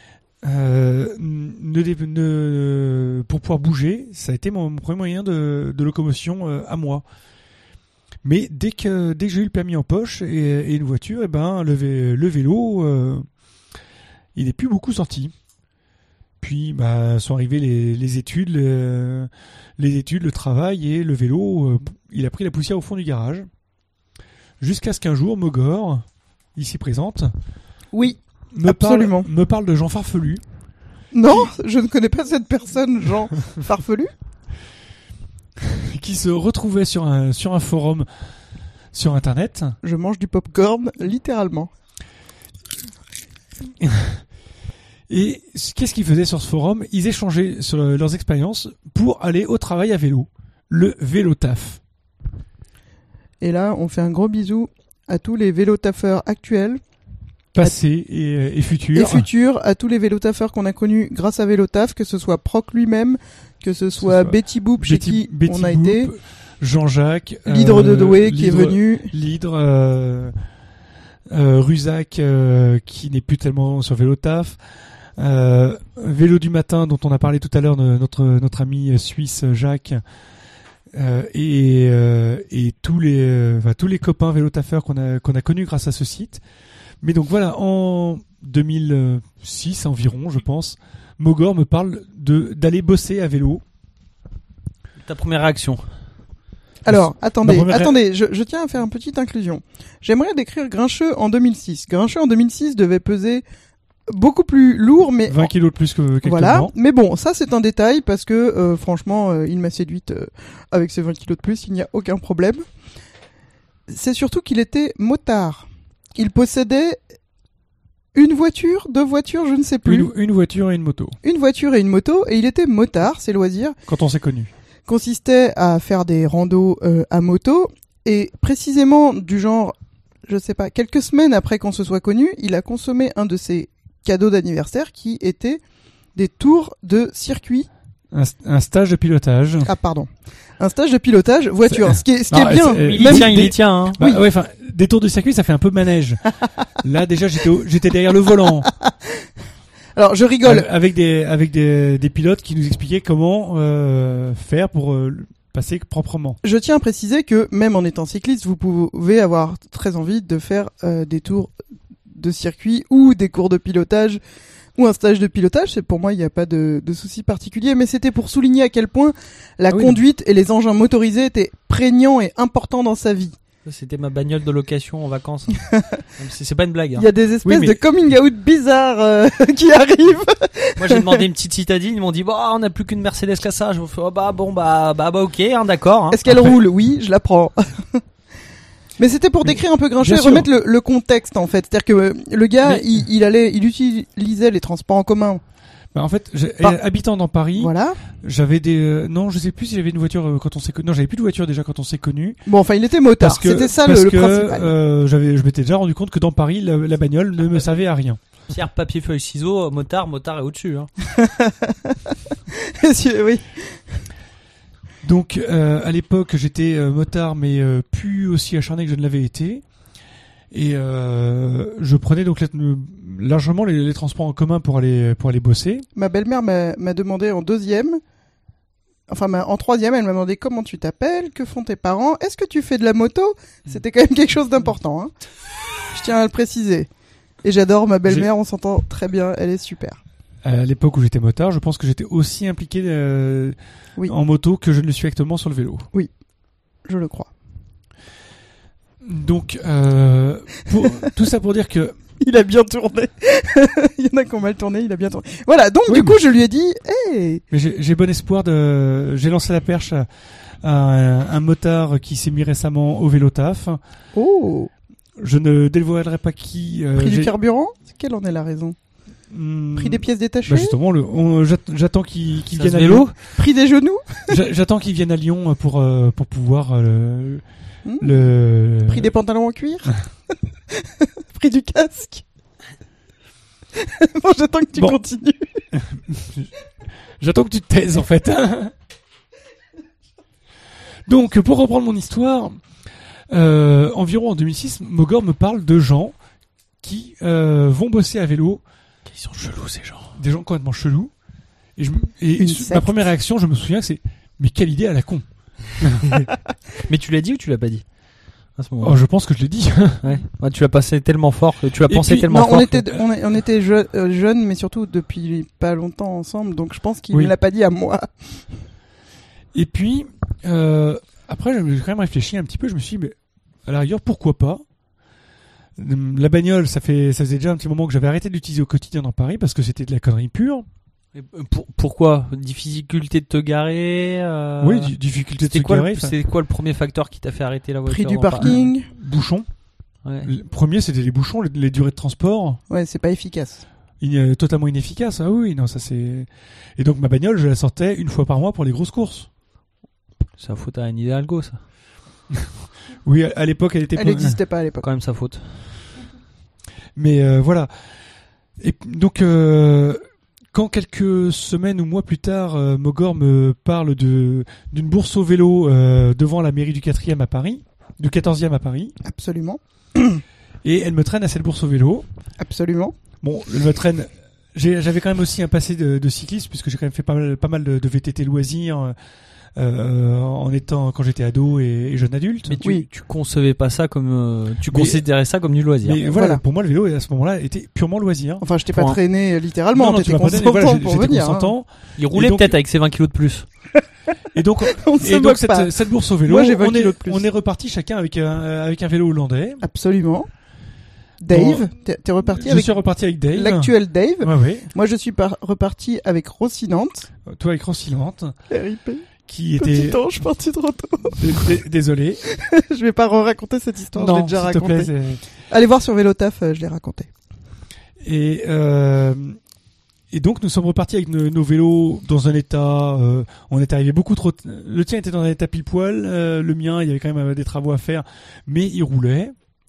Pour pouvoir bouger, ça a été mon premier moyen de locomotion à moi. Mais dès que j'ai eu le permis en poche et une voiture, le vélo, il n'est plus beaucoup sorti. Puis sont arrivées les études, le travail, et le vélo, il a pris la poussière au fond du garage. Jusqu'à ce qu'un jour, Mogor, ici présente, oui. Absolument. Me parle de Jean Farfelu. Non, je ne connais pas cette personne, Jean Farfelu. Qui se retrouvait sur un forum sur Internet. Je mange du popcorn, littéralement. Et qu'est-ce qu'ils faisaient sur ce forum ? Ils échangeaient sur leurs expériences pour aller au travail à vélo. Le vélo-taf. Et là, on fait un gros bisou à tous les vélo-taffeurs actuels. Passé et futur. Et futur, à tous les vélotafeurs qu'on a connus grâce à Vélotaf, que ce soit Proc lui-même, que ce soit Betty Boop, chez qui on a été. Jean-Jacques. L'Hydre de Douai qui est venu. L'Hydre, Ruzac, qui n'est plus tellement sur Vélotaf. Vélo du matin, dont on a parlé tout à l'heure, notre ami suisse Jacques. Et tous les copains vélotafeurs qu'on a connus grâce à ce site. Mais donc voilà, en 2006 environ, je pense, Mogor me parle d'aller bosser à vélo. Ta première réaction? Alors, attendez, je tiens à faire une petite inclusion. J'aimerais décrire Grincheux en 2006. Grincheux en 2006 devait peser beaucoup plus lourd, mais 20 kilos de plus que quelques voilà. temps. Mais bon, ça c'est un détail parce que franchement, il m'a séduite avec ses 20 kilos de plus, il n'y a aucun problème. C'est surtout qu'il était motard. Il possédait une voiture, 2 voitures, je ne sais plus. Une voiture et une moto. Une voiture et une moto, et il était motard, ses loisirs. Quand on s'est connus. Consistait à faire des randos à moto, et précisément du genre, je sais pas, quelques semaines après qu'on se soit connus, il a consommé un de ses cadeaux d'anniversaire qui était des tours de circuit. Un stage de pilotage. Ah pardon. Un stage de pilotage voiture. Ce qui est bien. Il y tient. Hein. Bah, oui. Ouais, enfin, des tours de circuit, ça fait un peu manège. Là, déjà, j'étais derrière le volant. Alors, je rigole. Avec des pilotes qui nous expliquaient comment faire pour passer proprement. Je tiens à préciser que même en étant cycliste, vous pouvez avoir très envie de faire des tours de circuit ou des cours de pilotage ou un stage de pilotage. Pour moi, il n'y a pas de souci particulier, mais c'était pour souligner à quel point la conduite et les engins motorisés étaient prégnants et importants dans sa vie. C'était ma bagnole de location en vacances. C'est pas une blague. Hein. Il y a des espèces de coming out bizarres qui arrivent. Moi, j'ai demandé une petite citadine. Ils m'ont dit, on n'a plus qu'une Mercedes qu'à ça. Je me fais, ok, hein, d'accord. Hein. Est-ce qu'elle roule? Oui, je la prends. Mais c'était pour décrire un peu Grincheux et remettre le contexte, en fait. C'est-à-dire que le gars, il utilisait les transports en commun. En fait, habitant dans Paris, voilà. J'avais non, je sais plus si j'avais une voiture quand on s'est connus. Non, j'avais plus de voiture déjà quand on s'est connus. Bon, enfin, il était motard. C'était ça le principal. Je m'étais déjà rendu compte que dans Paris, la bagnole ne me servait à rien. Pierre, papier, feuille, ciseaux, motard est au-dessus. Hein. Oui. Donc, à l'époque, j'étais motard, mais plus aussi acharné que je ne l'avais été. Et je prenais donc largement les transports en commun pour aller bosser. Ma belle-mère m'a demandé en troisième, elle m'a demandé comment tu t'appelles, que font tes parents, est-ce que tu fais de la moto? C'était quand même quelque chose d'important. Hein. Je tiens à le préciser. Et j'adore ma belle-mère, on s'entend très bien, elle est super. À l'époque où j'étais motard, je pense que j'étais aussi impliqué en moto que je ne le suis actuellement sur le vélo. Oui, je le crois. Donc, tout ça pour dire que... Il a bien tourné. Il y en a qui ont mal tourné, il a bien tourné. Voilà, donc du coup, je lui ai dit... Hey. Mais j'ai bon espoir J'ai lancé la perche à un motard qui s'est mis récemment au Vélotaf. Oh. Je ne dévoilerai pas qui... Prix du carburant? Quelle en est la raison? Prix des pièces détachées. Bah justement, j'attends qu'ils Ça viennent se à vélo Lyon. Prix des genoux. J'attends qu'ils viennent à Lyon pour pouvoir Hmm. le Prix des pantalons en cuir. Prix du casque. Bon, j'attends que tu Bon. continues. J'attends que tu te taises en fait. Donc pour reprendre mon histoire, environ en 2006, Mogor me parle de gens qui vont bosser à vélo. Ils sont chelous ces gens. Des gens complètement chelous. Et Une ma secte. première réaction, je me souviens, c'est mais quelle idée à la con. Mais tu l'as dit ou tu l'as pas dit à ce moment? Oh, je pense que je l'ai dit. Ouais. Ouais, tu l'as passé tellement fort, tu l'as Et pensé puis- tellement Non, fort. on était jeunes, mais surtout depuis pas longtemps ensemble, donc je pense qu'il Oui. me l'a pas dit à moi. Et puis après, j'ai quand même réfléchi un petit peu. Je me suis dit, mais à la rigueur, pourquoi pas. La bagnole, ça faisait déjà un petit moment que j'avais arrêté de l'utiliser au quotidien dans Paris parce que c'était de la connerie pure. Et, pourquoi? Difficulté de te garer Oui, difficulté de se garer. C'est quoi le premier facteur qui t'a fait arrêter la voiture? Prix du dans Paris? parking. Bouchons. Ouais. Le premier, c'était les bouchons, les durées de transport. Ouais, c'est pas efficace. Totalement inefficace. Ah oui, non, ça c'est. Et donc ma bagnole, je la sortais une fois par mois pour les grosses courses. C'est la faute à Anne Hidalgo, ça. Oui, à l'époque, elle était. Elle n'existait pas à l'époque. Quand même sa faute. Mais voilà. Et donc, quand quelques semaines ou mois plus tard, Mogor me parle d'une bourse au vélo devant la mairie du 4e à Paris, du 14e à Paris, Absolument. et elle me traîne à cette bourse au vélo. Absolument. Bon, elle me traîne. J'avais quand même aussi un passé de cycliste puisque j'ai quand même fait pas mal de VTT loisirs quand j'étais ado et jeune adulte. Mais tu concevais pas ça comme tu considérais ça comme du loisir. Mais voilà, pour moi le vélo à ce moment-là était purement loisir. Enfin, je t'ai Point. pas traîné littéralement, Non, tu t'étais m'as pas traîné, consentant voilà, pour j'étais venir. consentant. Il roulait Et donc- peut-être avec ses 20 kilos de plus. Et donc, On se moque pas. cette bourse au vélo, Moi, j'ai 20 on est kilos de plus. on est reparti chacun avec un vélo hollandais. Absolument. Dave, t'es reparti Je avec suis reparti avec Dave. l'actuel Dave. Ouais, ouais. Moi, je suis reparti avec Rocinante. Toi avec Rocinante, RIP. qui était Petit ange parti trop tôt. désolé. Je vais pas raconter cette histoire, je l'ai Non, déjà s'il te plaît. racontée. Allez voir sur Vélotaf, je l'ai raconté. Et donc nous sommes repartis avec nos vélos dans un état. On est arrivé beaucoup trop. Le tien était dans un état pile poil. Le mien, il y avait quand même des travaux à faire, mais il roulait.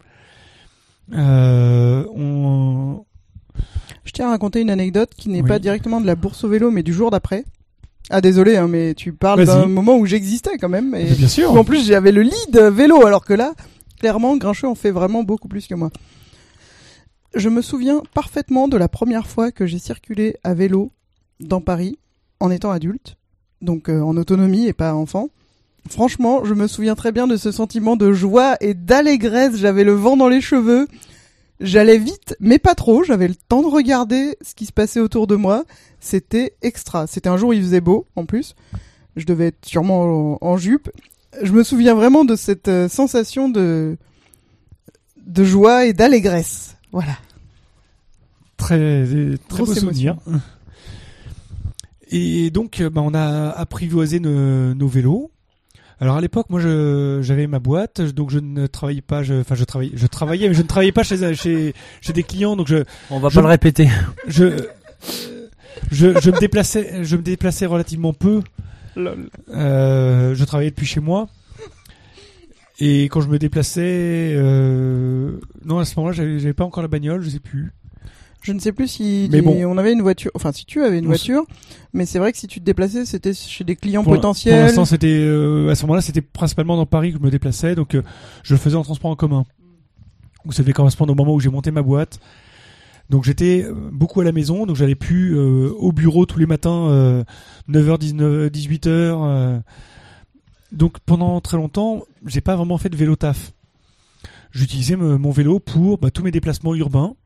Je tiens à raconter une anecdote qui n'est Oui. pas directement de la bourse au vélo, mais du jour d'après. Ah, désolé, hein, mais tu parles Vas-y. d'un moment où j'existais quand même. Et Bien sûr. où en plus, j'avais le lead vélo, alors que là, clairement, Grincheux en fait vraiment beaucoup plus que moi. Je me souviens parfaitement de la première fois que j'ai circulé à vélo dans Paris, en étant adulte, donc en autonomie et pas enfant. Franchement, je me souviens très bien de ce sentiment de joie et d'allégresse. J'avais le vent dans les cheveux. J'allais vite, mais pas trop. J'avais le temps de regarder ce qui se passait autour de moi. C'était extra. C'était un jour où il faisait beau, en plus. Je devais être sûrement en jupe. Je me souviens vraiment de cette sensation de joie et d'allégresse. Voilà. Très beau Grosse souvenir. Et donc, on a apprivoisé nos vélos. Alors à l'époque, moi, j'avais ma boîte, donc je ne travaillais pas. Je travaillais, mais je ne travaillais pas chez des clients, donc On va pas le répéter. je me déplaçais relativement peu. Je travaillais depuis chez moi. Et quand je me déplaçais, non, à ce moment-là, j'avais pas encore la bagnole, je sais plus. Je ne sais plus si Mais bon. on avait une voiture, enfin si tu avais une voiture, mais c'est vrai que si tu te déplaçais, c'était chez des clients Pour potentiels. l'instant, c'était à ce moment-là, c'était principalement dans Paris que je me déplaçais, donc je le faisais en transport en commun. Donc ça devait correspondre au moment où j'ai monté ma boîte. Donc j'étais beaucoup à la maison, donc j'allais plus au bureau tous les matins 9h, 18h. Donc pendant très longtemps, j'ai pas vraiment fait de vélo taf. J'utilisais mon vélo pour tous mes déplacements urbains.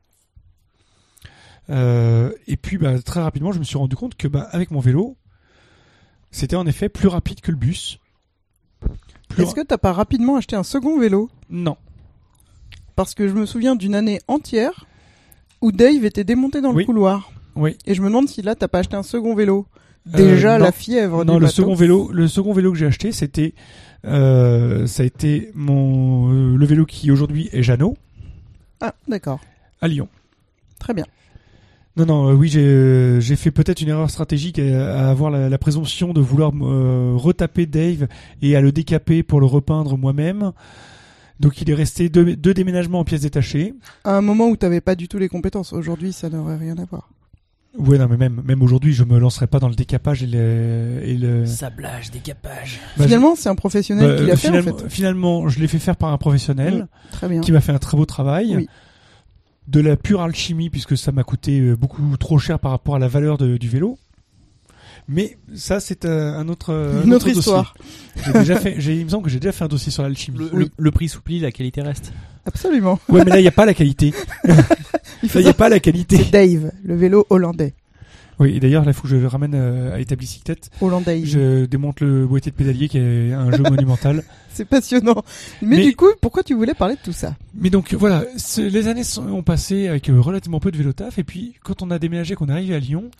Et puis très rapidement, je me suis rendu compte que avec mon vélo, c'était en effet plus rapide que le bus. Est-ce que t'as pas rapidement acheté un second vélo? Non. Parce que je me souviens d'une année entière où Dave était démonté dans le Oui. couloir. Oui. Et je me demande si là t'as pas acheté un second vélo. Déjà non. la fièvre Non, du le bateau. second vélo que j'ai acheté, c'était ça a été le vélo qui aujourd'hui est Jeannot Ah, d'accord. à Lyon. Très bien. Non, oui, j'ai fait peut-être une erreur stratégique à avoir la présomption de vouloir retaper Dave et à le décaper pour le repeindre moi-même. Donc il est resté deux déménagements en pièces détachées. À un moment où t'avais pas du tout les compétences. Aujourd'hui, ça n'aurait rien à voir. Ouais, non, mais même aujourd'hui, je me lancerai pas dans le décapage et le... Sablage, décapage. Finalement, c'est un professionnel qui l'a fait, en fait. Finalement, je l'ai fait faire par un professionnel très bien. Qui m'a fait un très beau travail. Oui. De la pure alchimie, puisque ça m'a coûté beaucoup trop cher par rapport à la valeur du vélo. Mais ça, c'est une autre histoire. Il me semble que j'ai déjà fait un dossier sur l'alchimie. Le prix s'oublie, la qualité reste. Absolument. Ouais, mais là, il n'y a pas la qualité. Il n'y a pas la qualité. C'est Dave, le vélo hollandais. Oui, et d'ailleurs, là, il faut que je le ramène à Établi Cyclette. Hollandais. Je démonte le boîtier de pédalier qui est un jeu monumental. C'est passionnant. Mais du coup, pourquoi tu voulais parler de tout ça? Mais donc, voilà, les années ont passé avec relativement peu de vélo taf. Et puis, quand on a déménagé, qu'on est arrivé à Lyon,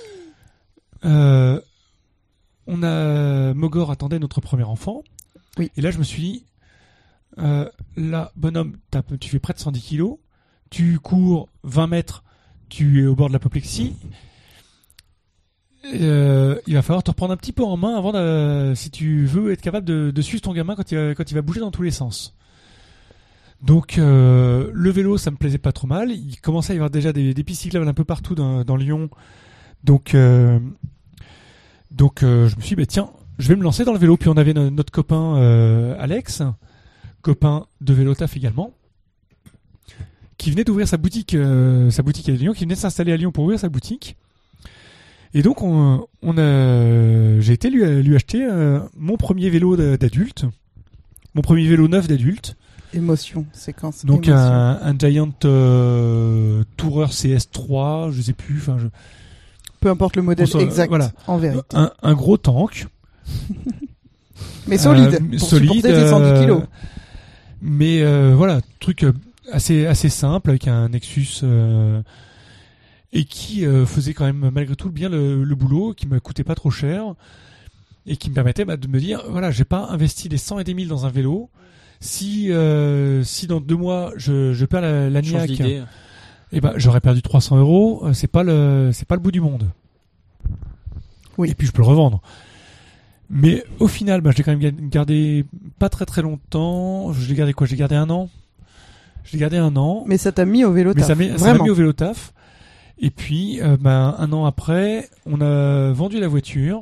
Mogor attendait notre premier enfant. Oui. Et là, je me suis dit, là, bonhomme, tu fais près de 110 kilos, tu cours 20 mètres, tu es au bord de l'apoplexie. Il va falloir te reprendre un petit peu en main avant si tu veux être capable de suivre ton gamin quand il va bouger dans tous les sens. Donc le vélo, ça me plaisait pas trop mal. Il commençait à y avoir déjà des pistes cyclables un peu partout dans Lyon. Donc je me suis dit, tiens, je vais me lancer dans le vélo. Puis on avait notre copain Alex, copain de Vélo Taf également, qui venait d'ouvrir sa boutique à Lyon, qui venait de s'installer à Lyon pour ouvrir sa boutique. Et donc j'ai été lui acheter mon premier vélo d'adulte, mon premier vélo neuf d'adulte. Émotion, séquence. Donc émotion. un Giant Tourer CS3, je sais plus. Enfin, peu importe le modèle exact. Voilà. En vérité. Un gros tank. Mais solide. Pour supporter tes 110 kilos. Mais voilà, truc assez simple avec un Nexus. Et qui faisait quand même malgré tout bien le boulot, qui me coûtait pas trop cher et qui me permettait de me dire, voilà, j'ai pas investi des 100 et des 1000 dans un vélo. Si dans 2 mois je perds la niaque, et j'aurais perdu 300 €. C'est pas le bout du monde. Oui. Et puis je peux le revendre. Mais au final, je l'ai quand même gardé pas très très longtemps. Je l'ai gardé quoi? J'ai gardé 1 an. Mais ça t'a mis au vélo taf. Ça m'a mis au vélo taf. Et puis, 1 an après, on a vendu la voiture.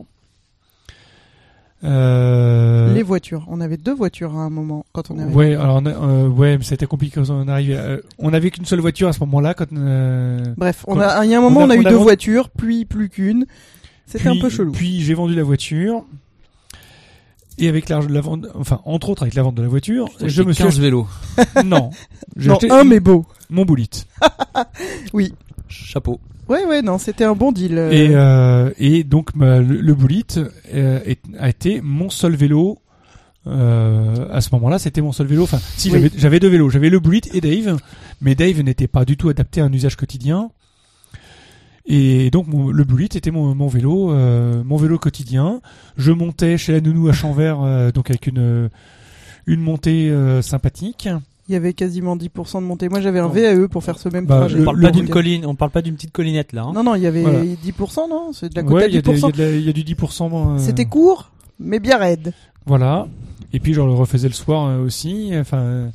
Les voitures. On avait 2 voitures à un moment quand on est arrivé. Ouais, alors mais c'était compliqué quand on est arrivé. On n'avait qu'une seule voiture à ce moment-là. Bref, il y a un moment on a eu 2 voitures, puis plus qu'une. C'était un peu chelou. Puis j'ai vendu la voiture. Et avec la vente, enfin entre autres avec la vente de la voiture, je me suis 15 vélos. Non, j'ai acheté mais beau. Mon Bullitt. Oui. Chapeau. Ouais, non, c'était un bon deal. Et donc le Bullitt a été mon seul vélo. À ce moment-là, c'était mon seul vélo. Enfin, si oui. J'avais 2 vélos, j'avais le Bullitt et Dave, mais Dave n'était pas du tout adapté à un usage quotidien. Et donc le Bullitt était mon vélo quotidien. Je montais chez la nounou à Champvert, donc avec une montée sympathique. Il y avait quasiment 10% de montée. Moi, j'avais un VAE pour faire ce même trajet. On parle pas d'une petite collinette là. Hein. Non, il y avait 10%, non? C'est de la côte à 10%. Il y a du 10%. C'était court, mais bien raide. Voilà. Et puis, je le refaisais le soir aussi. Enfin.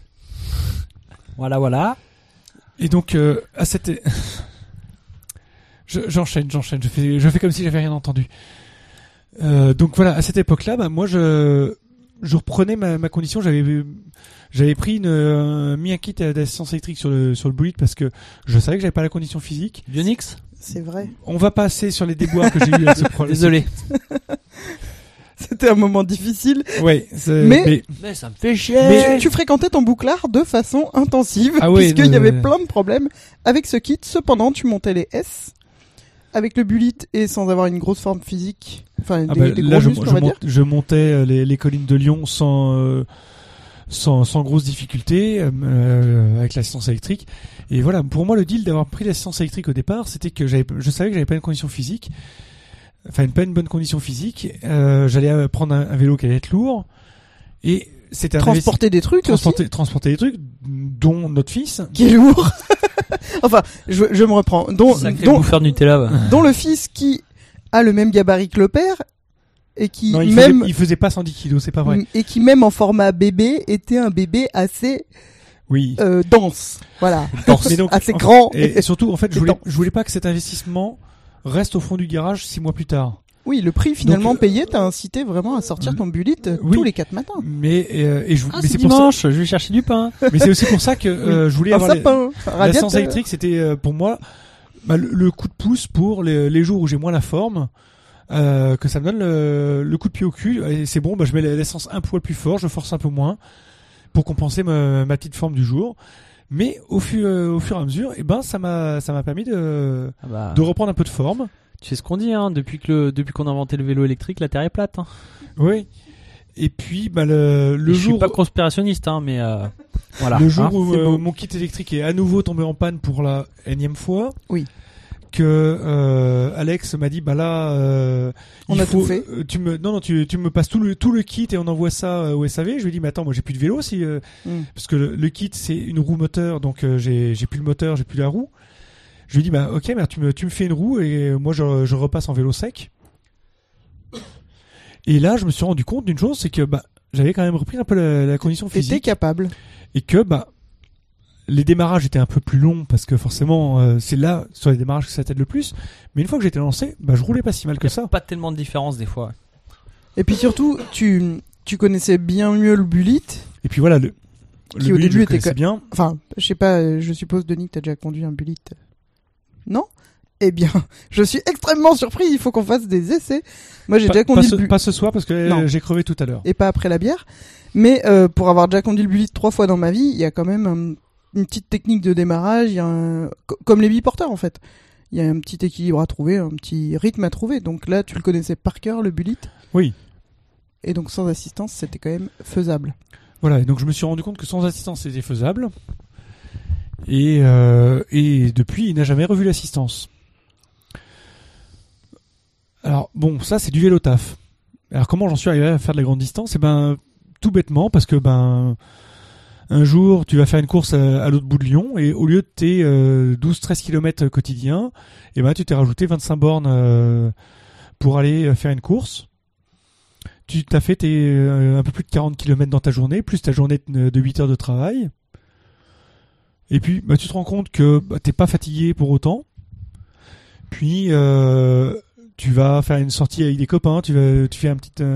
Voilà. Et donc, à cette. J'enchaîne. Je fais comme si j'avais rien entendu. Donc voilà, à cette époque-là, moi, je reprenais ma condition. J'avais pris une mis un kit d'assistance électrique sur le Bullitt parce que je savais que j'avais pas la condition physique. Bionix. C'est vrai. On va passer sur les déboires que j'ai eu avec ce problème. Désolé. C'était un moment difficile. Ouais. Mais ça me fait chier. Mais tu fréquentais ton bouclard de façon intensive puisqu'il y avait plein de problèmes avec ce kit. Cependant, tu montais les S avec le Bullitt et sans avoir une grosse forme physique. Enfin, des gros muscles, on va dire. Je montais les collines de Lyon sans grosse difficulté avec l'assistance électrique. Et voilà, pour moi, le deal d'avoir pris l'assistance électrique au départ, c'était que je savais que j'avais pas une condition physique. Enfin, pas une bonne condition physique. J'allais prendre un vélo qui allait être lourd. Et c'était transporter des trucs transporter des trucs, dont notre fils. Qui est lourd. Enfin, je me reprends. Sacré bouffeur de Nutella. Va. Dont le fils qui a le même gabarit que le père et qui Non, il faisait pas 110 kilos, c'est pas vrai. Et qui même en format bébé était un bébé assez Oui. dense. Voilà. Mais donc, assez grand. Et surtout, en fait, dense. je voulais pas que cet investissement reste au fond du garage 6 mois plus tard. Oui, le prix finalement Donc, payé t'a incité vraiment à sortir ton bulite tous les 4 matins. Mais mais c'est c'est pour ça. dimanche, je vais chercher du pain. Mais c'est aussi pour ça que je voulais Un avoir sapin, un la radiateur. séance électrique. C'était pour moi le coup de pouce pour les jours où j'ai moins la forme. Que ça me donne le coup de pied au cul. Et c'est bon, je mets l'essence un poil plus fort, je force un peu moins pour compenser ma petite forme du jour. Mais au fur et à mesure, ça m'a permis de reprendre un peu de forme. Tu sais ce qu'on dit, hein, depuis qu'on a inventé le vélo électrique, la Terre est plate. Hein. Oui. Et puis, le je jour. suis pas conspirationniste, hein, mais voilà. Le jour hein, où mon kit électrique est à nouveau tombé en panne pour la énième fois. Oui. Que Alex m'a dit, on a tout fait. Tu me passes tout le kit et on envoie ça au SAV. Je lui ai dit, mais attends, moi j'ai plus de vélo parce que le kit c'est une roue moteur, donc j'ai plus le moteur, j'ai plus la roue. Je lui ai dit, ok, mais tu me fais une roue et moi je repasse en vélo sec. Et là, je me suis rendu compte d'une chose, c'est que j'avais quand même repris un peu la condition physique. T'étais capable. Et que les démarrages étaient un peu plus longs parce que forcément c'est là sur les démarrages que ça t'aide le plus. Mais une fois que j'étais lancé, je roulais pas si mal que ça. Pas tellement de différence des fois. Et puis surtout, tu connaissais bien mieux le bulite. Et puis voilà, qui au début était bien. Enfin, je sais pas, je suppose Denis que t'as déjà conduit un bulite. Non ? Eh bien, je suis extrêmement surpris. Il faut qu'on fasse des essais. Moi, j'ai déjà conduit pas ce soir parce que j'ai crevé tout à l'heure. Et pas après la bière. Mais pour avoir déjà conduit le bulite 3 fois dans ma vie, il y a quand même une petite technique de démarrage. Il y a comme les biporteurs en fait. Il y a un petit équilibre à trouver, un petit rythme à trouver. Donc là, tu le connaissais par cœur, le bulite. Oui. Et donc sans assistance, c'était quand même faisable. Voilà. Et donc je me suis rendu compte que sans assistance, c'était faisable. Et depuis, il n'a jamais revu l'assistance. Alors bon, ça c'est du vélo taf. Alors comment j'en suis arrivé à faire de la grande distance ? Tout bêtement parce que un jour tu vas faire une course à l'autre bout de Lyon et au lieu de tes 12-13 km quotidiens, tu t'es rajouté 25 bornes pour aller faire une course. Tu t'as fait un peu plus de 40 km dans ta journée, plus ta journée de 8 heures de travail. Et puis tu te rends compte que t'es pas fatigué pour autant. Puis tu vas faire une sortie avec des copains, tu fais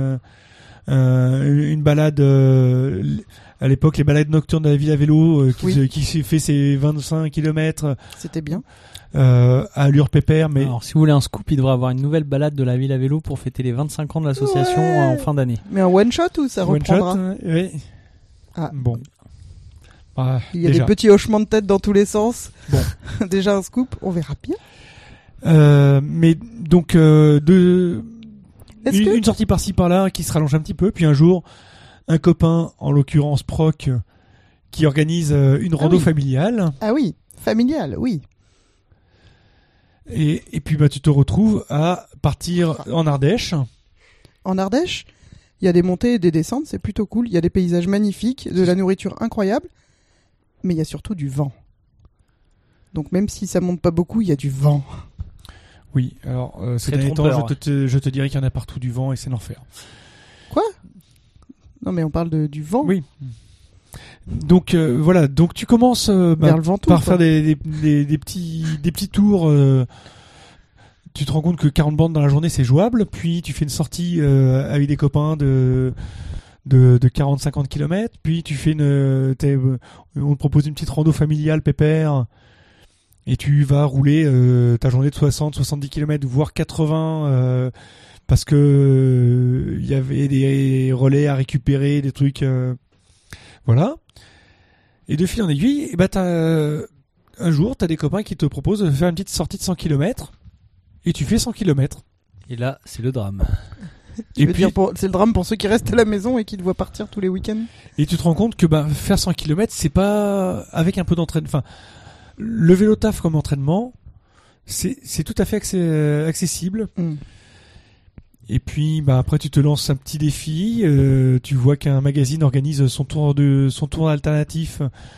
une balade à l'époque, les balades nocturnes de la ville à vélo qui fait ses 25 km. C'était bien. À allure pépère, mais alors si vous voulez un scoop, il devrait avoir une nouvelle balade de la ville à vélo pour fêter les 25 ans de l'association en fin d'année. Mais un one shot ou ça reprendra? Oui. Ah. Bon. Il y a des petits hochements de tête dans tous les sens. Bon. Déjà un scoop, on verra bien. Mais donc une sortie par-ci par-là qui se rallonge un petit peu, puis un jour un copain, en l'occurrence Proc, qui organise une rando familiale. Ah oui, familiale, oui. Et puis tu te retrouves à partir en Ardèche. En Ardèche, il y a des montées et des descentes, c'est plutôt cool. Il y a des paysages magnifiques, de la nourriture incroyable, mais il y a surtout du vent. Donc même si ça monte pas beaucoup, il y a du vent. Oui, alors ces derniers temps, je te dirais qu'il y en a partout du vent et c'est l'enfer. Quoi ? Non mais on parle du vent. Oui. Donc voilà, donc tu commences vers le ventoux, par faire des petits tours. Tu te rends compte que 40 bornes dans la journée c'est jouable, puis tu fais une sortie avec des copains de 40-50 km, puis tu fais on te propose une petite rando familiale pépère. Et tu vas rouler ta journée de 60-70 km, voire 80, parce que il y avait des relais à récupérer, des trucs, voilà. Et de fil en aiguille, un jour, t'as des copains qui te proposent de faire une petite sortie de 100 km, et tu fais 100 km. Et là, c'est le drame. C'est le drame pour ceux qui restent à la maison et qui te voient partir tous les week-ends. Et tu te rends compte que faire 100 km, c'est pas avec un peu d'entraînement. Enfin, le vélo taf comme entraînement, c'est tout à fait accessible. Et puis après tu te lances un petit défi, tu vois qu'un magazine organise son tour alternatif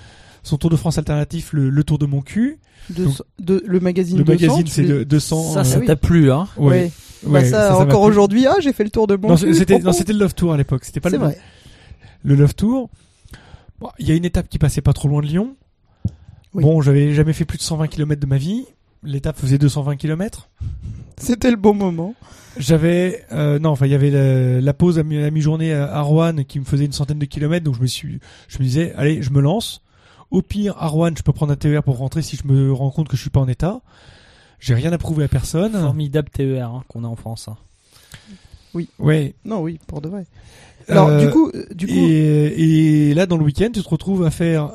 son Tour de France alternatif, le Tour de mon cul. Le magazine Le 200, magazine, c'est 200. Ça oui. t'a plu, hein? Ouais. Ouais, Bah ça m'a encore plu. aujourd'hui, j'ai fait le tour de mon Non, cul. c'était le Love Tour à l'époque. C'était pas C'est vrai. le Love Tour. Bon, il y a une étape qui passait pas trop loin de Lyon. Oui. Bon, j'avais jamais fait plus de 120 km de ma vie. L'étape faisait 220 km. C'était le bon moment. J'avais il y avait la pause à mi-journée à Rouen qui me faisait une centaine de kilomètres, donc je me disais allez, je me lance. Au pire, à Rouen, je peux prendre un TER pour rentrer si je me rends compte que je suis pas en état. J'ai rien à prouver à personne. Formidable TER qu'on a en France. Hein. Oui. Ouais. Non, oui, pour de vrai. Alors, du coup. Et là, dans le week-end, tu te retrouves à faire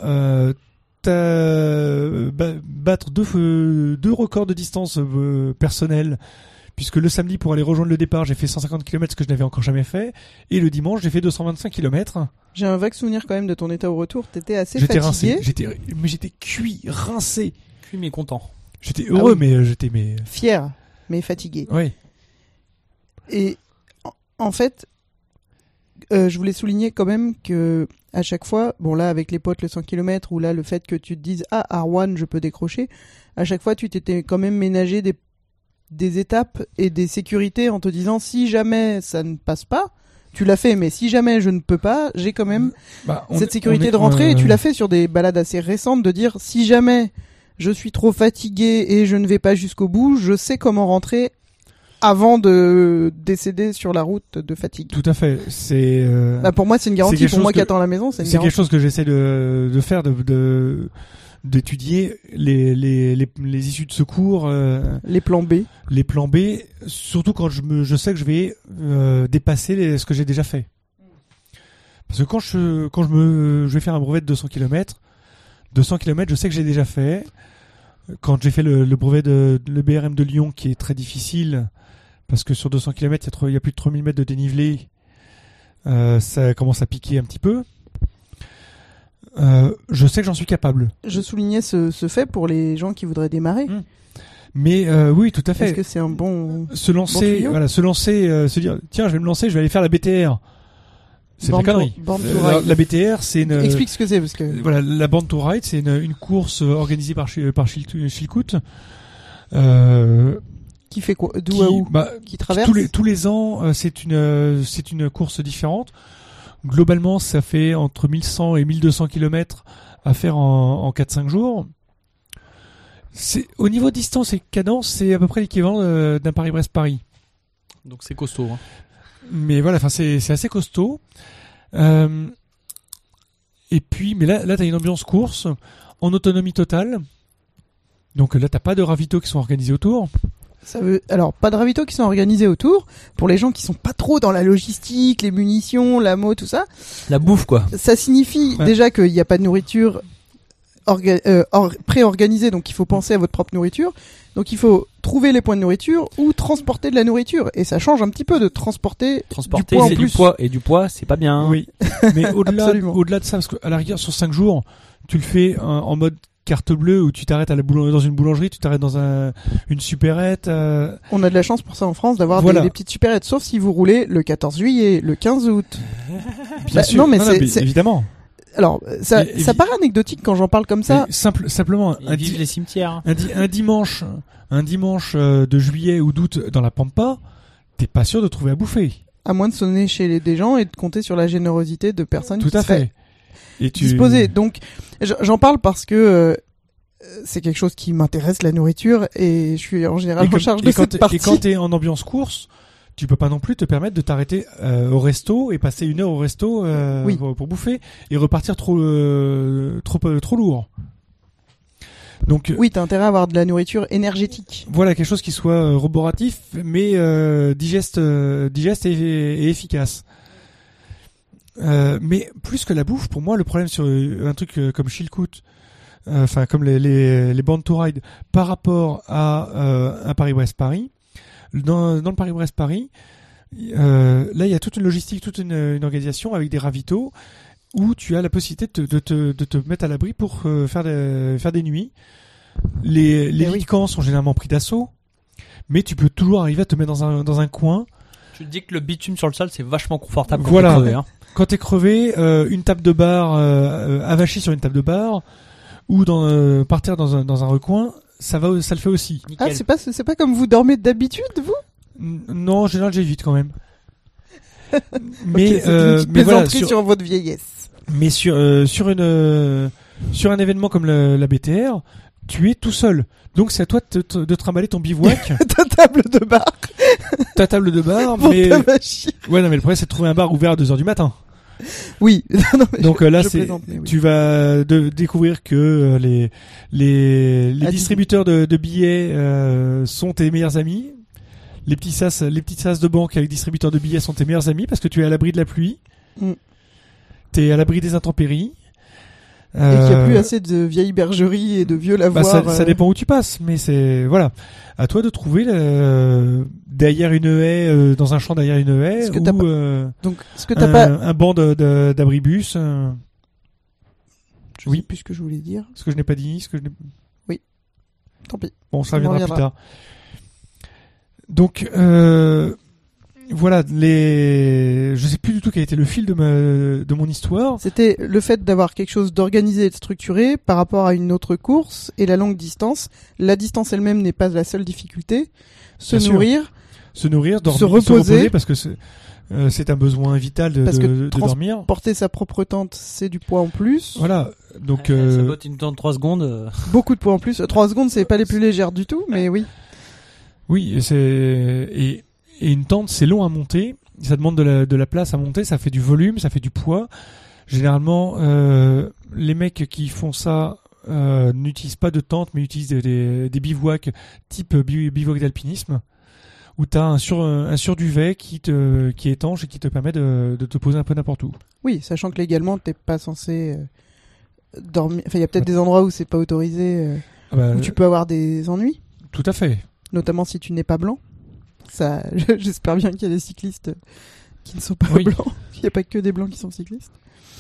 battre deux records de distance personnelle, puisque le samedi, pour aller rejoindre le départ, j'ai fait 150 km, ce que je n'avais encore jamais fait, et le dimanche, j'ai fait 225 km. J'ai un vague souvenir quand même de ton état au retour. T'étais assez J'étais fatigué. rincé. J'étais cuit, rincé. Cuit mais content. J'étais heureux, oui. mais j'étais Fier, mais fatigué. Ouais. Et en fait, je voulais souligner quand même que à chaque fois, bon là avec les potes le 100 km ou là le fait que tu te dises à Rouen je peux décrocher, à chaque fois tu t'étais quand même ménagé des étapes et des sécurités en te disant si jamais ça ne passe pas, tu l'as fait, mais si jamais je ne peux pas, j'ai quand même cette sécurité de rentrer et tu l'as fait sur des balades assez récentes de dire si jamais je suis trop fatigué et je ne vais pas jusqu'au bout, je sais comment rentrer avant de décéder sur la route de fatigue. Tout à fait. C'est. Pour moi, c'est une garantie. Pour moi qui attends à la maison, c'est une C'est garantie. quelque chose que j'essaie de faire, d'étudier les issues de secours. Les plans B. Les plans B, surtout quand je sais que je vais dépasser ce que j'ai déjà fait. Parce que quand je vais faire un brevet de 200 km, je sais que j'ai déjà fait. Quand j'ai fait le brevet le BRM de Lyon, qui est très difficile, parce que sur 200 km, il y a plus de 3000 mètres de dénivelé, ça commence à piquer un petit peu. Je sais que j'en suis capable. Je soulignais ce fait pour les gens qui voudraient démarrer. Mais oui, tout à fait. Est-ce que c'est un bon se lancer, se dire tiens, je vais me lancer, je vais aller faire la BTR. C'est une connerie. La BTR, c'est une. Explique ce que c'est parce que. Voilà, la Born to Ride, c'est une course organisée par Chilcoot. Qui fait quoi? D'où à où? Qui traverse? Tous les ans, c'est une course différente. Globalement, ça fait entre 1100 et 1200 km à faire en 4-5 jours. Au niveau distance et cadence, c'est à peu près l'équivalent d'un Paris-Brest-Paris. Donc c'est costaud. Hein. Mais voilà, c'est assez costaud. Et puis, mais là, t'as une ambiance course en autonomie totale. Donc là, t'as pas de ravitaux qui sont organisés autour. Alors, pas de ravitaux qui sont organisés autour. Pour les gens qui sont pas trop dans la logistique, les munitions, l'ammo, tout ça. La bouffe, quoi. Ça signifie déjà qu'il n'y a pas de nourriture pré-organisée, donc il faut penser à votre propre nourriture. Donc il faut trouver les points de nourriture ou transporter de la nourriture. Et ça change un petit peu de transporter du poids en plus. Du poids, c'est pas bien. Oui. Mais au-delà de ça, parce qu'à la rigueur, sur 5 jours, tu le fais en mode carte bleue où tu t'arrêtes dans une boulangerie, tu t'arrêtes dans une supérette. On a de la chance pour ça en France d'avoir des petites supérettes, sauf si vous roulez le 14 juillet, le 15 août. Bien sûr. Non, mais évidemment. Alors, ça paraît anecdotique quand j'en parle comme ça. Simplement, vive les cimetières. Un dimanche de juillet ou d'août dans la Pampa, t'es pas sûr de trouver à bouffer. À moins de sonner chez des gens et de compter sur la générosité de personnes qui seraient disposées. Donc, j'en parle parce que c'est quelque chose qui m'intéresse, la nourriture, et je suis en général en charge de cette partie. Et quand t'es en ambiance course, tu peux pas non plus te permettre de t'arrêter au resto et passer 1 heure au resto pour bouffer et repartir trop lourd. Donc oui, t'as intérêt à avoir de la nourriture énergétique. Voilà, quelque chose qui soit roboratif mais digeste et efficace. Mais plus que la bouffe, pour moi, le problème sur un truc comme Chilcoot, comme les Born to Ride, par rapport à un Paris-Brest-Paris. Dans le Paris-Brest-Paris, là il y a toute une logistique, toute une organisation avec des ravitaux où tu as la possibilité de te mettre à l'abri pour faire des nuits. Les camps sont généralement pris d'assaut, mais tu peux toujours arriver à te mettre dans un coin. Tu te dis que le bitume sur le sol c'est vachement confortable quand t'es crevé. Quand t'es crevé, une table de bar avachie sur une table de bar. ou par terre dans un recoin, ça le fait aussi. Ah, c'est pas comme vous dormez d'habitude, vous? Non, en général, j'évite quand même. Mais Ok, c'est une petite mais voilà, plaisanterie sur votre vieillesse. mais sur un événement comme la BTR, tu es tout seul. Donc c'est à toi de trimballer ton bivouac, Ta table de bar ta table de bar, pour mais ta machine. ouais, non, mais le problème c'est de trouver un bar ouvert à 2h du matin. Oui. Non, mais Donc là, je c'est plaisante, mais oui. tu vas découvrir que les Ah, distributeurs de billets sont tes meilleurs amis. Les petits sas de banque avec distributeurs de billets sont tes meilleurs amis parce que tu es à l'abri de la pluie. Mm. T'es à l'abri des intempéries. Et qu'il n'y a plus assez de vieilles bergeries et de vieux lavoirs. Ça dépend où tu passes, mais c'est voilà. À toi de trouver derrière une haie, dans un champ derrière une haie, Est-ce que ou t'as Donc, ce que t'as pas. un banc d'abribus. Je oui. sais plus ce que je voulais dire. Ce que je n'ai pas dit, Tant pis. bon, ça On en reviendra plus reviendra. tard. Donc voilà, je sais plus du tout quel était le fil de mon histoire. C'était le fait d'avoir quelque chose d'organisé et de structuré par rapport à une autre course et la longue distance. La distance elle-même n'est pas la seule difficulté. Se Bien sûr. nourrir. Se nourrir, dormir, Se reposer. parce que c'est un besoin vital Parce que de dormir. Porter sa propre tente, c'est du poids en plus. Voilà, donc Ça doit être une tente de 3 secondes. Beaucoup de poids en plus. 3 secondes, c'est pas les plus légères du tout, mais oui. oui, et une tente c'est long à monter. Ça demande de la place à monter, ça fait du volume, ça fait du poids. Généralement, les mecs qui font ça n'utilisent pas de tente, mais utilisent des bivouacs type bivouac d'alpinisme, où t'as un surduvet qui est étanche et qui te permet de te poser un peu n'importe où. Oui, sachant que légalement, t'es pas censé dormir. Enfin, il y a peut-être des endroits où c'est pas autorisé, où tu peux avoir des ennuis, Tout à fait. notamment si tu n'es pas blanc. Ça, j'espère bien qu'il y a des cyclistes qui ne sont pas Oui. blancs. Il n'y a pas que des blancs qui sont cyclistes.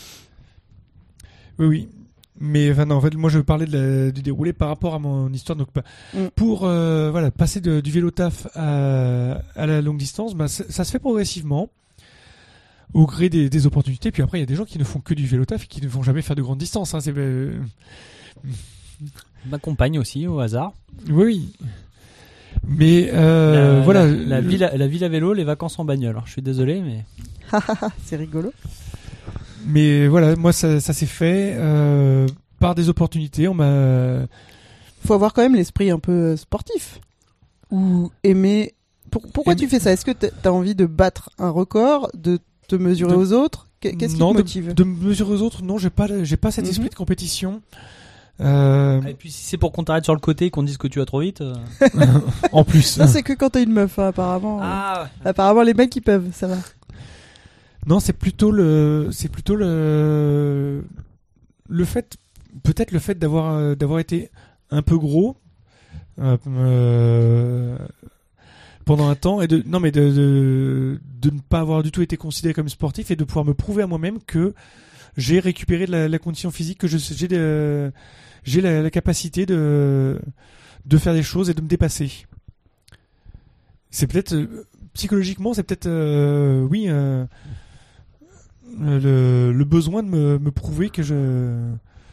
Oui, oui. Mais enfin, non, en fait, moi je parlais du déroulé par rapport à mon histoire. Donc, pour voilà, passer du vélo taf à la longue distance, ça se fait progressivement au gré des opportunités. Puis après, il y a des gens qui ne font que du vélo taf et qui ne vont jamais faire de grandes distances. Hein. Ma compagne aussi, au hasard. Oui. Mais voilà. La ville à vélo, les vacances en bagnole. Alors, je suis désolé, mais. C'est rigolo. Mais voilà, moi ça s'est fait par des opportunités. Faut avoir quand même l'esprit un peu sportif. Ou aimer. Pourquoi tu fais ça? Est-ce que t'as envie de battre un record, de te mesurer aux autres? Qu'est-ce qui te motive? de me mesurer aux autres, non, j'ai pas cet esprit de compétition. Et puis si c'est pour qu'on t'arrête sur le côté et qu'on dise que tu vas trop vite. En plus. Ça, c'est que quand t'as une meuf, hein, apparemment. Ah. Apparemment, les mecs, ils peuvent, ça va. Non, c'est plutôt le fait, peut-être le fait d'avoir été un peu gros pendant un temps et de ne pas avoir du tout été considéré comme sportif et de pouvoir me prouver à moi-même que j'ai récupéré de la condition physique, que j'ai la capacité de faire des choses et de me dépasser. C'est peut-être psychologiquement, c'est peut-être le besoin de me prouver que je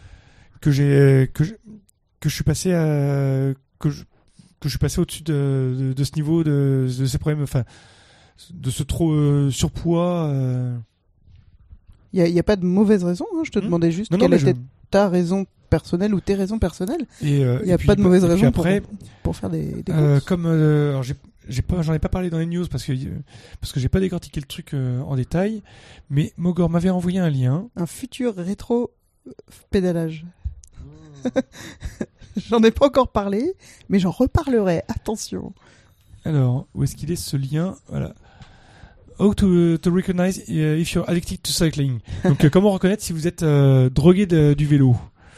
suis passé au-dessus de ce niveau, de ces problèmes, enfin de ce trop surpoids. Il y a pas de mauvaise raison, hein. Je te demandais juste quelle était ta raison personnelle ou tes raisons personnelles. Il y a pas de mauvaise raison pour faire des courses. Alors j'en ai pas parlé dans les news parce que j'ai pas décortiqué le truc en détail, mais Mogor m'avait envoyé un lien. Un futur rétro pédalage. J'en ai pas encore parlé, mais j'en reparlerai. Attention. Alors, où est-ce qu'il est ce lien? Voilà. How to recognize if you're addicted to cycling. Donc, comment reconnaître si vous êtes drogué du vélo.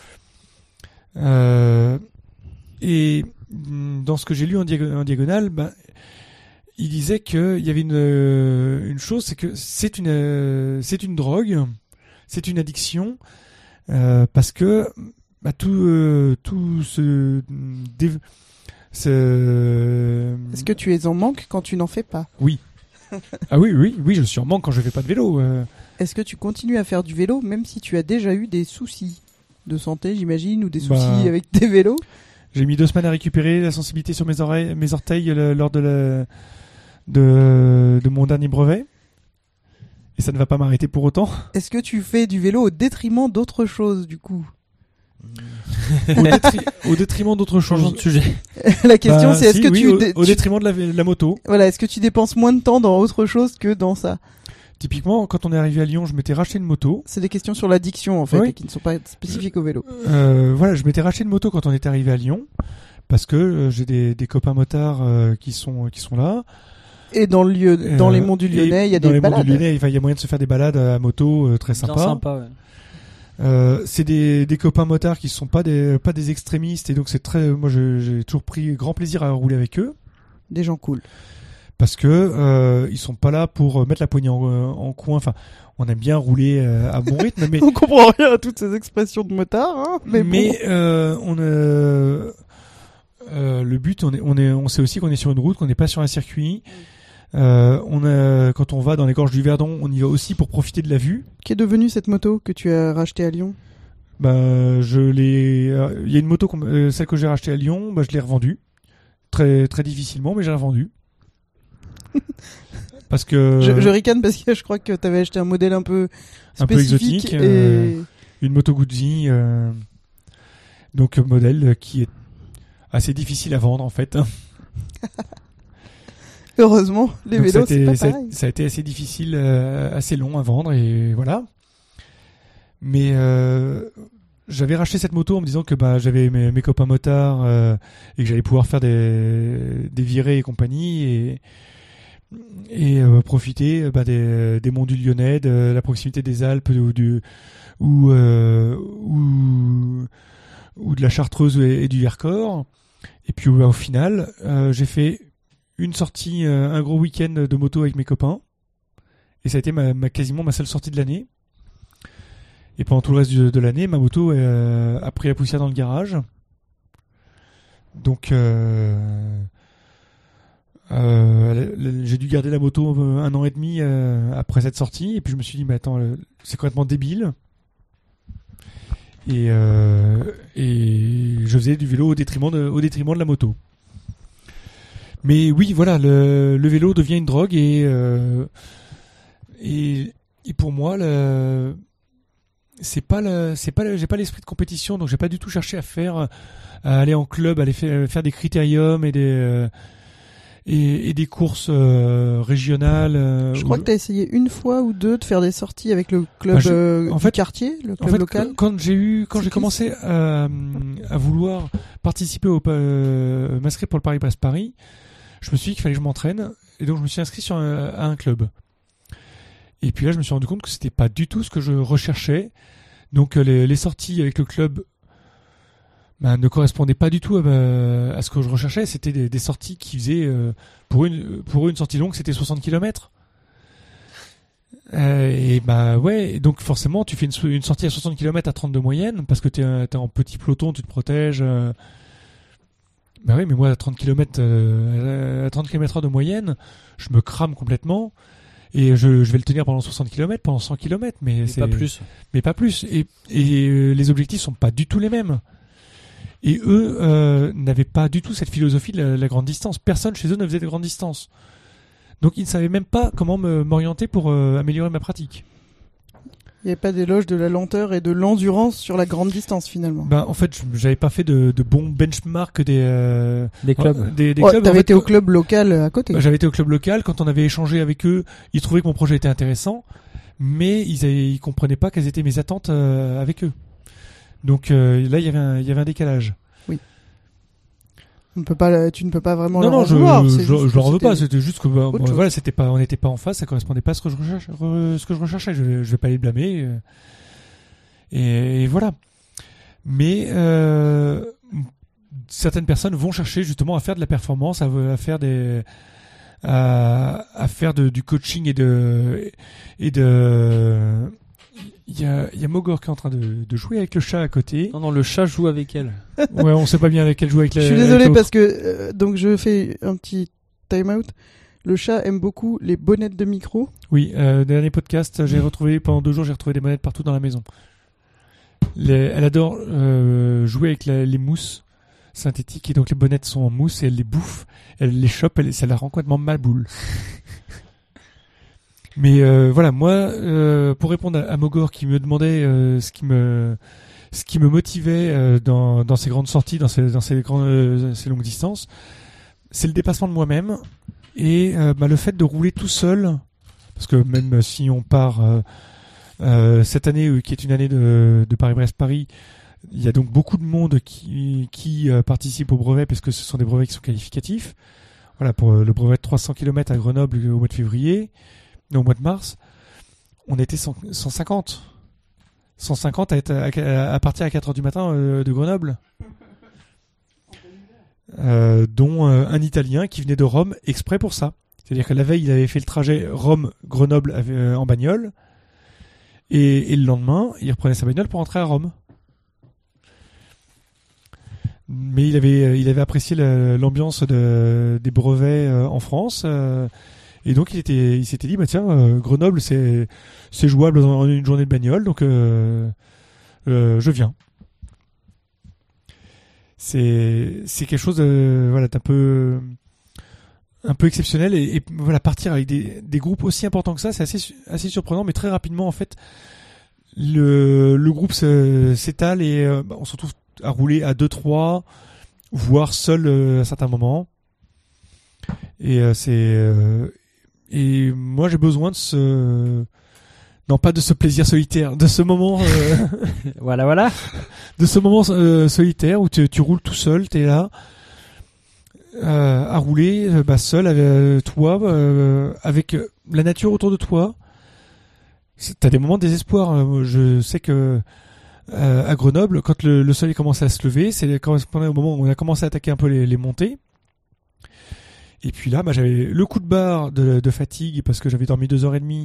Et dans ce que j'ai lu en diagonale, il disait qu'il y avait une chose, c'est que c'est une drogue, c'est une addiction, parce que tout Est-ce que tu es en manque quand tu n'en fais pas? Oui. Ah oui, je suis en manque quand je fais pas de vélo. Est-ce que tu continues à faire du vélo même si tu as déjà eu des soucis de santé, j'imagine, ou des soucis Bah, avec tes vélos? J'ai mis 2 semaines à récupérer la sensibilité sur mes orteils lors de mon dernier brevet. Et ça ne va pas m'arrêter pour autant. Est-ce que tu fais du vélo au détriment d'autre chose, du coup? Au détriment d'autres choses. Changeons de sujet. La question, c'est est-ce que oui, tu au détriment de la moto. voilà, est-ce que tu dépenses moins de temps dans autre chose que dans ça? Typiquement, quand on est arrivé à Lyon, je m'étais racheté une moto. C'est des questions sur l'addiction, en fait, Oui. et qui ne sont pas spécifiques au vélo. Voilà, je m'étais racheté une moto quand on était arrivé à Lyon. Parce que j'ai des copains motards qui sont là. Et dans le lieu, dans les monts du Lyonnais, il y a des balades. Dans les monts du Lyonnais, il y a moyen de se faire des balades à moto très Bien sympa. sympa, ouais. C'est des copains motards qui sont pas des extrémistes, et donc c'est très, moi j'ai toujours pris grand plaisir à rouler avec eux. Des gens cool. Parce que ils sont pas là pour mettre la poignée en coin. Enfin, on aime bien rouler à bon rythme, mais On comprend rien à toutes ces expressions de motards, hein, mais bon. Le but, on sait aussi qu'on est sur une route, qu'on n'est pas sur un circuit. Quand on va dans les gorges du Verdon, on y va aussi pour profiter de la vue. Qu'est devenue cette moto que tu as rachetée à Lyon? Il y a une moto, celle que j'ai rachetée à Lyon, je l'ai revendue. Très, très difficilement, mais j'ai revendue. Parce que. Je ricane parce que je crois que tu avais acheté un modèle un peu spécifique. exotique. Une Moto Guzzi. Donc, modèle qui est assez difficile à vendre, en fait. Heureusement, les Donc vélos, c'est pas pareil. ça a été assez difficile, assez long à vendre, et voilà. Mais j'avais racheté cette moto en me disant que j'avais mes copains motards et que j'allais pouvoir faire des virées et compagnie, et profiter des monts du Lyonnais, de la proximité des Alpes ou de la Chartreuse et du Vercors. Et puis au final, j'ai fait une sortie, un gros week-end de moto avec mes copains, et ça a été quasiment ma seule sortie de l'année. Et pendant tout le reste de l'année, ma moto a pris la poussière dans le garage. Donc j'ai dû garder la moto 1 an et demi après cette sortie, et puis je me suis dit mais attends, c'est complètement débile. Et je faisais du vélo au détriment de la moto. Mais oui, voilà, le vélo devient une drogue, et pour moi, j'ai pas l'esprit de compétition, donc j'ai pas du tout cherché à aller en club, aller faire des critériums et des courses régionales. Je crois que tu as essayé une fois ou deux de faire des sorties avec le club du quartier, le club local. Quand j'ai commencé à vouloir participer m'inscrire pour le Paris-Brest-Paris, je me suis dit qu'il fallait que je m'entraîne, et donc je me suis inscrit à un club. Et puis là, je me suis rendu compte que c'était pas du tout ce que je recherchais. Donc les sorties avec le club ne correspondaient pas du tout à ce que je recherchais. C'était des sorties qui faisaient pour une sortie longue, c'était 60 km. Ouais, donc forcément tu fais une sortie à 60 km à 30 de moyenne, parce que t'es en petit peloton, tu te protèges. Oui, mais moi à 30 km h de moyenne, je me crame complètement, et je vais le tenir pendant 60 km, pendant 100 km, mais pas plus. Mais pas plus. Et les objectifs sont pas du tout les mêmes. Et eux n'avaient pas du tout cette philosophie de la grande distance. Personne chez eux ne faisait de grande distance. Donc ils ne savaient même pas comment m'orienter pour améliorer ma pratique. Il n'y avait pas d'éloge de la lenteur et de l'endurance sur la grande distance, finalement. En fait, j'avais pas fait de bons benchmarks des clubs. Des clubs. T'avais été au club local à côté. J'avais été au club local. Quand on avait échangé avec eux, ils trouvaient que mon projet était intéressant, mais ils comprenaient pas quelles étaient mes attentes avec eux. Donc là, il y avait un décalage. Oui. Tu ne peux pas vraiment leur en je vouloir. leur en veux pas. C'était juste que voilà, on n'était pas en face, ça correspondait pas à ce que je recherchais. Je vais pas les blâmer. Et voilà. Mais certaines personnes vont chercher justement à faire de la performance, à faire du coaching et de. Il y a Mogor qui est en train de jouer avec le chat à côté. Non, le chat joue avec elle. Ouais, on sait pas bien avec elle joue avec la. Je suis désolé parce que donc je fais un petit time out. Le chat aime beaucoup les bonnettes de micro. Oui, dernier podcast, pendant 2 jours, j'ai retrouvé des bonnettes partout dans la maison. Elle adore jouer avec les mousses synthétiques et donc les bonnettes sont en mousse et elle les bouffe, elle les chope, ça la rend complètement malboule. Mais voilà, moi, pour répondre à Mogor qui me demandait ce qui me motivait dans ces grandes sorties, dans ces longues distances, c'est le dépassement de moi-même et le fait de rouler tout seul, parce que même si on part cette année, qui est une année de Paris-Brest-Paris, il y a donc beaucoup de monde qui participe au brevet, parce que ce sont des brevets qui sont qualificatifs. Voilà, pour le brevet de 300 km à Grenoble au mois de février, au mois de mars, on était 150 à partir à 4h du matin de Grenoble. Dont un Italien qui venait de Rome exprès pour ça. C'est-à-dire que la veille, il avait fait le trajet Rome-Grenoble en bagnole, et le lendemain, il reprenait sa bagnole pour rentrer à Rome. Mais il avait apprécié l'ambiance des brevets en France, et donc il s'était dit, tiens, Grenoble, c'est jouable dans une journée de bagnole, donc je viens. C'est quelque chose d'un peu exceptionnel, et voilà, partir avec des groupes aussi importants que ça, c'est assez surprenant, mais très rapidement en fait le groupe s'étale et on se retrouve à rouler à 2-3, voire seul à certains moments, et et moi j'ai besoin de pas de ce plaisir solitaire, de ce moment voilà de ce moment solitaire où tu roules tout seul, t'es là à rouler seul avec toi, avec la nature autour de toi. T'as des moments de désespoir. Je sais que à Grenoble, quand le soleil commence à se lever, c'est pendant au moment où on a commencé à attaquer un peu les montées. Et puis là, j'avais le coup de barre de fatigue parce que j'avais dormi 2h30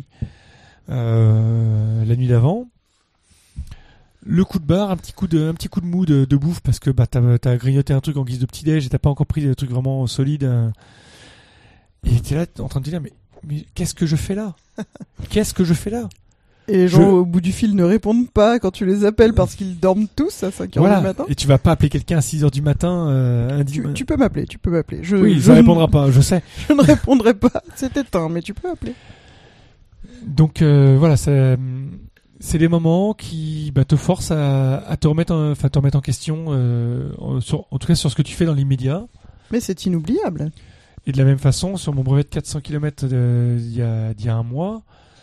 la nuit d'avant. Le coup de barre, un petit coup de mou de bouffe parce que t'as grignoté un truc en guise de petit déj et t'as pas encore pris des trucs vraiment solides. Et t'es là en train de te dire mais qu'est-ce que je fais là? Qu'est-ce que je fais là? Et les gens au bout du fil ne répondent pas quand tu les appelles parce qu'ils dorment tous à 5h du matin. Et tu vas pas appeler quelqu'un à 6h du matin. Tu peux m'appeler. Oui, ça répondra pas, je sais. Je ne répondrai pas, c'est éteint, mais tu peux appeler. Donc voilà, c'est des moments qui te forcent à te remettre en question, en tout cas sur ce que tu fais dans l'immédiat. Mais c'est inoubliable. Et de la même façon, sur mon brevet de 400 km il y a un mois,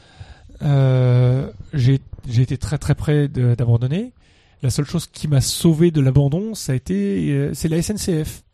j'ai été très très près d'abandonner. La seule chose qui m'a sauvé de l'abandon, c'est la SNCF.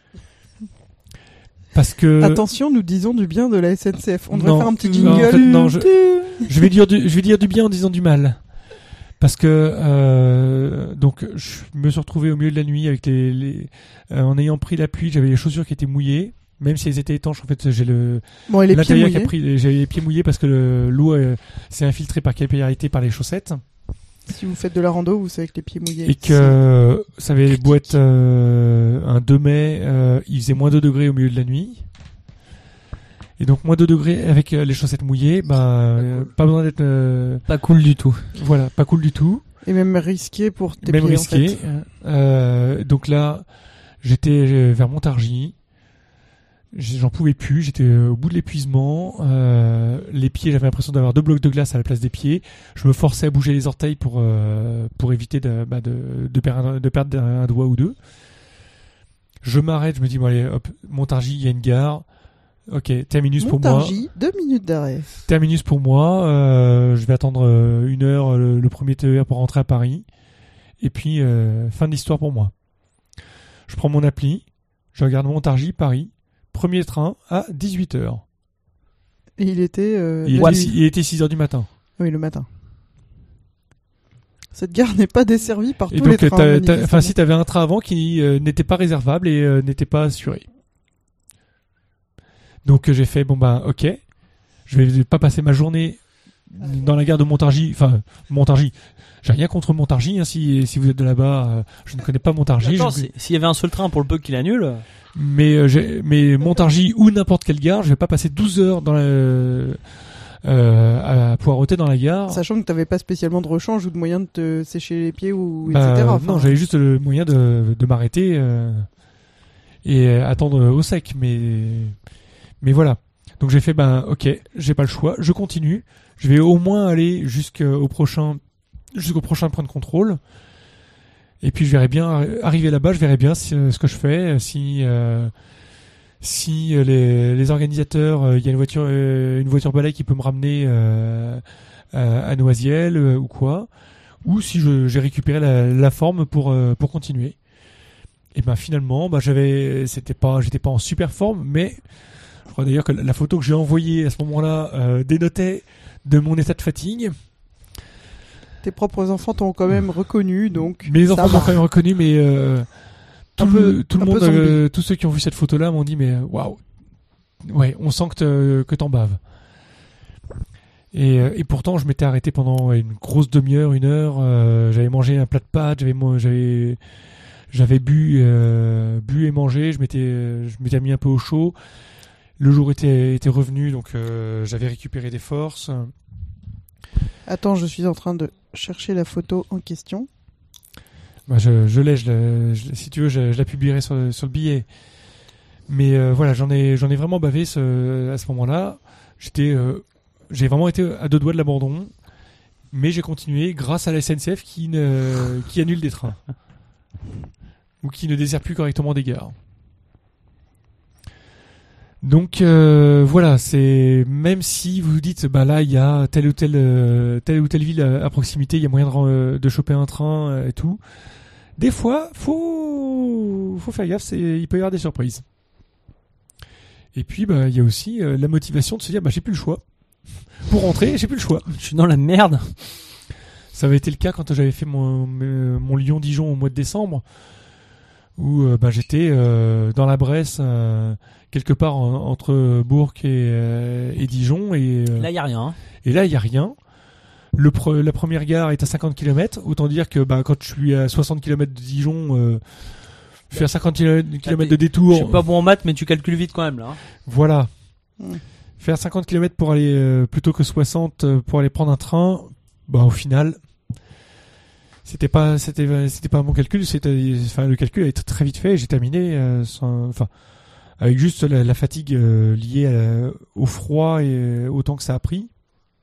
Parce que attention, nous disons du bien de la SNCF. On devrait faire un petit jingle. En fait, je vais dire du bien en disant du mal. Parce que donc je me suis retrouvé au milieu de la nuit avec en ayant pris la pluie, j'avais les chaussures qui étaient mouillées. Même si elles étaient étanches, en fait, j'ai l'intérieur qui a pris, j'avais les pieds mouillés parce que l'eau s'est infiltrée par capillarité par les chaussettes. Si vous faites de la rando, vous savez que les pieds mouillés. Et que ça avait beau être un 2 mai, il faisait moins 2 degrés au milieu de la nuit. Et donc moins 2 degrés avec les chaussettes mouillées, pas besoin d'être pas cool du tout. Voilà, pas cool du tout. Et même risqué pour tes même pieds. Risqué. En fait. Donc là, j'étais vers Montargis. J'en pouvais plus, j'étais au bout de l'épuisement. Les pieds, j'avais l'impression d'avoir 2 blocs de glace à la place des pieds. Je me forçais à bouger les orteils pour éviter de perdre un doigt ou deux. Je m'arrête, je me dis bon allez, hop, Montargis, il y a une gare. Ok, terminus pour moi. Montargis, 2 minutes d'arrêt. Terminus pour moi. Je vais attendre 1 heure le premier TER pour rentrer à Paris. Et puis fin de l'histoire pour moi. Je prends mon appli, je regarde Montargis, Paris. Premier train à 18h. Et il était... il était 6h du matin. Oui, le matin. Cette gare n'est pas desservie par tous donc, les trains. Enfin, si t'avais un train avant qui n'était pas réservable et n'était pas assuré. Donc j'ai fait, ok, je vais pas passer ma journée dans la gare de Montargis. Enfin, Montargis. J'ai rien contre Montargis, hein, si vous êtes de là-bas, je ne connais pas Montargis. Attends, s'il y avait un seul train pour le peu qu'il annule... Mais Montargis ou n'importe quelle gare, je vais pas passer 12 heures à poireauter dans la gare. Sachant que t'avais pas spécialement de rechange ou de moyen de te sécher les pieds ou Bah, etc. Enfin, non, j'avais juste le moyen de m'arrêter et attendre au sec, mais voilà. Donc j'ai fait ben ok, j'ai pas le choix, je continue. Je vais au moins aller jusqu'au prochain point de contrôle. Et puis je verrai bien arriver là-bas, je verrai bien ce que je fais, si les organisateurs, il y a une voiture balai qui peut me ramener à Noisiel ou quoi, ou si j'ai récupéré la forme pour continuer. Et ben finalement, j'étais pas en super forme, mais je crois d'ailleurs que la photo que j'ai envoyée à ce moment-là dénotait de mon état de fatigue. tes propres enfants t'ont quand même reconnu, donc. Mes enfants m'ont quand même reconnu, mais tout le monde, tous ceux qui ont vu cette photo-là m'ont dit mais waouh, ouais, on sent que t'en baves. Et pourtant, je m'étais arrêté pendant une grosse demi-heure, 1 heure. J'avais mangé un plat de pâtes, j'avais bu et mangé. Je m'étais mis un peu au chaud. Le jour était revenu, donc j'avais récupéré des forces. Attends, je suis en train de chercher la photo en question. Bah, je l'ai, si tu veux, je la publierai sur le billet. Mais voilà, j'en ai vraiment bavé à ce moment-là. J'ai vraiment été à 2 doigts de l'abandon, mais j'ai continué grâce à la SNCF qui annule des trains ou qui ne dessert plus correctement des gares. Donc voilà, c'est même si vous vous dites bah là il y a telle ou telle ville à proximité, il y a moyen de choper un train et tout. Des fois, faut faire gaffe, il peut y avoir des surprises. Et puis bah il y a aussi la motivation de se dire bah j'ai plus le choix. Pour rentrer, j'ai plus le choix. Je suis dans la merde. Ça avait été le cas quand j'avais fait mon Lyon-Dijon au mois de décembre, où j'étais dans la Bresse, quelque part entre Bourg et Dijon. Et là, il n'y a rien. Et là, il n'y a rien. La première gare est à 50 km. Autant dire que quand je suis à 60 km de Dijon, faire 50 km de détour... Je suis pas bon en maths, mais tu calcules vite quand même, là. Voilà. Faire 50 km pour aller plutôt que 60 pour aller prendre un train, au final, c'était pas un bon calcul. Le calcul a été très vite fait. Et j'ai terminé avec juste la fatigue liée au froid et au temps que ça a pris.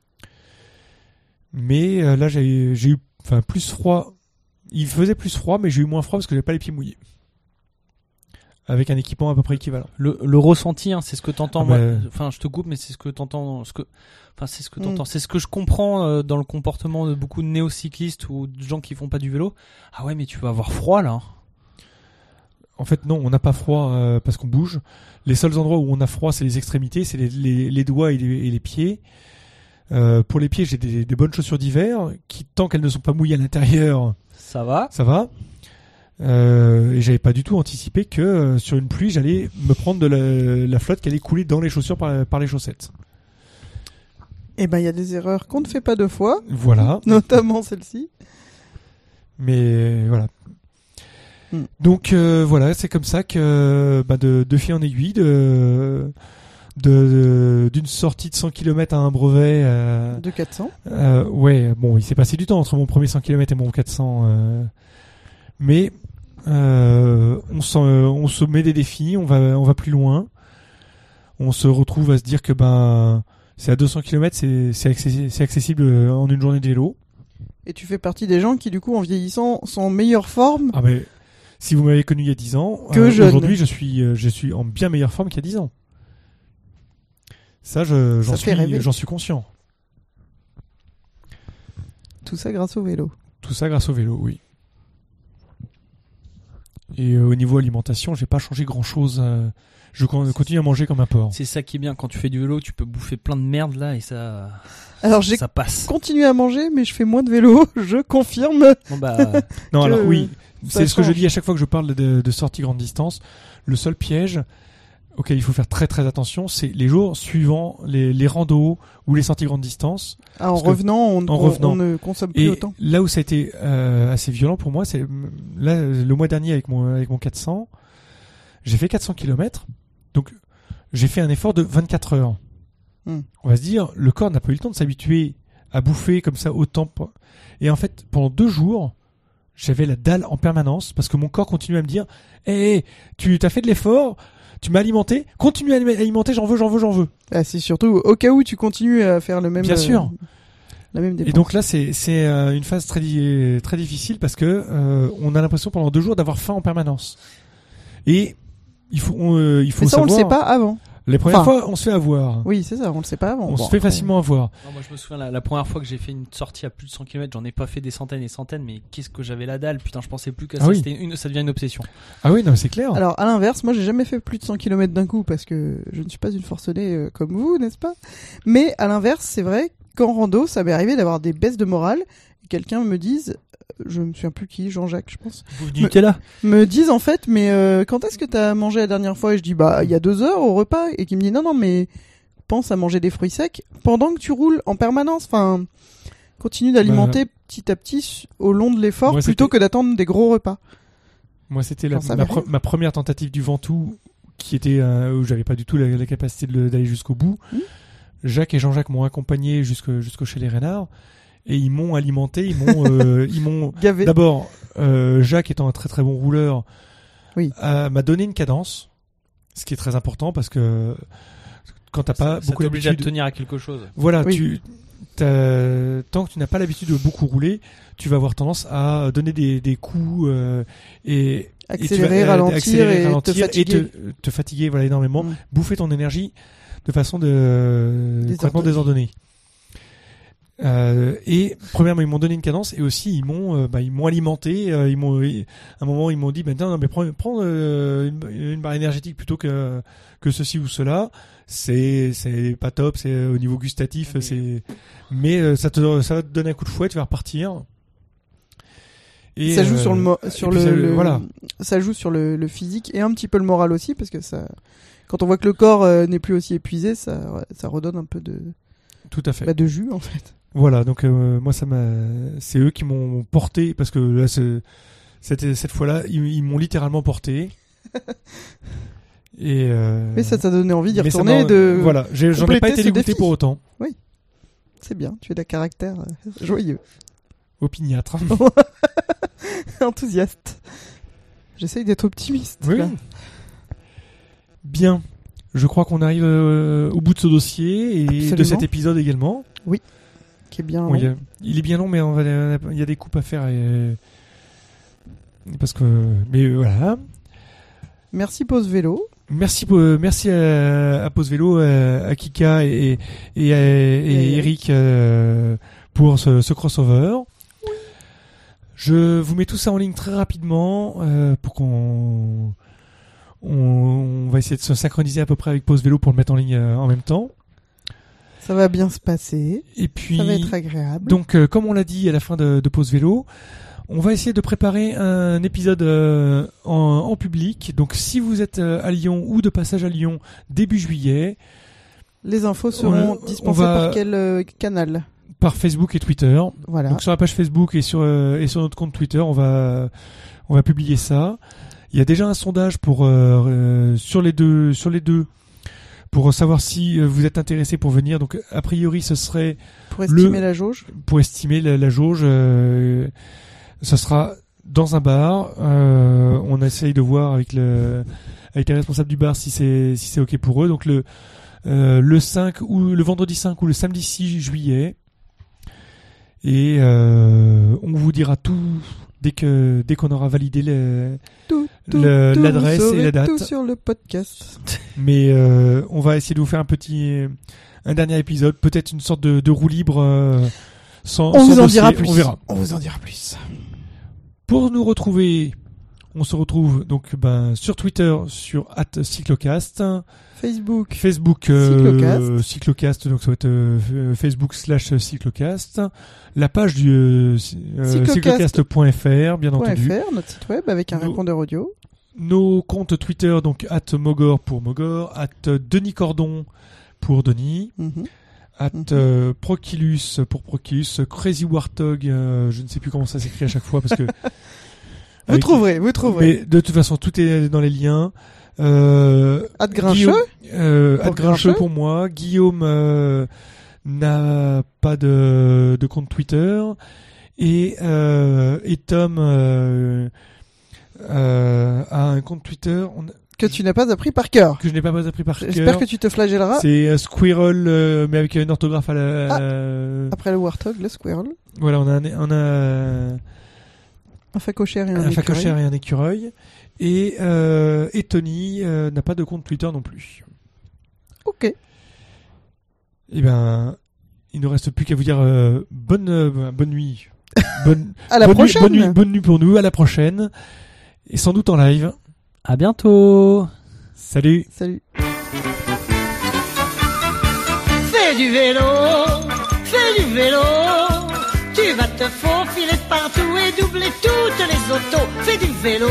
Mais là, j'ai eu plus froid. Il faisait plus froid, mais j'ai eu moins froid parce que j'avais pas les pieds mouillés. Avec un équipement à peu près équivalent. Le ressenti, hein, c'est ce que t'entends. Bah... je te coupe, mais c'est ce que t'entends. C'est ce que t'entends. C'est ce que je comprends dans le comportement de beaucoup de néocyclistes ou de gens qui font pas du vélo. Ah ouais, mais tu vas avoir froid là. En fait, non, on n'a pas froid parce qu'on bouge. Les seuls endroits où on a froid, c'est les extrémités, c'est les doigts et les pieds. Pour les pieds, j'ai des bonnes chaussures d'hiver qui, tant qu'elles ne sont pas mouillées à l'intérieur, ça va. Et j'avais pas du tout anticipé que sur une pluie j'allais me prendre de la flotte qui allait couler dans les chaussures par les chaussettes. Et il y a des erreurs qu'on ne fait pas 2 fois. Voilà. Notamment celle-ci. Mais voilà. Donc voilà, c'est comme ça que de fil en aiguille d'une sortie de 100 km à un brevet de 400. Ouais, bon, il s'est passé du temps entre mon premier 100 km et mon 400 mais on se met des défis, on va plus loin. On se retrouve à se dire que c'est à 200 km, c'est accessible en une journée de vélo. Et tu fais partie des gens qui du coup en vieillissant sont en meilleure forme. Ah mais si vous m'avez connu il y a 10 ans, aujourd'hui je suis en bien meilleure forme qu'il y a 10 ans. Ça j'en suis conscient. Tout ça grâce au vélo. Tout ça grâce au vélo, oui. Et au niveau alimentation, j'ai pas changé grand chose. Je continue à manger comme un porc. C'est ça qui est bien quand tu fais du vélo, tu peux bouffer plein de merde là et ça. Alors j'ai continué à manger, mais je fais moins de vélo, je confirme. Non, alors oui, c'est ce que je dis à chaque fois que je parle de sortie grande distance. Le seul piège auquel il faut faire très très attention, c'est les jours suivant les randos ou les sorties grande distance. En revenant, on ne consomme plus autant. Là où ça a été assez violent pour moi, c'est là le mois dernier avec mon 400, j'ai fait 400 km. Donc j'ai fait un effort de 24 heures. on va se dire, le corps n'a pas eu le temps de s'habituer à bouffer comme ça autant. Et en fait, pendant 2 jours, j'avais la dalle en permanence parce que mon corps continuait à me dire, tu t'as fait de l'effort, tu m'as alimenté, continue à alimenter, j'en veux. Ah, c'est surtout au cas où tu continues à faire le même. Bien sûr. La même dépense. Et donc là, c'est une phase très difficile parce que on a l'impression pendant 2 jours d'avoir faim en permanence. Et il faut Mais ça, savoir. on le sait pas avant. Les premières fois, on se fait avoir. Oui, c'est ça, on le sait pas avant. On se fait facilement avoir. Non, moi je me souviens la première fois que j'ai fait une sortie à plus de 100 km, j'en ai pas fait des centaines et centaines, mais qu'est-ce que j'avais la dalle, putain, je pensais plus qu'à ça, ça devient une obsession. Ah oui, non, c'est clair. Alors à l'inverse, moi j'ai jamais fait plus de 100 km d'un coup parce que je ne suis pas une forcenée comme vous, n'est-ce pas? Mais à l'inverse, c'est vrai qu'en rando, ça m'est arrivé d'avoir des baisses de morale et quelqu'un me dise, je me souviens plus qui, Jean-Jacques, je pense. Me disent en fait, mais quand est-ce que t'as mangé la dernière fois? Et je dis il y a 2 heures au repas, et qui me dit non mais pense à manger des fruits secs pendant que tu roules en permanence. Enfin, continue d'alimenter petit à petit au long de l'effort plutôt que d'attendre des gros repas. Moi, c'était ma première tentative du Ventoux qui était où j'avais pas du tout la capacité d'aller jusqu'au bout. Jacques et Jean-Jacques m'ont accompagné jusqu'au chez les Renards. Et ils m'ont alimenté, ils m'ont gavé. D'abord, Jacques étant un très très bon rouleur, m'a donné une cadence, ce qui est très important parce que quand t'as pas beaucoup l'habitude l'habitude de tenir à quelque chose. Voilà, tant que tu n'as pas l'habitude de beaucoup rouler, tu vas avoir tendance à donner des coups et accélérer, ralentir et te fatiguer voilà énormément, bouffer ton énergie de façon complètement désordonnée. Et premièrement ils m'ont donné une cadence et aussi ils m'ont alimenté, à un moment ils m'ont dit non mais prends une barre énergétique plutôt que ceci ou cela, c'est pas top, c'est au niveau gustatif, mais ça va te donner un coup de fouet, tu vas repartir. Et ça joue ça joue sur le physique et un petit peu le moral aussi parce que ça, quand on voit que le corps n'est plus aussi épuisé, ça redonne un peu de tout à fait de jus en fait. Voilà, donc moi c'est eux qui m'ont porté parce que là cette fois-là ils m'ont littéralement porté. Et mais ça t'a donné envie d'y retourner voilà, j'en ai pas été dégoûté pour autant. Oui. C'est bien, tu es d'un caractère joyeux. Opiniâtre. Enthousiaste. J'essaye d'être optimiste. Oui. Là. Bien. Je crois qu'on arrive au bout de ce dossier et Absolument. De cet épisode également. Oui. Qui est bien long. Oui, il est bien long, mais il y a des coupes à faire. Mais voilà. Merci Pause Vélo. Merci à Pause Vélo, à Kika et Eric pour ce crossover. Oui. Je vous mets tout ça en ligne très rapidement pour qu'on va essayer de se synchroniser à peu près avec Pause Vélo pour le mettre en ligne en même temps. Ça va bien se passer. Et puis, ça va être agréable. Donc, comme on l'a dit à la fin de Pause Vélo, on va essayer de préparer un épisode en public. Donc, si vous êtes à Lyon ou de passage à Lyon début juillet, les infos seront dispensées par quel canal ? Par Facebook et Twitter. Voilà. Donc, sur la page Facebook et sur notre compte Twitter, on va publier ça. Il y a déjà un sondage sur les deux. Pour savoir si vous êtes intéressé pour venir. Donc, a priori, ce serait... Pour estimer la jauge. Pour estimer la jauge, ça sera dans un bar. On essaye de voir avec les responsables du bar si c'est OK pour eux. Donc, le 5 ou le vendredi 5 ou le samedi 6 juillet. Et on vous dira tout dès qu'on aura validé l'adresse et la date. Tout sur le podcast. Mais on va essayer de vous faire un dernier épisode, peut-être une sorte de roue libre on vous en dira plus. On verra. On vous en dira plus. Pour nous retrouver, on se retrouve donc sur Twitter sur @cyclocast, Facebook Cyclocast, donc ça va être Facebook/Cyclocast, la page du cyclocast.fr bien entendu, notre site web avec un répondeur audio. Nos comptes Twitter, donc @Mogor pour Mogor, @Denis Cordon pour Denis, Proculus pour Proculus, Crazy Warthog, je ne sais plus comment ça s'écrit à chaque fois parce que Vous trouverez. Mais de toute façon, tout est dans les liens. Ad Grincheux. Ad Grincheux pour moi. Guillaume n'a pas de compte Twitter et Tom a un compte Twitter Que tu n'as pas appris par cœur. que je n'ai pas appris par cœur. J'espère que tu te flagelleras. C'est Squirrel mais avec une orthographe à la. Après le Warthog, le Squirrel. Voilà, on a Un facochère et un un écureuil. facochère et un écureuil. Et Tony n'a pas de compte Twitter non plus. Ok. Eh ben, il ne reste plus qu'à vous dire bonne nuit. À la bonne prochaine. Nuit, bonne nuit pour nous, à la prochaine. Et sans doute en live. À bientôt. Salut. Salut. Fais du vélo, tu vas te faufiler partout et doubler toutes les autos. Fais du vélo,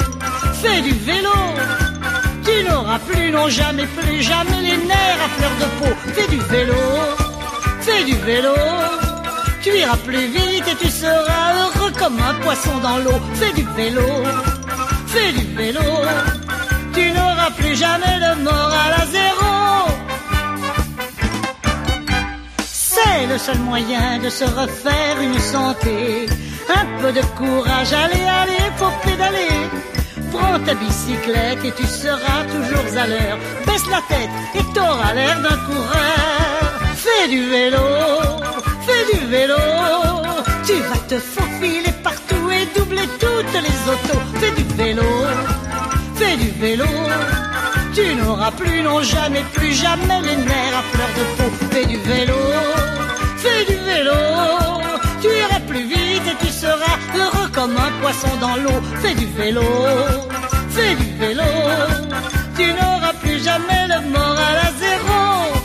tu n'auras plus, non jamais, plus jamais les nerfs à fleur de peau. Fais du vélo, tu iras plus vite et tu seras heureux comme un poisson dans l'eau. Fais du vélo, tu n'auras plus jamais le moral à zéro. C'est le seul moyen de se refaire une santé. Un peu de courage, allez, faut pédaler. Prends ta bicyclette et tu seras toujours à l'heure. Baisse la tête et t'auras l'air d'un coureur. Fais du vélo, tu vas te faufiler partout et doubler toutes les autos. Fais du vélo, tu n'auras plus, non jamais, plus jamais les nerfs à fleur de peau. Fais du vélo, tu iras plus vite et tu seras heureux comme un poisson dans l'eau. Fais du vélo, tu n'auras plus jamais le moral à zéro.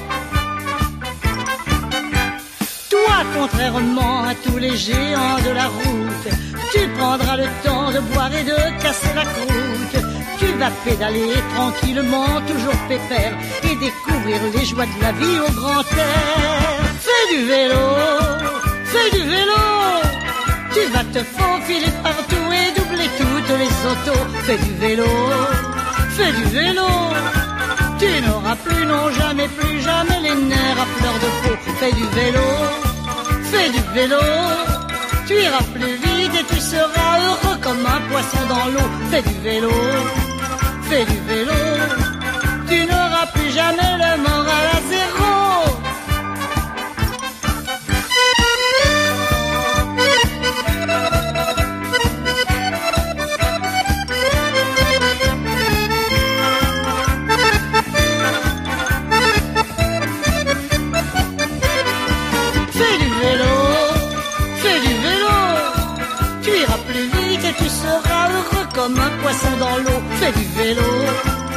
Toi, contrairement à tous les géants de la route, tu prendras le temps de boire et de casser la croûte. Tu vas pédaler tranquillement, toujours pépère, et découvrir les joies de la vie au grand air. Fais du vélo, tu vas te faufiler partout et doubler toutes les autos. Fais du vélo, tu n'auras plus, non jamais, plus jamais les nerfs à fleur de peau. Fais du vélo, tu iras plus vite et tu seras heureux comme un poisson dans l'eau. Fais du vélo, tu n'auras plus jamais le moral à zéro. Tu iras plus vite et tu seras heureux comme un poisson dans l'eau. Fais du vélo,